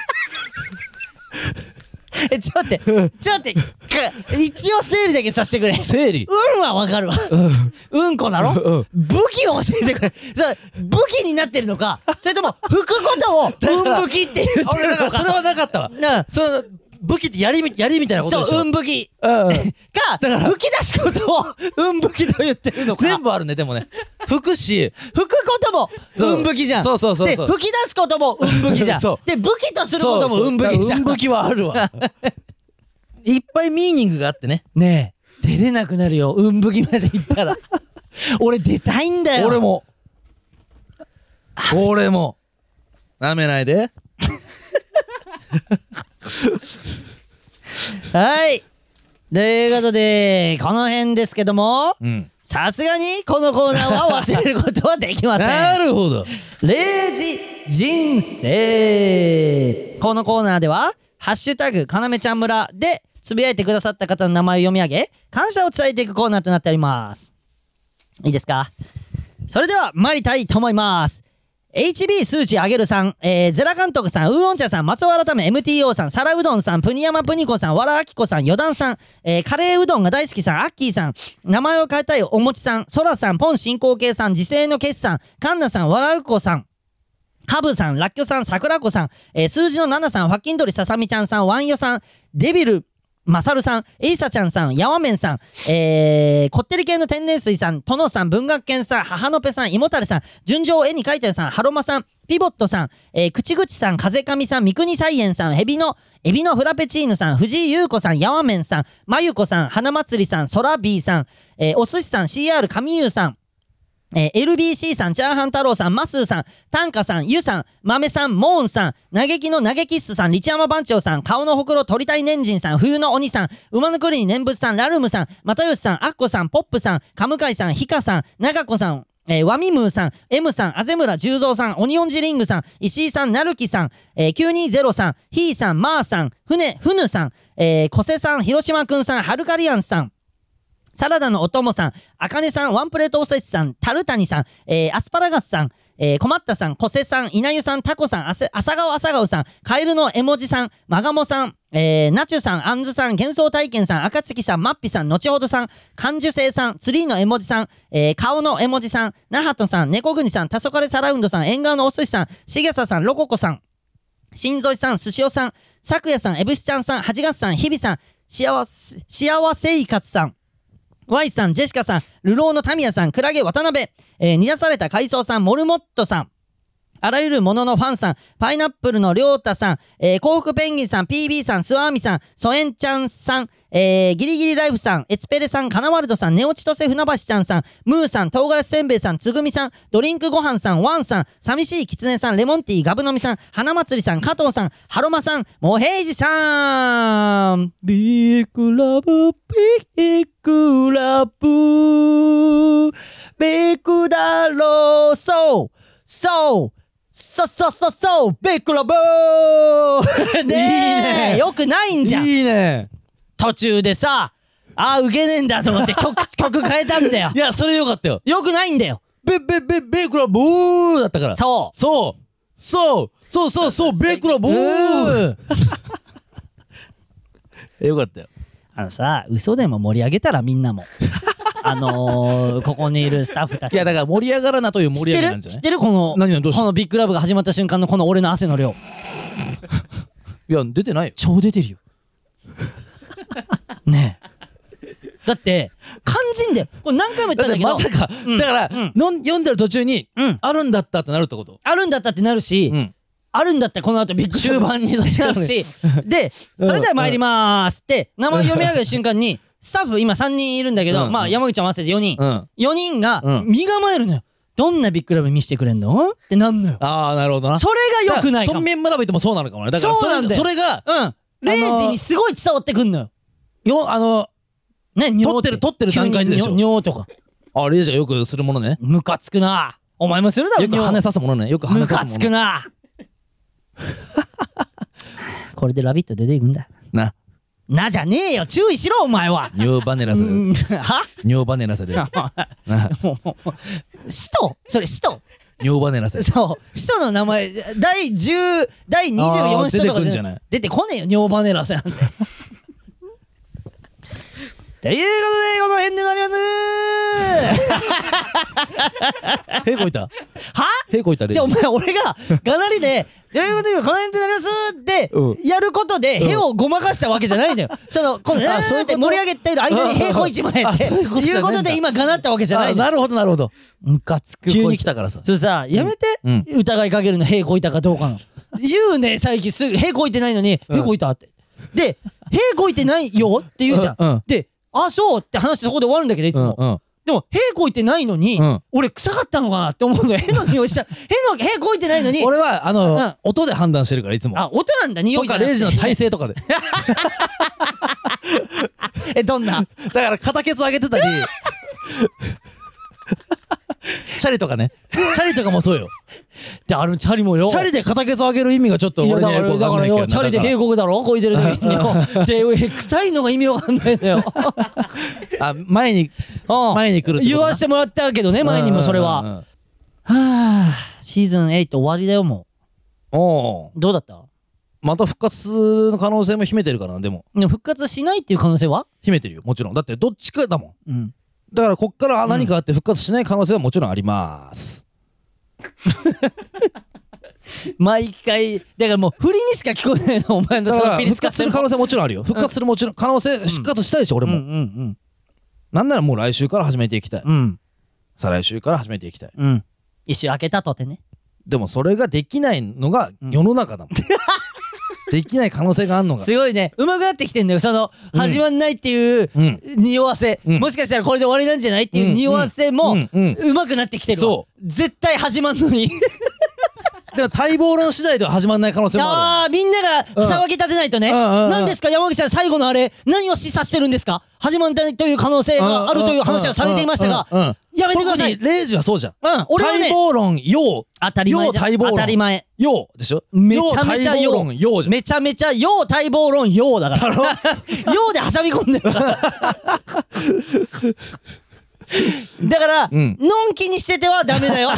Speaker 1: え、ちょっと待って、ちょっと待って、か一応整理だけさせてくれ。
Speaker 2: 整理
Speaker 1: 運はわかるわ。うんこだろ、
Speaker 2: うん
Speaker 1: 武器を教えてくれ。さ武器になってるのか、それとも吹くことを運武器って言って
Speaker 2: 俺だ
Speaker 1: るのか。
Speaker 2: からそれはなかったわ
Speaker 1: な
Speaker 2: その武器って槍み槍みたいなことでしょ
Speaker 1: そう、運武器。
Speaker 2: うんうん
Speaker 1: か、吹き出すことを運武器と言ってるのか。
Speaker 2: 全部あるねでもね吹くし
Speaker 1: 吹くことも運武器じゃん。
Speaker 2: そうそうそうそう
Speaker 1: で、吹き出すことも運武器じゃん。
Speaker 2: そう
Speaker 1: で、武器とすることも運武器じゃん。
Speaker 2: 運武器はあるわいっぱいミーニングがあってね
Speaker 1: ねえ、出れなくなるよ、運武器まで行ったら。俺出たいんだよ。
Speaker 2: 俺も俺もなめないで
Speaker 1: はい。ということで、この辺ですけども、
Speaker 2: うん
Speaker 1: さすがにこのコーナーは忘れることはできません。
Speaker 2: なるほど
Speaker 1: レイジ人生。このコーナーでは、ハッシュタグ、かなめちゃん村でつぶやいてくださった方の名前を読み上げ、感謝を伝えていくコーナーとなっております。いいですか？それでは参りたいと思います。エイチビー 数値上げるさん、えー、ゼラ監督さん、ウーロン茶さん、松尾改め エムティーオー さん、皿うどんさん、プニヤマプニコさん、わらあきこさん、よだんさん、えー、カレーうどんが大好きさん、アッキーさん、名前を変えたいおもちさん、そらさん、ポン進行形さん、時世の決さん、カンナさん、わらうこさん、カブさん、ラッキョさん、桜子さん、えー、数字のななさん、ファッキンドリささみちゃんさん、ワンヨさん、デビル、マサルさん、エイサちゃんさん、ヤワメンさん、えー、こってり系の天然水さん、トノさん、文学研さん、母のぺさん、イモタレさん、純情を絵に描いてるさん、ハロマさん、ピボットさん、えー、口口さん、風上さん、三国菜園さん、ヘビの、エビのフラペチーヌさん、藤井優子さん、ヤワメンさん、まゆこさん、花祭りさん、ソラビーさん、えー、お寿司さん、シーアール 神優さん、えー、エルビーシー さん、チャーハン太郎さん、マスーさん、タンカさん、ユさん、マメさん、モーンさん、嘆きの嘆きっすさん、リチヤマ番長さん、顔のほくろ鳥谷年人さん、冬の鬼さん、馬の栗に念仏さん、ラルムさん、又吉さん、アッコさん、ポップさん、カムカイさん、ヒカさん、長子さん、えー、ワミムーさん、M さん、あぜむら十三さん、オニオンジリングさん、石井さん、なるきさん、えー、きゅうにゼロさん、ヒーさん、マーさん、ふね、ふぬさん、えー、コセさん、広島くんさん、ハルカリアンさん、サラダのお供さん、あかねさん、ワンプレートおせちさん、タルタニさん、えー、アスパラガスさん、えー、困ったさん、コセさん、稲湯さん、タコさん、あせ、朝顔朝顔さん、カエルの絵文字さん、マガモさん、えー、ナチュさん、アンズさん、幻想体験さん、赤月さん、マッピさん、後ほどさん、感受性さん、ツリーの絵文字さん、えー、顔の絵文字さん、ナハトさん、猫国さん、タソカレサラウンドさん、縁側のお寿司さん、しげささん、ロココさん、しんぞいさん、すしおさん、さくやさん、えぶしちゃんさん、はちがつさん、ひびさん、幸せ、幸せいかつさん、Y さん、ジェシカさん、ルローのタミヤさん、クラゲ渡辺、えー、煮出された海藻さん、モルモットさん、 あらゆるもののファンさん、パイナップルのりょうたさん、えー、幸福ペンギンさん、ピービー さん、スワーミさん、ソエンちゃんさん、えー、ギリギリライフさん、エツペレさん、カナワルドさん、ネオチトセ船橋ちゃんさん、ムーさん、唐辛子せんべいさん、つぐみさん、ドリンクごはんさん、ワンさん、寂しいキツネさん、レモンティー、ガブ飲みさん、花祭りさん、加藤さん、ハロマさん、モヘイジさん、ビッグラブ、ビッグラブ、ビッグだろう、そう、そう、そうそうそうそう、ビッグラブーねえ、
Speaker 2: いいね
Speaker 1: よくないんじゃん。
Speaker 2: いいね。
Speaker 1: 途中でさ、あーウケねえんだと思って曲、曲変えたんだよ。
Speaker 2: いや、それよかったよ。
Speaker 1: よくないんだよ。
Speaker 2: ベベベベクラブーだったから。
Speaker 1: そう。
Speaker 2: そうそうそうそうそうベクラブーよかったよ。
Speaker 1: あのさ、嘘でも盛り上げたらみんなも。あのー、ここにいるスタッフたち。
Speaker 2: いやだから盛り上がらなという盛り上げなんじゃない？
Speaker 1: 知ってるこの、
Speaker 2: 何何どうした
Speaker 1: このビッグラブが始まった瞬間のこの俺の汗の量。
Speaker 2: いや出てないよ。
Speaker 1: 超出てるよ。ねえ。だって肝心でこれ何回も言ったんだけど、
Speaker 2: まさか、
Speaker 1: うん
Speaker 2: だから、
Speaker 1: うん
Speaker 2: のん読んでる途中に、
Speaker 1: うん
Speaker 2: あるんだったってなるってこと。
Speaker 1: あるんだったってなるし、
Speaker 2: うん
Speaker 1: あるんだってこの後ビッグ
Speaker 2: 終盤に
Speaker 1: なるし、で、それでは参りまーすって名前読み上げる瞬間にスタッフ今さんにんいるんだけど、
Speaker 2: うん
Speaker 1: まあ山口合わせてよにん、
Speaker 2: うん
Speaker 1: よにんが
Speaker 2: うん
Speaker 1: 身構えるのよ。どんなビッグラブ見せてくれんのってなんのよ。
Speaker 2: ああなるほどな。
Speaker 1: それが良くないかも。
Speaker 2: 村民村人もそうなのかもね。だから
Speaker 1: そうなんだよ
Speaker 2: それそれが
Speaker 1: うんレイジにすごい伝わってくんのよ。
Speaker 2: よあの
Speaker 1: ね、
Speaker 2: 撮ってる撮ってる段階ででしょ
Speaker 1: 急に尿とか
Speaker 2: あレイジがよくするものね。
Speaker 1: ムカつくな。お前もするだろ。
Speaker 2: よく跳ねさすものね。よく跳ね
Speaker 1: ムカ
Speaker 2: さすもの。
Speaker 1: つくな。これでラビット出ていくんだ。
Speaker 2: な
Speaker 1: なじゃねえよ、注意しろお前は。
Speaker 2: ニューバネラセで。
Speaker 1: うんは
Speaker 2: ニューバネラセで。な
Speaker 1: もうもう使徒それ使徒
Speaker 2: ニューバネラセ。
Speaker 1: そう使徒の名前だいじゅうだいにじゅうよん
Speaker 2: あー
Speaker 1: 使徒とか
Speaker 2: 出てくんじゃない
Speaker 1: 出てこねえよ尿バネラセなんて。ということでこの辺でなります
Speaker 2: へこいた。
Speaker 1: は
Speaker 2: へこいたレイジ
Speaker 1: じゃあお前俺ががなりで「ということでこの辺でなります」って
Speaker 2: うん
Speaker 1: やることでへをごまかしたわけじゃないんだよ。そのこの「
Speaker 2: あそういうこと
Speaker 1: ーって盛り上げてる間に「へこいちまえ」って
Speaker 2: あそういうことじゃ
Speaker 1: いう
Speaker 2: ないんだ
Speaker 1: ことで今がなったわけじゃないんだよ。
Speaker 2: あなるほどなるほど。
Speaker 1: ムカつく。
Speaker 2: 急に来たからさ。
Speaker 1: それさやめて、
Speaker 2: うん
Speaker 1: 疑いかけるの「へこいたかどうかの」言うね最近すぐ「へこいてないのに「へこいた」ってで「へこいてないよ」って言うじゃん、
Speaker 2: うんうん
Speaker 1: で「あそう」って話そこで終わるんだけどいつも、
Speaker 2: うんうん
Speaker 1: でも「へこいてないのに、
Speaker 2: うん
Speaker 1: 俺臭かったのかなって思うのよ。への匂いした「へのへこいてないのに
Speaker 2: 俺はあの、
Speaker 1: うん
Speaker 2: 音で判断してるからいつも。
Speaker 1: あ音なんだ匂
Speaker 2: とか
Speaker 1: いじゃなくて
Speaker 2: レイジの体勢とかで。
Speaker 1: えどんな
Speaker 2: だから片ケツ上げてたり。チャリとかね。チャリとかもそうよ。
Speaker 1: であのチャリもよ
Speaker 2: チャリで片ケツ上げる意味がちょっと
Speaker 1: いや
Speaker 2: 俺にはよく
Speaker 1: だからだ
Speaker 2: わかんないけど
Speaker 1: からよチャリで平国だろこいでる時によで臭いのが意味わかんないんだよ。
Speaker 2: あ前に
Speaker 1: うん
Speaker 2: 前に来るってことな
Speaker 1: 言わしてもらったけどね前にもそれは。
Speaker 2: うんうんうん
Speaker 1: はあシーズンエイト終わりだよも
Speaker 2: お
Speaker 1: う。どうだった？
Speaker 2: また復活の可能性も秘めてるからな。でも
Speaker 1: でも復活しないっていう可能性は？
Speaker 2: 秘めてるよもちろん。だってどっちかだもん。
Speaker 1: うん
Speaker 2: だからこっから何かあって復活しない可能性はもちろんあります。
Speaker 1: 毎回だからもう振りにしか聞こえないのお前の
Speaker 2: だから
Speaker 1: そのピリつか
Speaker 2: 復活する可能性はもちろんあるよ。復活するもちろん可能性復活したいでしょ俺
Speaker 1: うんう
Speaker 2: も。
Speaker 1: ん
Speaker 2: なんならもう来週から始めていきたい。
Speaker 1: うんうん
Speaker 2: 再来週から始めていきたい。
Speaker 1: うん一周開けたとてね。
Speaker 2: でもそれができないのが世の中だもん。できない可能性があるのが。
Speaker 1: すごいね上手くなってきてんだよその始まんないっていう
Speaker 2: うん
Speaker 1: 匂わせ、
Speaker 2: うん
Speaker 1: もしかしたらこれで終わりなんじゃないっていう匂わせも
Speaker 2: うんうん
Speaker 1: 上手くなってきてるわ。
Speaker 2: そ
Speaker 1: 絶対始まんのに
Speaker 2: でも待望論次第では始まらない可能性もあるわ。
Speaker 1: あーみんなが騒ぎ立てないとね、
Speaker 2: うんうんうんうん
Speaker 1: 何ですか山口さん最後のあれ何を示唆してるんですか。始まんないという可能性があるという話はされていましたが、
Speaker 2: うんうんうんうん
Speaker 1: やめてください。
Speaker 2: 特にレイジはそうじゃん。
Speaker 1: うん俺はね
Speaker 2: 待望論よ
Speaker 1: 当たり前じゃん
Speaker 2: 待望論
Speaker 1: 当たり前
Speaker 2: よでしょ。
Speaker 1: めちゃめちゃよ
Speaker 2: よ待望論よじゃん。
Speaker 1: めちゃめちゃよう待望論ようだからようで挟み込んでるからだから、
Speaker 2: うん
Speaker 1: のんきにしててはダメだよ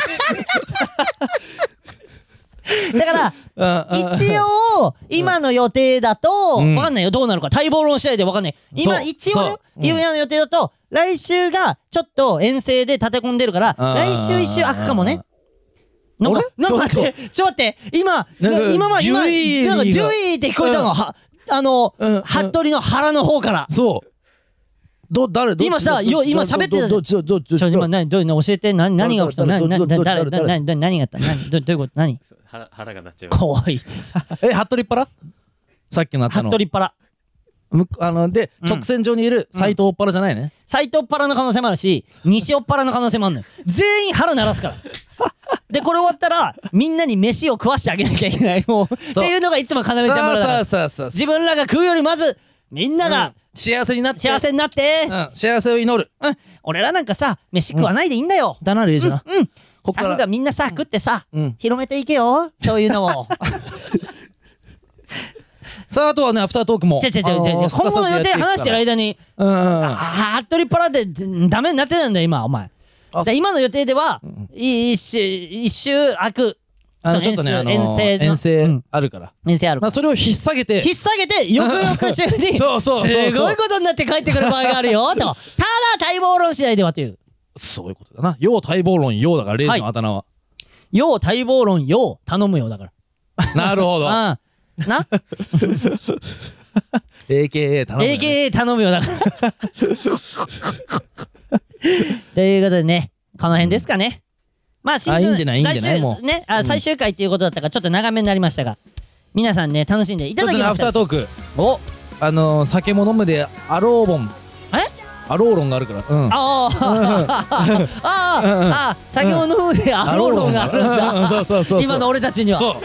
Speaker 1: だから
Speaker 2: うんうん
Speaker 1: 一応今の予定だと
Speaker 2: うん
Speaker 1: わかんないよどうなるか待望論次第でわかんない今
Speaker 2: そう
Speaker 1: 一応だよ
Speaker 2: そううん
Speaker 1: 今の予定だと来週がちょっと遠征で立て込んでるから
Speaker 2: うん
Speaker 1: 来週一週空くかもね。なんか
Speaker 2: あれ
Speaker 1: なんか待ってちょっと待って今
Speaker 2: なんか
Speaker 1: 今ま今
Speaker 2: デュイーが
Speaker 1: なんかデュイーって聞こえたのはあの
Speaker 2: うんうん
Speaker 1: 服部の腹の方から
Speaker 2: そう。 ど誰どっち
Speaker 1: 今さ
Speaker 2: どっち
Speaker 1: よ今喋ってたじゃん
Speaker 2: どっちどっちどっち
Speaker 1: ちょ今何どういうの教えて何何が起きたの何何
Speaker 2: ど
Speaker 1: 誰
Speaker 2: 誰
Speaker 1: 誰誰何があった何どどういうこと何
Speaker 3: 腹腹が鳴っちゃう。
Speaker 1: こいつ
Speaker 2: え服部っ腹さっきのあったの
Speaker 1: 服部っ腹
Speaker 2: むあので直線上にいる斎藤っ腹じゃないね
Speaker 1: 斎藤っ腹の可能性もあるし西尾っ腹の可能性もあるのよ全員腹鳴らすからでこれ終わったらみんなに飯を食わしてあげなきゃいけないもうっていうのがいつも要ちゃん村だから
Speaker 2: さあさあ
Speaker 1: 自分らが食うよりまずみんなが
Speaker 2: 幸せになって
Speaker 1: 幸せになって
Speaker 2: うん幸せを祈る
Speaker 1: うん俺らなんかさ飯食わないでいいんだよ
Speaker 2: だなレイジな
Speaker 1: うん
Speaker 2: こっから
Speaker 1: スタッフがみんなさ食ってさ
Speaker 2: うん
Speaker 1: 広めていけよそういうのを
Speaker 2: さああとはねアフタートークも
Speaker 1: 違う違う違う違う今後の予定話してる間に
Speaker 2: うんうんうん
Speaker 1: あ服部パラでダメになってたんだよ今お前
Speaker 2: あ
Speaker 1: で今の予定では一周一周空くそう
Speaker 2: あのちょっとね
Speaker 1: 遠
Speaker 2: あの
Speaker 1: 遠征の
Speaker 2: 遠征
Speaker 1: うん
Speaker 2: あるから
Speaker 1: 遠征あるから
Speaker 2: まあそれを引っ提げて
Speaker 1: 引っ提げて翌々週に
Speaker 2: そうそうそうそう
Speaker 1: すごいことになって帰ってくる場合があるよとただ待望論次第ではという
Speaker 2: そういうことだな要待望論要だからレイジのあだ名は
Speaker 1: 要待望論要頼むよだから
Speaker 2: なるほど
Speaker 1: うんな
Speaker 2: エーケーエー 頼むよね
Speaker 1: エーケーエー 頼むよだからということでねこの辺ですかねまあシーズン
Speaker 2: あいいんじゃないいいんじゃない
Speaker 1: 来週
Speaker 2: もう
Speaker 1: ねあ最終回っていうことだったからちょっと長めになりましたが皆さんね楽しんでいただきま
Speaker 2: アフ
Speaker 1: した
Speaker 2: タートーク
Speaker 1: お
Speaker 2: あのー酒も飲むでアローボン
Speaker 1: え
Speaker 2: アローロンがあるからうん
Speaker 1: あーあーあー酒を飲むでアローロンがあるんだ
Speaker 2: うんそうそうそうそう
Speaker 1: 今の俺たちには
Speaker 2: そう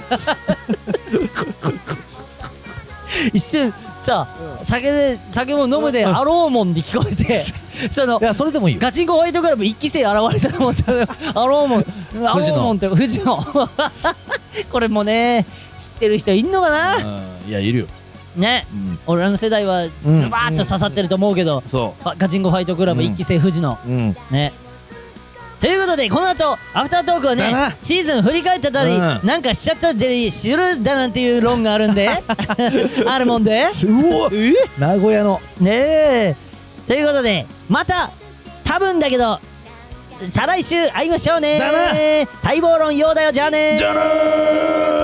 Speaker 1: 一瞬さ酒で酒も飲むでアローモンに聞こえてその
Speaker 2: いやそれでもいいよ
Speaker 1: ガチンコホワイトクラブ一期生現れたと思ったらアローモンアローモンって富士のこれもね知ってる人いんのかな
Speaker 2: うんいやいるよ
Speaker 1: ね
Speaker 2: うん
Speaker 1: 俺らの世代はズバーッと刺さってると思うけど
Speaker 2: そ
Speaker 1: ガチンコホワイトクラブ一期生富士の
Speaker 2: ううん
Speaker 1: ねということでこの後アフタートークはね
Speaker 2: だな
Speaker 1: シーズン振り返ったり、
Speaker 2: うん
Speaker 1: なんかしちゃったりするだなんていう論があるんであるもんで
Speaker 2: うお名古屋の
Speaker 1: ねえということでまた多分だけど再来週会いましょうね
Speaker 2: だな
Speaker 1: 待望論用だよじゃあね
Speaker 2: じゃあなー